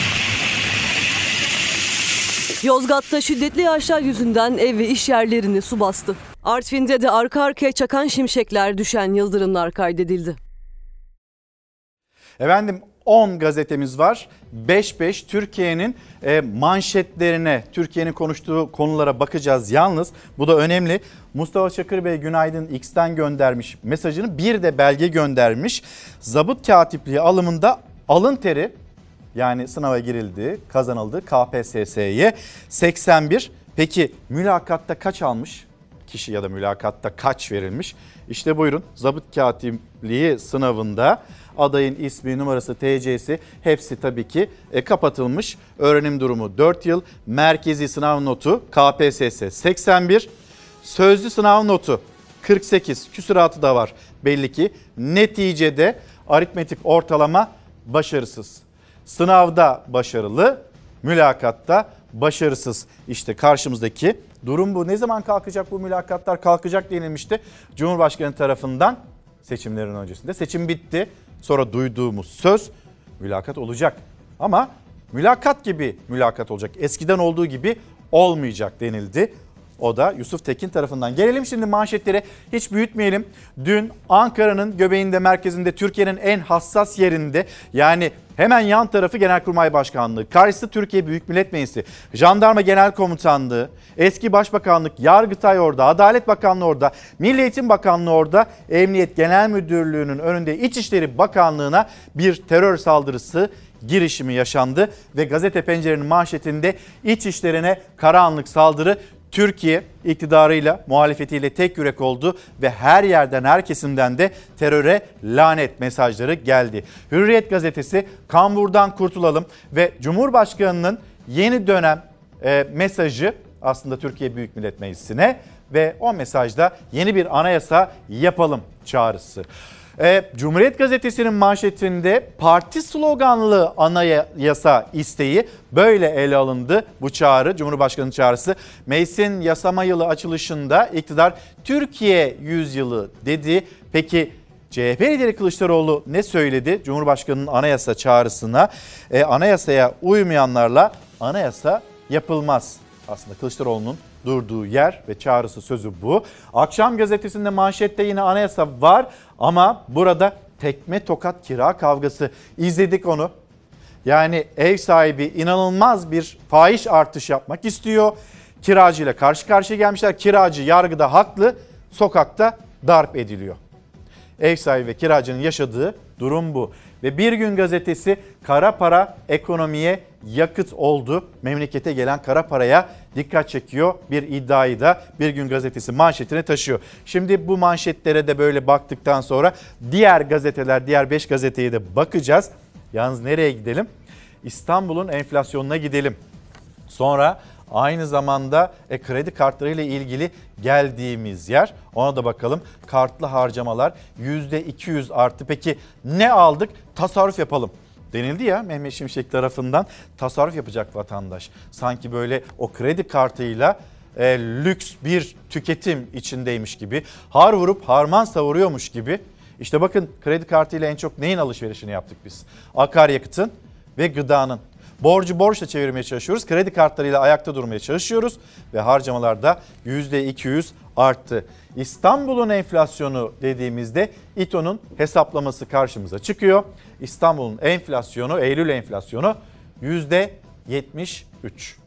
[SPEAKER 5] Yozgat'ta şiddetli yağışlar yüzünden ev ve iş yerlerini su bastı. Artvin'de de arka arkaya çakan şimşekler, düşen yıldırımlar kaydedildi.
[SPEAKER 1] Efendim on gazetemiz var. beş beş Türkiye'nin manşetlerine, Türkiye'nin konuştuğu konulara bakacağız yalnız. Bu da önemli. Mustafa Çakır Bey günaydın X'ten göndermiş mesajını, bir de belge göndermiş. Zabıt katipliği alımında alın teri, yani sınava girildi, kazanıldı K P S S'ye seksen bir. Peki mülakatta kaç almış kişi ya da mülakatta kaç verilmiş? İşte buyurun, zabıt katipliği sınavında adayın ismi, numarası, T C'si hepsi tabii ki e, kapatılmış. Öğrenim durumu dört yıl, merkezi sınav notu K P S S seksen bir, sözlü sınav notu kırk sekiz, küsuratı da var belli ki. Neticede aritmetik ortalama başarısız. Sınavda başarılı, mülakatta başarısız. İşte karşımızdaki durum bu. Ne zaman kalkacak bu mülakatlar? Kalkacak denilmişti Cumhurbaşkanı tarafından. seçimlerin öncesinde. Seçim bitti. Sonra duyduğumuz söz mülakat olacak. Ama mülakat gibi mülakat olacak. Eskiden olduğu gibi olmayacak denildi. O da Yusuf Tekin tarafından. Gelelim şimdi manşetlere, hiç büyütmeyelim. Dün Ankara'nın göbeğinde, merkezinde, Türkiye'nin en hassas yerinde, yani hemen yan tarafı Genelkurmay Başkanlığı, karşısı Türkiye Büyük Millet Meclisi, Jandarma Genel Komutanlığı, eski Başbakanlık, Yargıtay orada, Adalet Bakanlığı orada, Milli Eğitim Bakanlığı orada, Emniyet Genel Müdürlüğü'nün önünde İçişleri Bakanlığı'na bir terör saldırısı girişimi yaşandı ve Gazete Pencere'nin manşetinde İçişleri'ne karanlık saldırı. Türkiye iktidarıyla, muhalefetiyle tek yürek oldu ve her yerden, her kesimden de teröre lanet mesajları geldi. Hürriyet gazetesi kamburdan kurtulalım ve Cumhurbaşkanı'nın yeni dönem e, mesajı aslında Türkiye Büyük Millet Meclisi'ne ve o mesajda yeni bir anayasa yapalım çağrısı. E, Cumhuriyet Gazetesi'nin manşetinde parti sloganlı anayasa isteği böyle ele alındı. Bu çağrı, Cumhurbaşkanı çağrısı. Meclisin yasama yılı açılışında iktidar Türkiye yüzyılı dedi. Peki C H P lideri Kılıçdaroğlu ne söyledi Cumhurbaşkanı'nın anayasa çağrısına? E, anayasaya uymayanlarla anayasa yapılmaz. Aslında Kılıçdaroğlu'nun durduğu yer ve çağrısı, sözü bu. Akşam gazetesinde manşette yine anayasa var ama burada tekme tokat kira kavgası. İzledik onu. Yani ev sahibi inanılmaz bir fahiş artış yapmak istiyor. Kiracıyla karşı karşıya gelmişler. Kiracı yargıda haklı, sokakta darp ediliyor. Ev sahibi ve kiracının yaşadığı durum bu. Ve Bir Gün gazetesi kara para ekonomiye yakıt oldu. Memlekete gelen kara paraya dikkat çekiyor. Bir iddiayı da Bir Gün gazetesi manşetine taşıyor. Şimdi bu manşetlere de böyle baktıktan sonra diğer gazeteler, diğer beş gazeteye de bakacağız. Yalnız nereye gidelim? İstanbul'un enflasyonuna gidelim. Sonra aynı zamanda e, kredi kartlarıyla ilgili geldiğimiz yer, ona da bakalım. Kartlı harcamalar yüzde iki yüz arttı. Peki ne aldık? Tasarruf yapalım denildi ya Mehmet Şimşek tarafından. Tasarruf yapacak vatandaş. Sanki böyle o kredi kartıyla e, lüks bir tüketim içindeymiş gibi. Har vurup harman savuruyormuş gibi. İşte bakın, kredi kartıyla en çok neyin alışverişini yaptık biz? Akaryakıtın ve gıdanın. Borcu borçla çevirmeye çalışıyoruz. Kredi kartlarıyla ayakta durmaya çalışıyoruz. Ve harcamalarda yüzde iki yüz arttı. İstanbul'un enflasyonu dediğimizde İTO'nun hesaplaması karşımıza çıkıyor. İstanbul'un enflasyonu, Eylül enflasyonu yüzde yetmiş üç.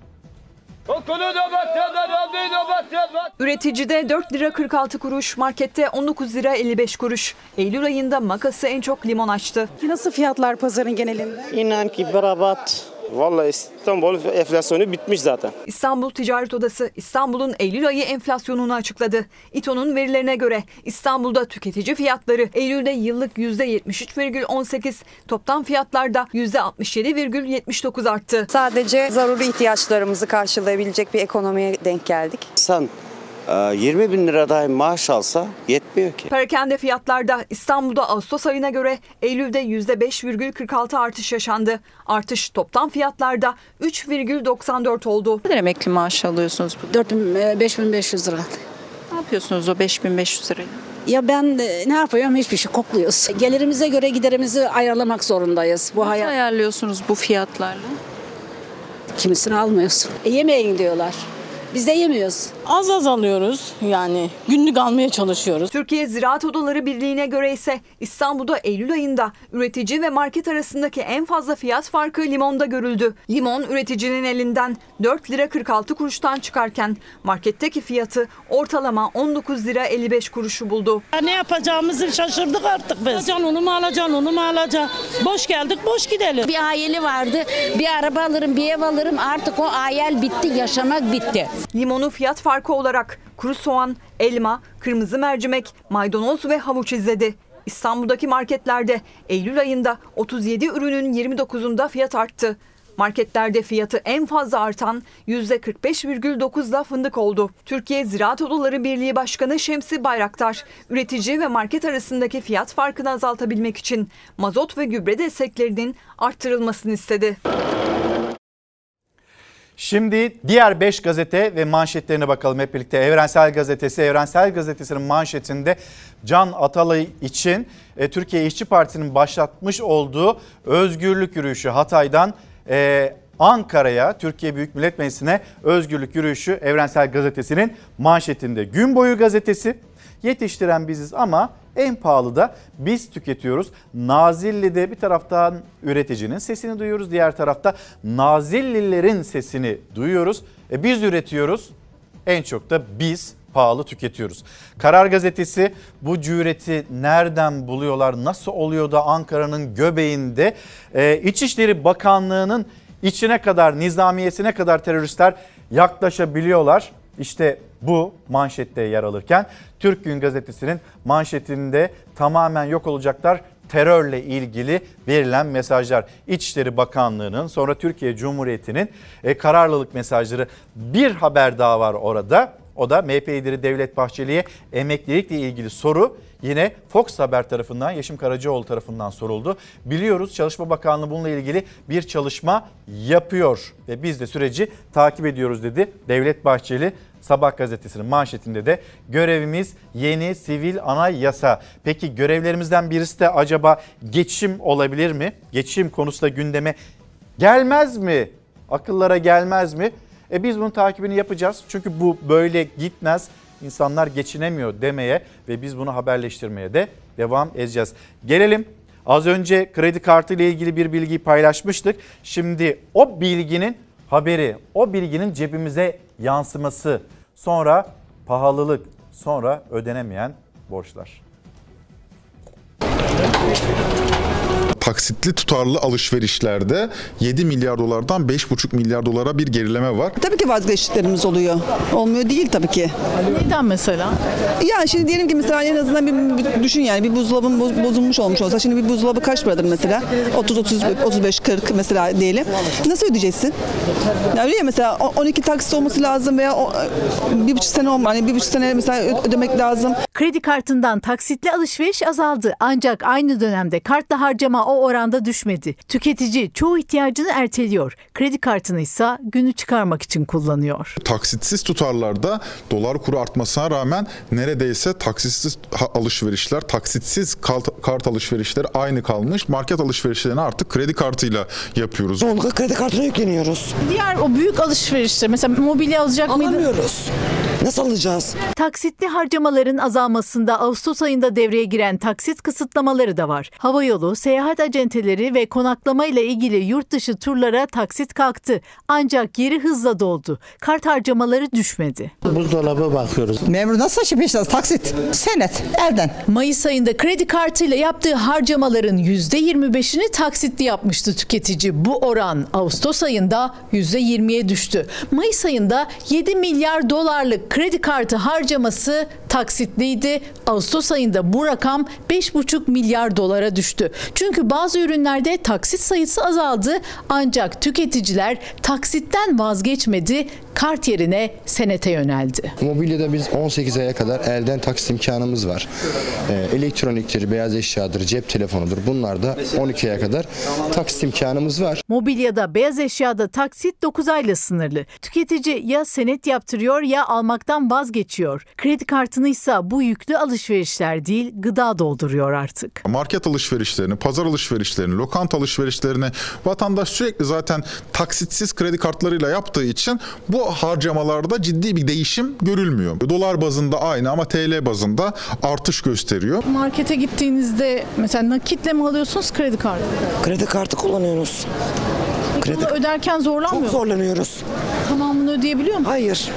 [SPEAKER 7] Üreticide dört lira kırk altı kuruş, markette on dokuz lira elli beş kuruş. Eylül ayında makası en çok limon açtı.
[SPEAKER 25] Nasıl fiyatlar pazarın genelinde?
[SPEAKER 9] İnan ki berabat. Vallahi İstanbul enflasyonu bitmiş zaten.
[SPEAKER 7] İstanbul Ticaret Odası İstanbul'un Eylül ayı enflasyonunu açıkladı. İTO'nun verilerine göre İstanbul'da tüketici fiyatları Eylül'de yıllık yüzde yetmiş üç virgül on sekiz, toptan fiyatlarda yüzde altmış yedi virgül yetmiş dokuz arttı.
[SPEAKER 10] Sadece zaruri ihtiyaçlarımızı karşılayabilecek bir ekonomiye denk geldik.
[SPEAKER 9] Sen yirmi bin lira dahi maaş alsa yetmiyor ki.
[SPEAKER 7] Perakende fiyatlarda İstanbul'da Ağustos ayına göre Eylül'de yüzde beş virgül kırk altı artış yaşandı. Artış toptan fiyatlarda üç virgül doksan dört oldu.
[SPEAKER 11] Ne kadar emekli maaşı alıyorsunuz?
[SPEAKER 25] dört bin beş bin beş yüz lira.
[SPEAKER 11] Ne yapıyorsunuz o beş bin beş yüz lirayı?
[SPEAKER 25] Ya ben ne yapıyorum? Hiçbir şey, kokluyoruz. Gelirimize göre giderimizi ayarlamak zorundayız. Bu
[SPEAKER 11] Nasıl
[SPEAKER 25] hayat.
[SPEAKER 11] ayarlıyorsunuz bu fiyatlarla?
[SPEAKER 25] Kimisini almıyorsun. E, yemeyin diyorlar. Biz de yemiyoruz.
[SPEAKER 19] Az az alıyoruz, yani günlük almaya çalışıyoruz.
[SPEAKER 7] Türkiye Ziraat Odaları Birliği'ne göre ise İstanbul'da Eylül ayında üretici ve market arasındaki en fazla fiyat farkı limonda görüldü. Limon üreticinin elinden dört lira kırk altı kuruştan çıkarken marketteki fiyatı ortalama on dokuz lira elli beş kuruşu buldu.
[SPEAKER 19] Ne yapacağımızı şaşırdık artık biz. Alacaksın onu mu alacaksın, onu mu alacaksın? Boş geldik, boş gidelim.
[SPEAKER 21] Bir ayeli vardı, bir araba alırım, bir ev alırım. Artık o ayel bitti, yaşamak bitti.
[SPEAKER 7] Limonu fiyat farkı olarak kuru soğan, elma, kırmızı mercimek, maydanoz ve havuç izledi. İstanbul'daki marketlerde Eylül ayında otuz yedi ürünün yirmi dokuzunda fiyat arttı. Marketlerde fiyatı en fazla artan yüzde kırk beş virgül dokuzla fındık oldu. Türkiye Ziraat Odaları Birliği Başkanı Şemsi Bayraktar, üretici ve market arasındaki fiyat farkını azaltabilmek için mazot ve gübre desteklerinin arttırılmasını istedi.
[SPEAKER 1] Şimdi diğer beş gazete ve manşetlerine bakalım hep birlikte. Evrensel Gazetesi, Evrensel Gazetesi'nin manşetinde Can Atalay için e, Türkiye İşçi Partisi'nin başlatmış olduğu özgürlük yürüyüşü Hatay'dan e, Ankara'ya, Türkiye Büyük Millet Meclisi'ne özgürlük yürüyüşü Evrensel Gazetesi'nin manşetinde. Gün boyu gazetesi, yetiştiren biziz ama en pahalı da biz tüketiyoruz. Nazilli'de bir taraftan üreticinin sesini duyuyoruz, diğer tarafta Nazillilerin sesini duyuyoruz. E biz üretiyoruz, en çok da biz pahalı tüketiyoruz. Karar Gazetesi bu cüreti nereden buluyorlar, nasıl oluyor da Ankara'nın göbeğinde e, İçişleri Bakanlığı'nın içine kadar, nizamiyesine kadar teröristler yaklaşabiliyorlar. İşte bu manşette yer alırken Türk Gün Gazetesi'nin manşetinde tamamen yok olacaklar terörle ilgili verilen mesajlar. İçişleri Bakanlığı'nın, sonra Türkiye Cumhuriyeti'nin e, kararlılık mesajları. Bir haber daha var orada. O da M H P lideri Devlet Bahçeli'ye emeklilikle ilgili soru yine Fox Haber tarafından, Yeşim Karacaoğlu tarafından soruldu. Biliyoruz Çalışma Bakanlığı bununla ilgili bir çalışma yapıyor ve biz de süreci takip ediyoruz dedi Devlet Bahçeli. Sabah gazetesinin manşetinde de görevimiz yeni sivil anayasa. Peki görevlerimizden birisi de acaba geçim olabilir mi? Geçim konusu da gündeme gelmez mi? Akıllara gelmez mi? E biz bunun takibini yapacağız. Çünkü bu böyle gitmez. İnsanlar geçinemiyor demeye ve biz bunu haberleştirmeye de devam edeceğiz. Gelelim, az önce kredi kartı ile ilgili bir bilgiyi paylaşmıştık. Şimdi o bilginin haberi, o bilginin cebimize yansıması, sonra pahalılık, sonra ödenemeyen borçlar.
[SPEAKER 3] Taksitli tutarlı alışverişlerde yedi milyar dolardan beş buçuk milyar dolara bir gerileme var.
[SPEAKER 8] Tabii ki vazgeçtiklerimiz oluyor. Olmuyor değil tabii ki.
[SPEAKER 12] Neden mesela?
[SPEAKER 8] Yani şimdi diyelim ki mesela en azından bir, bir düşün yani bir buzdolabın bozulmuş olmuş olsa şimdi bir buzdolabı kaç paradır mesela? otuz otuz beş kırk mesela diyelim. Nasıl ödeyeceksin? Yani öyle ya mesela on iki taksit olması lazım veya bir buçuk sene olma hani bir buçuk sene mesela ödemek lazım.
[SPEAKER 12] Kredi kartından taksitli alışveriş azaldı ancak aynı dönemde kartla harcama o oranda düşmedi. Tüketici çoğu ihtiyacını erteliyor. Kredi kartını ise günü çıkarmak için kullanıyor.
[SPEAKER 3] Taksitsiz tutarlarda dolar kuru artmasına rağmen neredeyse taksitsiz alışverişler, taksitsiz kart alışverişleri aynı kalmış. Market alışverişlerini artık kredi kartıyla yapıyoruz.
[SPEAKER 16] Çoğunlukla kredi kartına yükleniyoruz.
[SPEAKER 12] Diğer o büyük alışverişler mesela mobilya alacak mıydı?
[SPEAKER 16] Alamıyoruz. Nasıl alacağız?
[SPEAKER 12] Taksitli harcamaların azalmasında Ağustos ayında devreye giren taksit kısıtlamaları da var. Havayolu, seyahat acenteleri ve konaklama ile ilgili yurt dışı turlara taksit kalktı. Ancak geri hızla doldu. Kart harcamaları düşmedi.
[SPEAKER 16] Buzdolabı bakıyoruz. Memur nasıl taşımışlar? Taksit, senet, elden.
[SPEAKER 12] Mayıs ayında kredi kartıyla yaptığı harcamaların yüzde yirmi beşini taksitli yapmıştı tüketici. Bu oran Ağustos ayında yüzde yirmiye düştü. Mayıs ayında yedi milyar dolarlık kredi kartı harcaması taksitliydi. Ağustos ayında bu rakam beş buçuk milyar dolara düştü. Çünkü bazı ürünlerde taksit sayısı azaldı ancak tüketiciler taksitten vazgeçmedi, kart yerine senete yöneldi.
[SPEAKER 20] Mobilyada biz on sekiz aya kadar elden taksit imkanımız var. Ee, elektroniktir, beyaz eşyadır, cep telefonudur. Bunlarda on iki aya kadar taksit imkanımız var.
[SPEAKER 12] Mobilyada, beyaz eşyada taksit dokuz ayla sınırlı. Tüketici ya senet yaptırıyor ya almaktan vazgeçiyor. Kredi kartını ise bu yüklü alışverişler değil, gıda dolduruyor artık.
[SPEAKER 3] Market alışverişlerini, pazar alışverişlerini, lokanta alışverişlerini vatandaş sürekli zaten taksitsiz kredi kartlarıyla yaptığı için bu harcamalarda ciddi bir değişim görülmüyor. Dolar bazında aynı ama T L bazında artış gösteriyor.
[SPEAKER 12] Markete gittiğinizde mesela nakitle mi alıyorsunuz, kredi kartı?
[SPEAKER 16] Kredi kartı kullanıyoruz.
[SPEAKER 12] Kredi Bunu öderken zorlanmıyor
[SPEAKER 16] Çok zorlanıyoruz.
[SPEAKER 12] Tamamını ödeyebiliyor musunuz?
[SPEAKER 16] Hayır.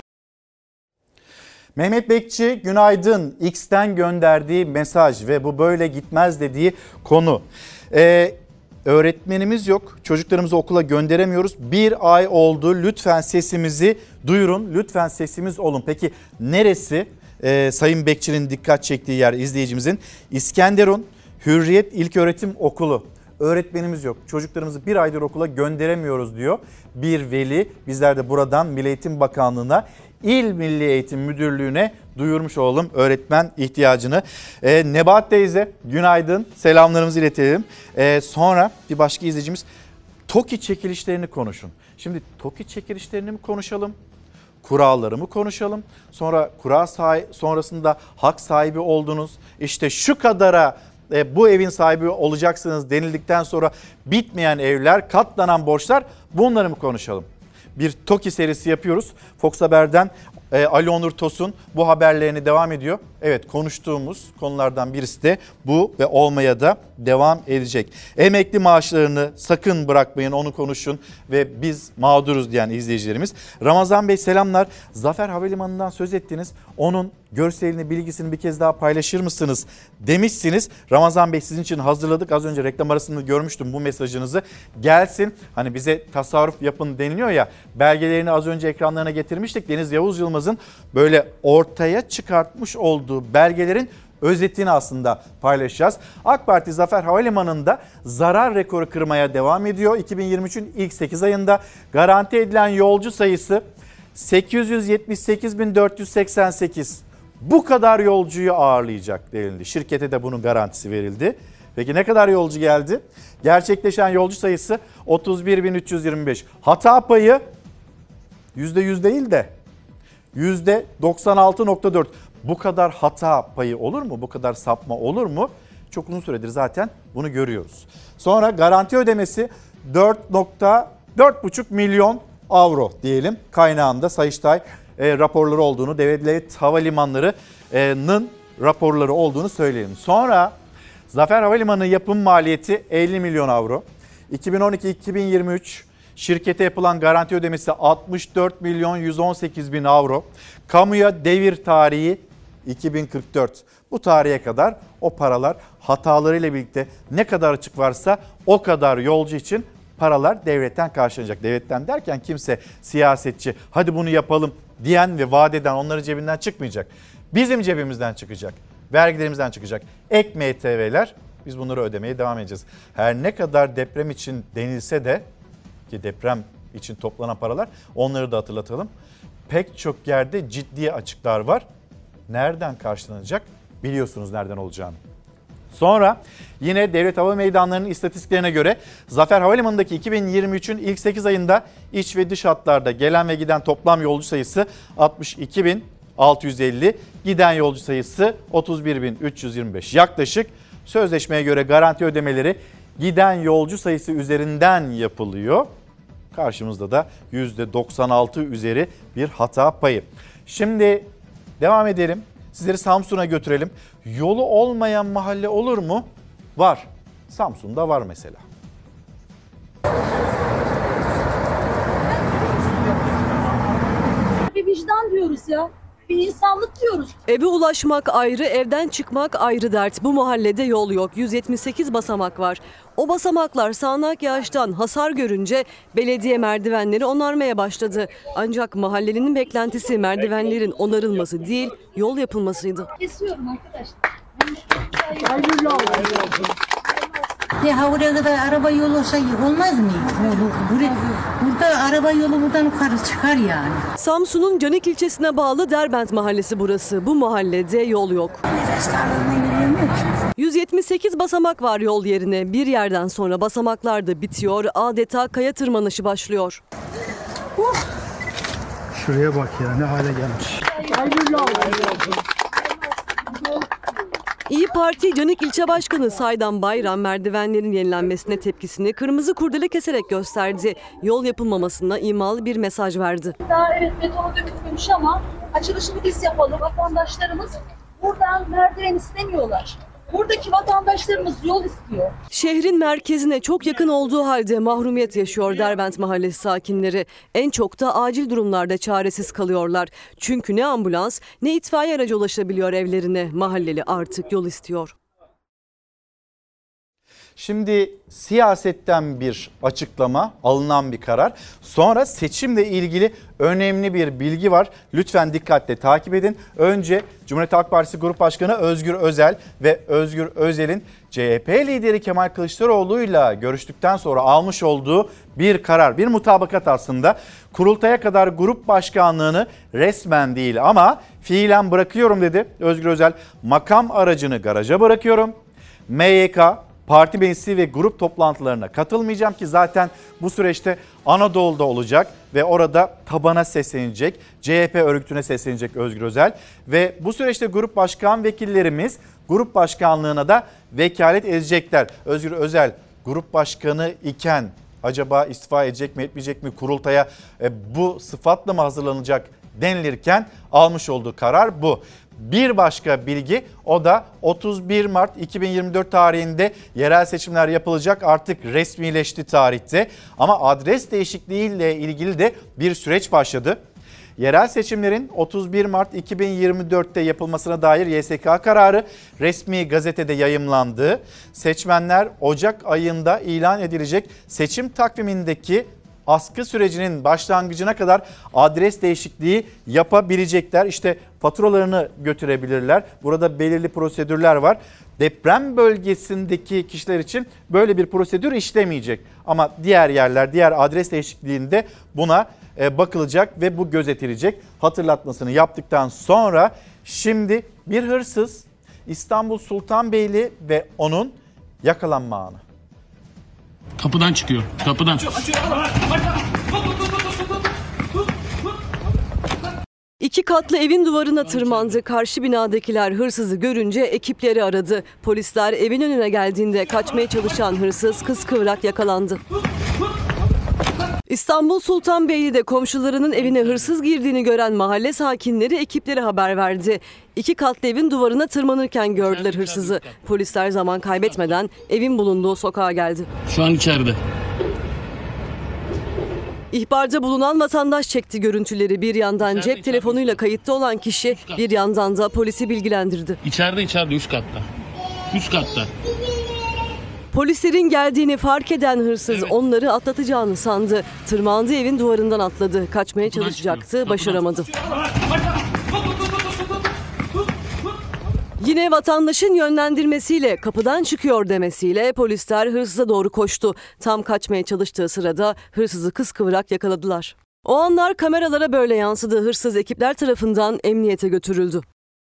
[SPEAKER 1] Mehmet Bekçi günaydın, X'ten gönderdiği mesaj ve bu böyle gitmez dediği konu. Ee, öğretmenimiz yok, çocuklarımızı okula gönderemiyoruz. Bir ay oldu, lütfen sesimizi duyurun, lütfen sesimiz olun. Peki neresi? Ee, Sayın Bekçi'nin dikkat çektiği yer izleyicimizin İskenderun Hürriyet İlköğretim Okulu. Öğretmenimiz yok, çocuklarımızı bir aydır okula gönderemiyoruz diyor bir veli. Bizler de buradan Milli Eğitim Bakanlığı'na, İl Milli Eğitim Müdürlüğü'ne duyurmuş olalım öğretmen ihtiyacını. Ee, Nebahat teyze günaydın, selamlarımızı iletelim. Ee, sonra bir başka izleyicimiz TOKİ çekilişlerini konuşun. Şimdi TOKİ çekilişlerini mi konuşalım? Kuralları mı konuşalım? Sonra kura sahi, sonrasında hak sahibi oldunuz. İşte şu kadara e, bu evin sahibi olacaksınız denildikten sonra bitmeyen evler, katlanan borçlar, bunları mı konuşalım? Bir TOKİ serisi yapıyoruz. Fox Haber'den e, Ali Onur Tosun bu haberlerini devam ediyor. Evet, konuştuğumuz konulardan birisi de bu ve olmaya da devam edecek. Emekli maaşlarını sakın bırakmayın, onu konuşun ve biz mağduruz diyen izleyicilerimiz. Ramazan Bey selamlar. Zafer Havalimanı'ndan söz ettiniz. Onun görselini, bilgisini bir kez daha paylaşır mısınız demişsiniz. Ramazan Bey, sizin için hazırladık. Az önce reklam arasında görmüştüm bu mesajınızı. Gelsin, hani bize tasarruf yapın deniliyor ya, belgelerini az önce ekranlarına getirmiştik. Deniz Yavuz Yılmaz'ın böyle ortaya çıkartmış olduğu belgelerin özetini aslında paylaşacağız. AK Parti Zafer Havalimanı'nda zarar rekoru kırmaya devam ediyor. iki bin yirmi üçün ilk sekiz ayında garanti edilen yolcu sayısı sekiz yüz yetmiş sekiz bin dört yüz seksen sekiz. Bu kadar yolcuyu ağırlayacak denildi. Şirkete de bunun garantisi verildi. Peki ne kadar yolcu geldi? Gerçekleşen yolcu sayısı otuz bir bin üç yüz yirmi beş. Hata payı yüzde yüz değil de yüzde doksan altı nokta dört. Bu kadar hata payı olur mu? Bu kadar sapma olur mu? Çok uzun süredir zaten bunu görüyoruz. Sonra garanti ödemesi dört nokta dört buçuk milyon avro diyelim. Kaynağında Sayıştay e, raporları olduğunu, devlet havalimanlarının raporları olduğunu söyleyelim. Sonra Zafer Havalimanı yapım maliyeti elli milyon avro. iki bin on iki iki bin yirmi üç şirkete yapılan garanti ödemesi altmış dört milyon yüz on sekiz bin avro. Kamuya devir tarihi iki bin kırk dört. Bu tarihe kadar o paralar hatalarıyla birlikte ne kadar açık varsa o kadar yolcu için paralar devletten karşılanacak. Devletten derken kimse siyasetçi hadi bunu yapalım diyen ve vaat eden onların cebinden çıkmayacak. Bizim cebimizden çıkacak. Vergilerimizden çıkacak. Ek M T V'ler, biz bunları ödemeye devam edeceğiz. Her ne kadar deprem için denilse de, ki deprem için toplanan paralar, onları da hatırlatalım. Pek çok yerde ciddi açıklar var. Nereden karşılanacak? Biliyorsunuz nereden olacağını. Sonra yine Devlet Hava Meydanları'nın istatistiklerine göre Zafer Havalimanı'ndaki iki bin yirmi üçün ilk sekiz ayında iç ve dış hatlarda gelen ve giden toplam yolcu sayısı altmış iki bin altı yüz elli, giden yolcu sayısı otuz bir bin üç yüz yirmi beş. Yaklaşık sözleşmeye göre garanti ödemeleri giden yolcu sayısı üzerinden yapılıyor. Karşımızda da yüzde doksan altı üzeri bir hata payı. Şimdi devam edelim. Sizleri Samsun'a götürelim. Yolu olmayan mahalle olur mu? Var. Samsun'da var mesela.
[SPEAKER 2] Bir vicdan diyoruz ya. Bir insanlık diyoruz.
[SPEAKER 5] Eve ulaşmak ayrı, evden çıkmak ayrı dert. Bu mahallede yol yok. yüz yetmiş sekiz basamak var. O basamaklar sağanak yağıştan hasar görünce belediye merdivenleri onarmaya başladı. Ancak mahallenin beklentisi merdivenlerin onarılması değil, yol yapılmasıydı.
[SPEAKER 2] Kesiyorum arkadaşlar.
[SPEAKER 6] Ya oraya kadar araba yolu olsa olmaz mı? Burada, burada araba yolu buradan yukarı çıkar yani.
[SPEAKER 5] Samsun'un Canik ilçesine bağlı Derbent mahallesi burası. Bu mahallede yol yok. yüz yetmiş sekiz basamak var yol yerine. Bir yerden sonra basamaklar da bitiyor. Adeta kaya tırmanışı başlıyor.
[SPEAKER 15] Şuraya bak ya, ne hale gelmiş.
[SPEAKER 5] İyi Parti Canik İlçe Başkanı Saydam Bayram merdivenlerin yenilenmesine tepkisini kırmızı kurdele keserek gösterdi. Yol yapılmamasına imalı bir mesaj verdi.
[SPEAKER 2] Daha evet betonu dökülmemiş ama açılışını biz yapalım. Vatandaşlarımız buradan merdiven istemiyorlar. Buradaki vatandaşlarımız yol istiyor.
[SPEAKER 5] Şehrin merkezine çok yakın olduğu halde mahrumiyet yaşıyor Derbent mahallesi sakinleri. En çok da acil durumlarda çaresiz kalıyorlar. Çünkü ne ambulans ne itfaiye aracı ulaşabiliyor evlerine. Mahalleli artık yol istiyor.
[SPEAKER 1] Şimdi siyasetten bir açıklama, alınan bir karar. Sonra seçimle ilgili önemli bir bilgi var. Lütfen dikkatle takip edin. Önce Cumhuriyet Halk Partisi Grup Başkanı Özgür Özel ve Özgür Özel'in C H P lideri Kemal Kılıçdaroğlu'yla görüştükten sonra almış olduğu bir karar, bir mutabakat aslında. Kurultaya kadar grup başkanlığını resmen değil ama fiilen bırakıyorum dedi Özgür Özel. Makam aracını garaja bırakıyorum. M Y K, Parti meclisi ve grup toplantılarına katılmayacağım ki zaten bu süreçte Anadolu'da olacak ve orada tabana seslenecek, C H P örgütüne seslenecek Özgür Özel. Ve bu süreçte grup başkan vekillerimiz grup başkanlığına da vekalet edecekler. Özgür Özel grup başkanı iken acaba istifa edecek mi etmeyecek mi, kurultaya e, bu sıfatla mı hazırlanacak denilirken almış olduğu karar bu. Bir başka bilgi, o da otuz bir Mart iki bin yirmi dört tarihinde yerel seçimler yapılacak, artık resmileşti tarihte. Ama adres değişikliğiyle ilgili de bir süreç başladı. Yerel seçimlerin otuz bir Mart iki bin yirmi dörtte yapılmasına dair Y S K kararı resmi gazetede yayımlandı. Seçmenler Ocak ayında ilan edilecek seçim takvimindeki askı sürecinin başlangıcına kadar adres değişikliği yapabilecekler. İşte faturalarını götürebilirler. Burada belirli prosedürler var. Deprem bölgesindeki kişiler için böyle bir prosedür işlemeyecek. Ama diğer yerler, diğer adres değişikliğinde buna bakılacak ve bu gözetilecek. Hatırlatmasını yaptıktan sonra şimdi bir hırsız İstanbul Sultanbeyli ve onun yakalanma anı.
[SPEAKER 13] Kapıdan çıkıyor. Kapıdan.
[SPEAKER 5] İki katlı evin duvarına tırmandı. Karşı binadakiler hırsızı görünce ekipleri aradı. Polisler evin önüne geldiğinde kaçmaya çalışan hırsız kıskıvrak yakalandı. İstanbul Sultanbeyli'de komşularının evine hırsız girdiğini gören mahalle sakinleri ekiplere haber verdi. İki katlı evin duvarına tırmanırken gördüler hırsızı. Polisler zaman kaybetmeden evin bulunduğu sokağa geldi.
[SPEAKER 13] Şu an içeride.
[SPEAKER 5] İhbarda bulunan vatandaş çekti görüntüleri. Bir yandan
[SPEAKER 13] içeride,
[SPEAKER 5] cep
[SPEAKER 13] içeride,
[SPEAKER 5] telefonuyla kayıtta olan kişi bir yandan da polisi bilgilendirdi.
[SPEAKER 13] İçeride içeride üst katta. Üst katta.
[SPEAKER 5] Polislerin geldiğini fark eden hırsız evet. onları atlatacağını sandı. Tırmandığı evin duvarından atladı. Kaçmaya Kapıdan çalışacaktı, çıkıyor. başaramadı. Yine vatandaşın yönlendirmesiyle, kapıdan çıkıyor demesiyle polisler hırsıza doğru koştu. Tam kaçmaya çalıştığı sırada hırsızı kıskıvrak yakaladılar. O anlar kameralara böyle yansıdı. Hırsız ekipler tarafından emniyete götürüldü.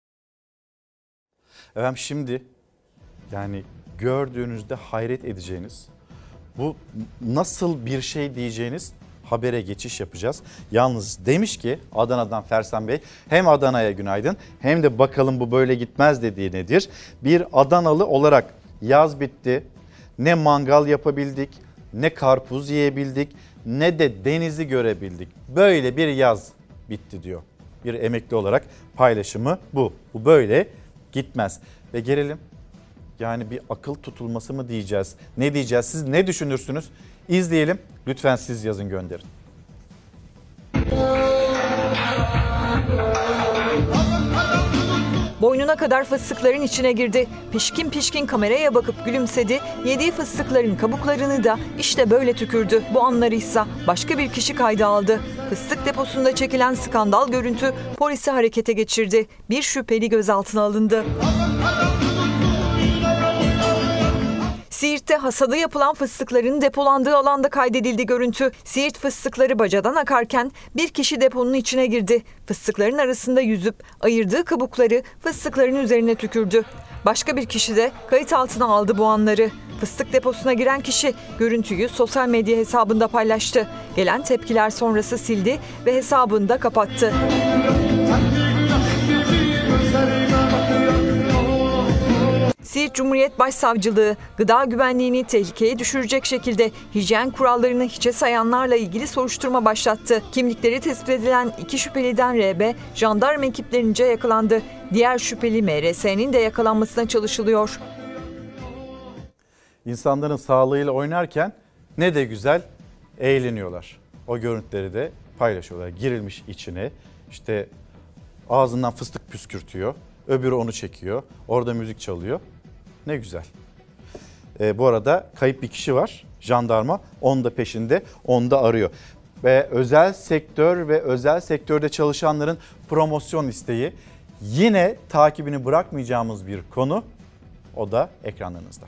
[SPEAKER 1] Efendim şimdi yani gördüğünüzde hayret edeceğiniz, bu nasıl bir şey diyeceğiniz habere geçiş yapacağız. Yalnız demiş ki Adana'dan Fersan Bey, hem Adana'ya günaydın hem de bakalım bu böyle gitmez dediği nedir? Bir Adanalı olarak yaz bitti, ne mangal yapabildik, ne karpuz yiyebildik, ne de denizi görebildik. Böyle bir yaz bitti diyor. Bir emekli olarak paylaşımı bu. Bu böyle gitmez. Ve gelelim. Yani bir akıl tutulması mı diyeceğiz? Ne diyeceğiz? Siz ne düşünürsünüz? İzleyelim. Lütfen siz yazın, gönderin.
[SPEAKER 7] Boynuna kadar fıstıkların içine girdi. Pişkin pişkin kameraya bakıp gülümsedi. Yediği fıstıkların kabuklarını da işte böyle tükürdü. Bu anları ise başka bir kişi kayda aldı. Fıstık deposunda çekilen skandal görüntü polisi harekete geçirdi. Bir şüpheli gözaltına alındı. Siirt'te hasadı yapılan fıstıkların depolandığı alanda kaydedildi görüntü. Siirt fıstıkları bacadan akarken bir kişi deponun içine girdi. Fıstıkların arasında yüzüp ayırdığı kabukları fıstıkların üzerine tükürdü. Başka bir kişi de kayıt altına aldı bu anları. Fıstık deposuna giren kişi görüntüyü sosyal medya hesabında paylaştı. Gelen tepkiler sonrası sildi ve hesabını da kapattı. Siirt Cumhuriyet Başsavcılığı gıda güvenliğini tehlikeye düşürecek şekilde hijyen kurallarını hiçe sayanlarla ilgili soruşturma başlattı. Kimlikleri tespit edilen iki şüpheliden R B, jandarma ekiplerince yakalandı. Diğer şüpheli M R S'nin de yakalanmasına çalışılıyor.
[SPEAKER 1] İnsanların sağlığıyla oynarken ne de güzel eğleniyorlar. O görüntüleri de paylaşıyorlar. Girilmiş içine, işte ağzından fıstık püskürtüyor. Öbürü onu çekiyor. Orada müzik çalıyor. Ne güzel. E, bu arada kayıp bir kişi var. Jandarma onun da peşinde, onu da arıyor. Ve özel sektör ve özel sektörde çalışanların promosyon isteği, yine takibini bırakmayacağımız bir konu. O da ekranlarınızda.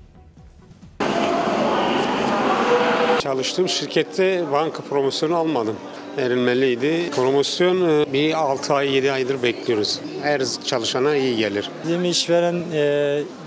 [SPEAKER 14] Çalıştığım şirkette banka promosyonu almadım. Verilmeliydi. Promosyon bir altı ay yedi aydır bekliyoruz. Her çalışana iyi gelir.
[SPEAKER 17] Bizim işveren e,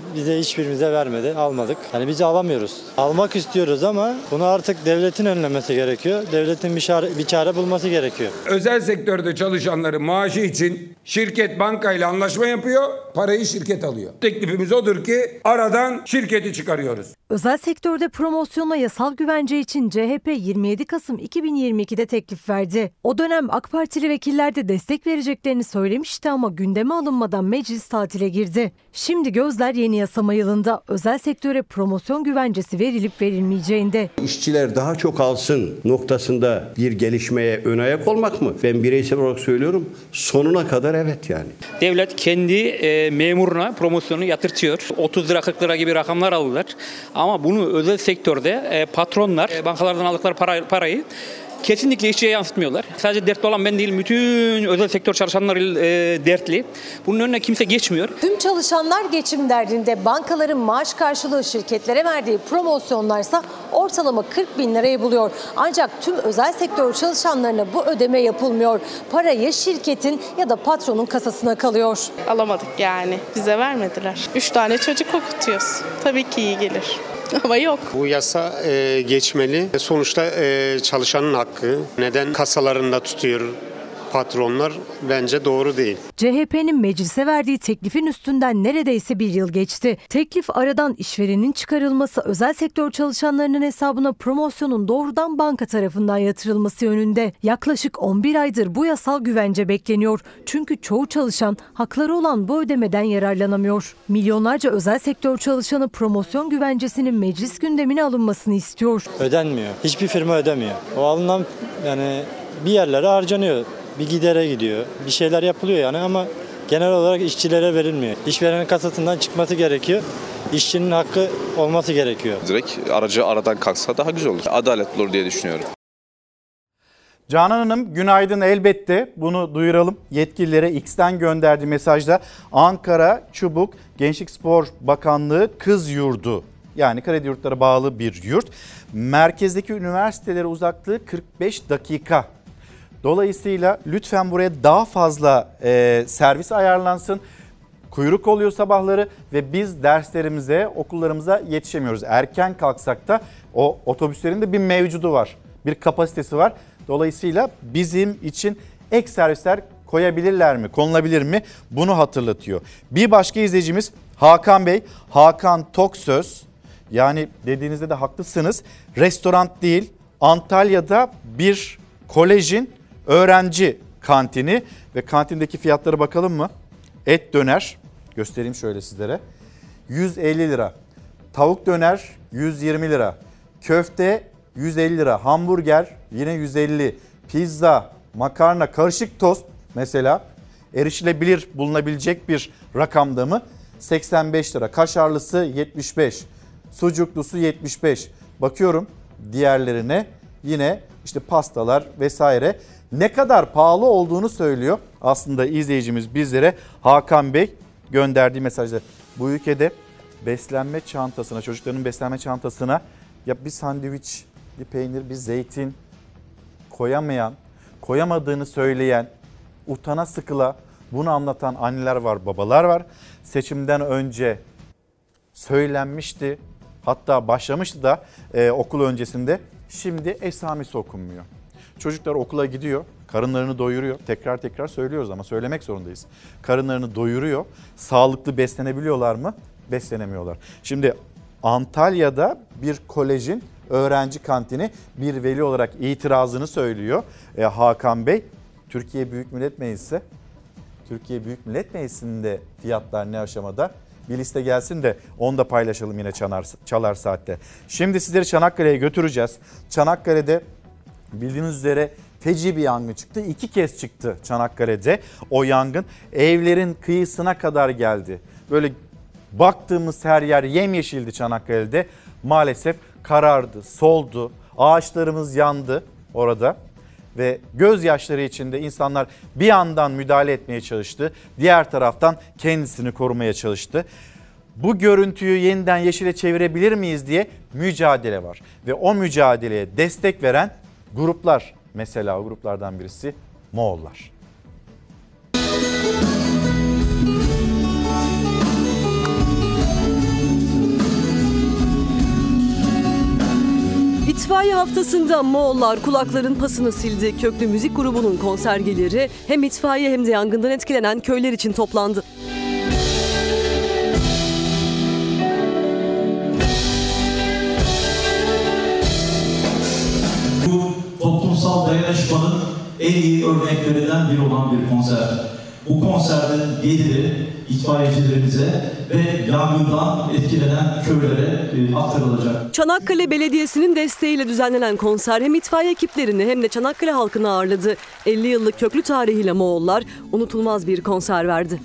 [SPEAKER 17] bize hiçbirimize vermedi, almadık. Yani biz alamıyoruz. Almak istiyoruz ama bunu artık devletin önlemesi gerekiyor. Devletin bir çare, bir çare bulması gerekiyor.
[SPEAKER 18] Özel sektörde çalışanların maaşı için şirket bankayla anlaşma yapıyor, parayı şirket alıyor. Teklifimiz odur ki aradan şirketi çıkarıyoruz.
[SPEAKER 22] Özel sektörde promosyona yasal güvence için C H P yirmi yedi Kasım iki bin yirmi iki'de teklif verdi. O dönem AK Partili vekiller de destek vereceklerini söylemişti ama gündeme alınmadan meclis tatile girdi. Şimdi gözler yeni yasama yılında özel sektöre promosyon güvencesi verilip verilmeyeceğinde.
[SPEAKER 23] İşçiler daha çok alsın noktasında bir gelişmeye ön ayak olmak mı? Ben bireysel olarak söylüyorum, sonuna kadar evet yani.
[SPEAKER 24] Devlet kendi e, memuruna promosyonu yatırtıyor. otuz lira kırk lira gibi rakamlar alırlar. Ama bunu özel sektörde e, patronlar e, bankalardan aldıkları para, parayı kesinlikle işçiye yansıtmıyorlar. Sadece dertli olan ben değil, bütün özel sektör çalışanları e, dertli. Bunun önüne kimse geçmiyor.
[SPEAKER 22] Tüm çalışanlar geçim derdinde, bankaların maaş karşılığı şirketlere verdiği promosyonlarsa ortalama kırk bin lirayı buluyor. Ancak tüm özel sektör çalışanlarına bu ödeme yapılmıyor. Parayı şirketin ya da patronun kasasına kalıyor.
[SPEAKER 26] Alamadık yani. Bize vermediler. Üç tane çocuk okutuyoruz. Tabii ki iyi gelir. Ama yok.
[SPEAKER 14] Bu yasa e, geçmeli. Sonuçta e, çalışanın hakkı. Neden kasalarında tutuyor patronlar? Bence doğru değil.
[SPEAKER 22] C H P'nin meclise verdiği teklifin üstünden neredeyse bir yıl geçti. Teklif aradan işverenin çıkarılması, özel sektör çalışanlarının hesabına promosyonun doğrudan banka tarafından yatırılması yönünde. Yaklaşık on bir aydır bu yasal güvence bekleniyor. Çünkü çoğu çalışan hakları olan bu ödemeden yararlanamıyor. Milyonlarca özel sektör çalışanı promosyon güvencesinin meclis gündemine alınmasını istiyor.
[SPEAKER 17] Ödenmiyor. Hiçbir firma ödemiyor. O alınan yani bir yerlere harcanıyor. Bir gidere gidiyor. Bir şeyler yapılıyor yani ama genel olarak işçilere verilmiyor. İşverenin kasasından çıkması gerekiyor. İşçinin hakkı olması gerekiyor.
[SPEAKER 27] Direkt aracı aradan kalksa daha güzel olur. Adaletli olur diye düşünüyorum.
[SPEAKER 1] Canan Hanım günaydın, elbette bunu duyuralım. Yetkililere X'ten gönderdiği mesajda Ankara Çubuk Gençlik Spor Bakanlığı Kız Yurdu, yani kredi yurtlara bağlı bir yurt. Merkezdeki üniversitelere uzaklığı kırk beş dakika. Dolayısıyla lütfen buraya daha fazla e, servis ayarlansın. Kuyruk oluyor sabahları ve biz derslerimize, okullarımıza yetişemiyoruz. Erken kalksak da o otobüslerin de bir mevcudu var, bir kapasitesi var. Dolayısıyla bizim için ek servisler koyabilirler mi, konulabilir mi? Bunu hatırlatıyor. Bir başka izleyicimiz Hakan Bey, Hakan Toksöz. Yani dediğinizde de haklısınız. Restoran değil, Antalya'da bir kolejin öğrenci kantini ve kantindeki fiyatlara bakalım mı? Et döner, göstereyim şöyle sizlere, yüz elli lira. Tavuk döner yüz yirmi lira. Köfte yüz elli lira. Hamburger yine yüz elli. Pizza, makarna, karışık tost mesela erişilebilir, bulunabilecek bir rakamda mı? seksen beş lira. Kaşarlısı yetmiş beş. Sucuklusu yetmiş beş. Bakıyorum diğerlerine, yine işte pastalar vesaire. Ne kadar pahalı olduğunu söylüyor aslında izleyicimiz bizlere. Hakan Bey gönderdiği mesajda bu ülkede beslenme çantasına, çocukların beslenme çantasına ya bir sandviç, bir peynir, bir zeytin koyamayan, koyamadığını söyleyen, utana sıkıla bunu anlatan anneler var, babalar var. Seçimden önce söylenmişti, hatta başlamıştı da e, okul öncesinde. Şimdi esamesi okunmuyor. Çocuklar okula gidiyor, karınlarını doyuruyor. Tekrar tekrar söylüyoruz ama söylemek zorundayız. Karınlarını doyuruyor. Sağlıklı beslenebiliyorlar mı? Beslenemiyorlar. Şimdi Antalya'da bir kolejin öğrenci kantini bir veli olarak itirazını söylüyor e, Hakan Bey. Türkiye Büyük Millet Meclisi, Türkiye Büyük Millet Meclisi'nde fiyatlar ne aşamada? Bir liste gelsin de onu da paylaşalım yine Çalar, Çalar Saat'te. Şimdi sizleri Çanakkale'ye götüreceğiz. Çanakkale'de bildiğiniz üzere feci bir yangın çıktı. İki kez çıktı Çanakkale'de o yangın. Evlerin kıyısına kadar geldi. Böyle baktığımız her yer yemyeşildi Çanakkale'de. Maalesef karardı, soldu. Ağaçlarımız yandı orada. Ve gözyaşları içinde insanlar bir yandan müdahale etmeye çalıştı. Diğer taraftan kendisini korumaya çalıştı. Bu görüntüyü yeniden yeşile çevirebilir miyiz diye mücadele var. Ve o mücadeleye destek veren gruplar, mesela o gruplardan birisi Moğollar.
[SPEAKER 5] İtfaiye haftasında Moğollar kulakların pasını sildi. Köklü müzik grubunun konsergeleri hem itfaiye hem de yangından etkilenen köyler için toplandı.
[SPEAKER 4] Bu toplumsal dayanışmanın en iyi örneklerinden biri olan bir konser. Bu konserden geliri itfaiyecilerimize ve yangından etkilenen köylere aktarılacak.
[SPEAKER 5] Çanakkale Belediyesi'nin desteğiyle düzenlenen konser hem itfaiye ekiplerini hem de Çanakkale halkını ağırladı. elli yıllık köklü tarihiyle Moğollar unutulmaz bir konser verdi.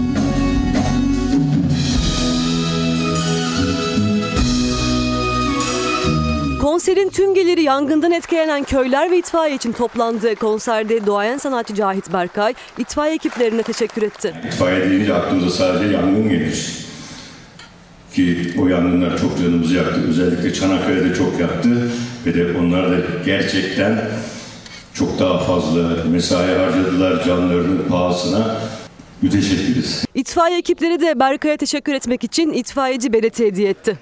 [SPEAKER 5] Konserin tüm geliri yangından etkilenen köyler ve itfaiye için toplandı. Konserde duayen sanatçı Cahit Berkay itfaiye ekiplerine teşekkür etti.
[SPEAKER 9] İtfaiye deyince aklımıza sadece yangın gelir. Ki o yangınlar çok canımızı yaktı. Özellikle Çanakkale'de çok yaktı. Ve de onlar da gerçekten çok daha fazla mesai harcadılar canlarının pahasına. Müteşekkiriz.
[SPEAKER 5] İtfaiye ekipleri de Berkay'a teşekkür etmek için itfaiyeci bereti hediye etti.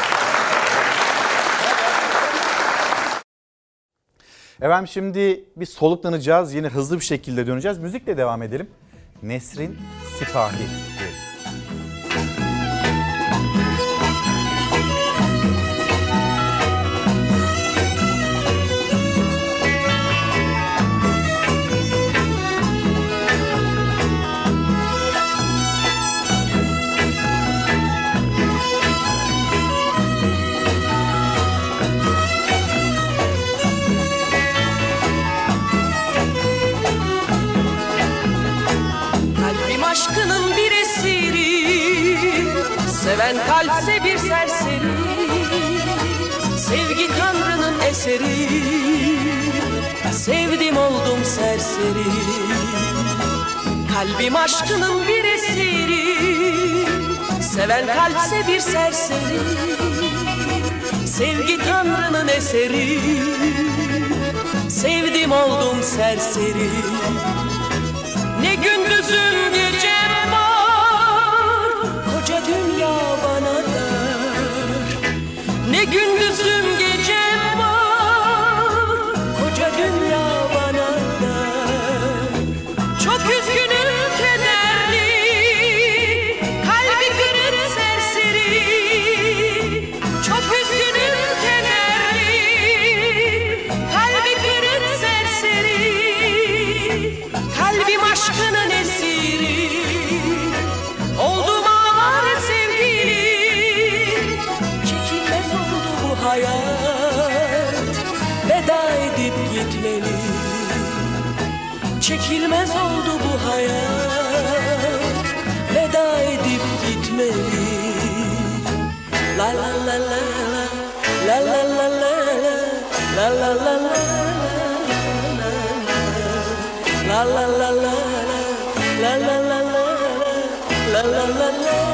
[SPEAKER 1] Efendim şimdi bir soluklanacağız. Yine hızlı bir şekilde döneceğiz. Müzikle devam edelim. Nesrin Sipahi.
[SPEAKER 10] Aşkının bir esiri, seven kalpse bir serseri, sevgi Tanrı'nın eseri, sevdim oldum serseri. Kalbim aşkının bir esiri, seven kalpse bir serseri, sevgi Tanrı'nın eseri, sevdim oldum serseri. Ne gündüzüm gecem var, koca dünya bana dar. Ne gündüzüm gecem var, koca dünya bana dar. Çok üzgünüm kederli, kalbi kırık serseri. Çok üzgünüm kederli, kalbi kırık serseri. Kalbim aşkının esiri, oldum ağlar sevgili. Çekilmez oldu bu hayat, veda edip gitmeli. Çekilmez oldu bu hayat, veda edip gitmeli. La la la la la la la la la la la la la. La la la la la la la la la la la la la.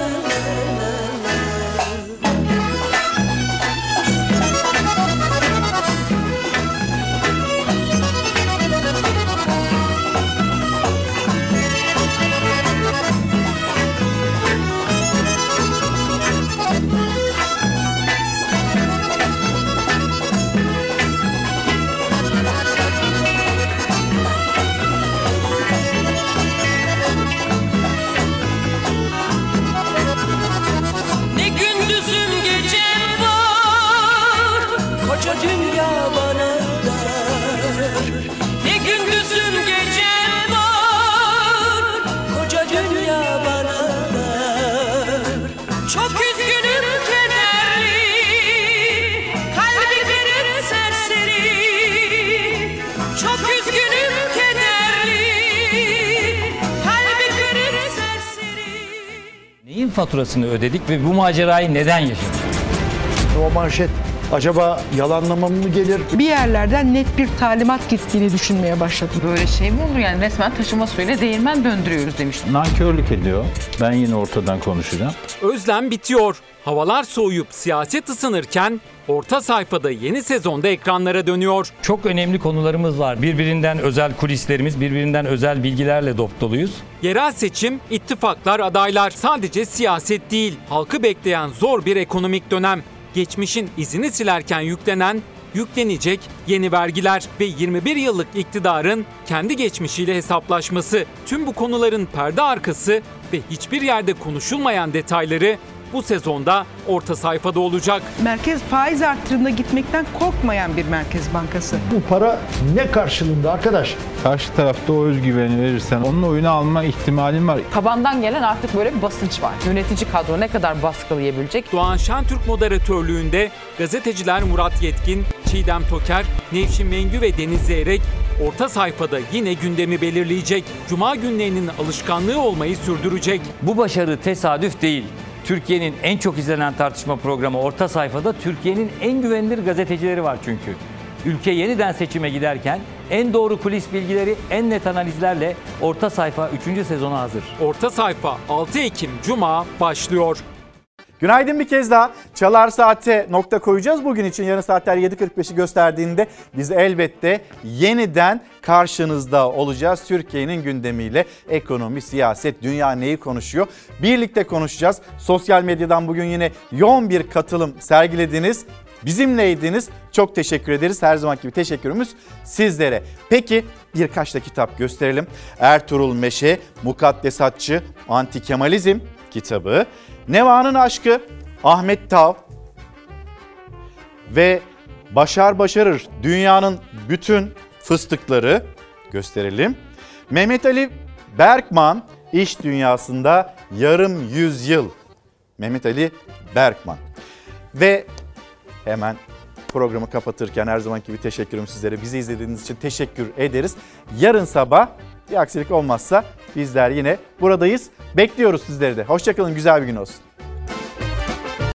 [SPEAKER 10] Dünya bana dar. Ne gündüzüm gecem var, koca dünya bana dar. Çok üzgünüm kederli, kalbi kırık serseri. Çok üzgünüm kederli, kalbi kırık serseri.
[SPEAKER 11] Neyin faturasını ödedik ve bu macerayı neden yaşadık?
[SPEAKER 15] O manşet acaba yalanlama mı gelir?
[SPEAKER 19] Bir yerlerden net bir talimat gittiğini düşünmeye başladım.
[SPEAKER 21] Böyle şey mi olur yani, resmen taşıma suyuyla değirmen döndürüyoruz demiştim.
[SPEAKER 11] Nankörlük ediyor. Ben yine ortadan konuşacağım.
[SPEAKER 25] Özlem bitiyor. Havalar soğuyup siyaset ısınırken orta sayfada yeni sezonda ekranlara dönüyor.
[SPEAKER 11] Çok önemli konularımız var. Birbirinden özel kulislerimiz, birbirinden özel bilgilerle dop doluyuz.
[SPEAKER 25] Yerel seçim, ittifaklar, adaylar, sadece siyaset değil, halkı bekleyen zor bir ekonomik dönem. geçmişin izini silerken yüklenen, yüklenecek yeni vergiler ve yirmi bir yıllık iktidarın kendi geçmişiyle hesaplaşması, tüm bu konuların perde arkası ve hiçbir yerde konuşulmayan detayları bu sezonda orta sayfada olacak.
[SPEAKER 19] Merkez faiz artırımına gitmekten korkmayan bir merkez bankası.
[SPEAKER 15] Bu para ne karşılığında arkadaş?
[SPEAKER 2] Karşı tarafta o özgüveni verirsen onun oyunu alma ihtimalin var.
[SPEAKER 21] Tabandan gelen artık böyle bir basınç var. Yönetici kadro ne kadar baskılayabilecek?
[SPEAKER 25] Doğan Şentürk moderatörlüğünde gazeteciler Murat Yetkin, Çiğdem Toker, Nevşin Mengü ve Deniz Zeyrek orta sayfada yine gündemi belirleyecek. Cuma günlerinin alışkanlığı olmayı sürdürecek.
[SPEAKER 11] Bu başarı tesadüf değil. Türkiye'nin en çok izlenen tartışma programı Orta Sayfa'da Türkiye'nin en güvenilir gazetecileri var çünkü. Ülke yeniden seçime giderken en doğru kulis bilgileri, en net analizlerle Orta Sayfa üçüncü sezona hazır.
[SPEAKER 25] Orta Sayfa altı Ekim Cuma başlıyor.
[SPEAKER 1] Günaydın bir kez daha. Çalar Saat'e nokta koyacağız bugün için. Yarın saatler yedi kırk beşi gösterdiğinde biz elbette yeniden karşınızda olacağız. Türkiye'nin gündemiyle ekonomi, siyaset, dünya neyi konuşuyor? Birlikte konuşacağız. Sosyal medyadan bugün yine yoğun bir katılım sergilediniz. Bizimleydiniz. Çok teşekkür ederiz. Her zamanki gibi teşekkürümüz sizlere. Peki birkaç da kitap gösterelim. Ertuğrul Meşe, Mukaddesatçı, Antikemalizm kitabı. Neva'nın Aşkı, Ahmet Tav ve Başar Başarır, Dünyanın Bütün Fıstıkları gösterelim. Mehmet Ali Berkman, İş Dünyasında Yarım Yüzyıl. Mehmet Ali Berkman. Ve hemen programı kapatırken her zamanki gibi teşekkürüm sizlere. Bizi izlediğiniz için teşekkür ederiz. Yarın sabah bir aksilik olmazsa bizler yine buradayız. Bekliyoruz sizleri de. Hoşça kalın, güzel bir gün olsun.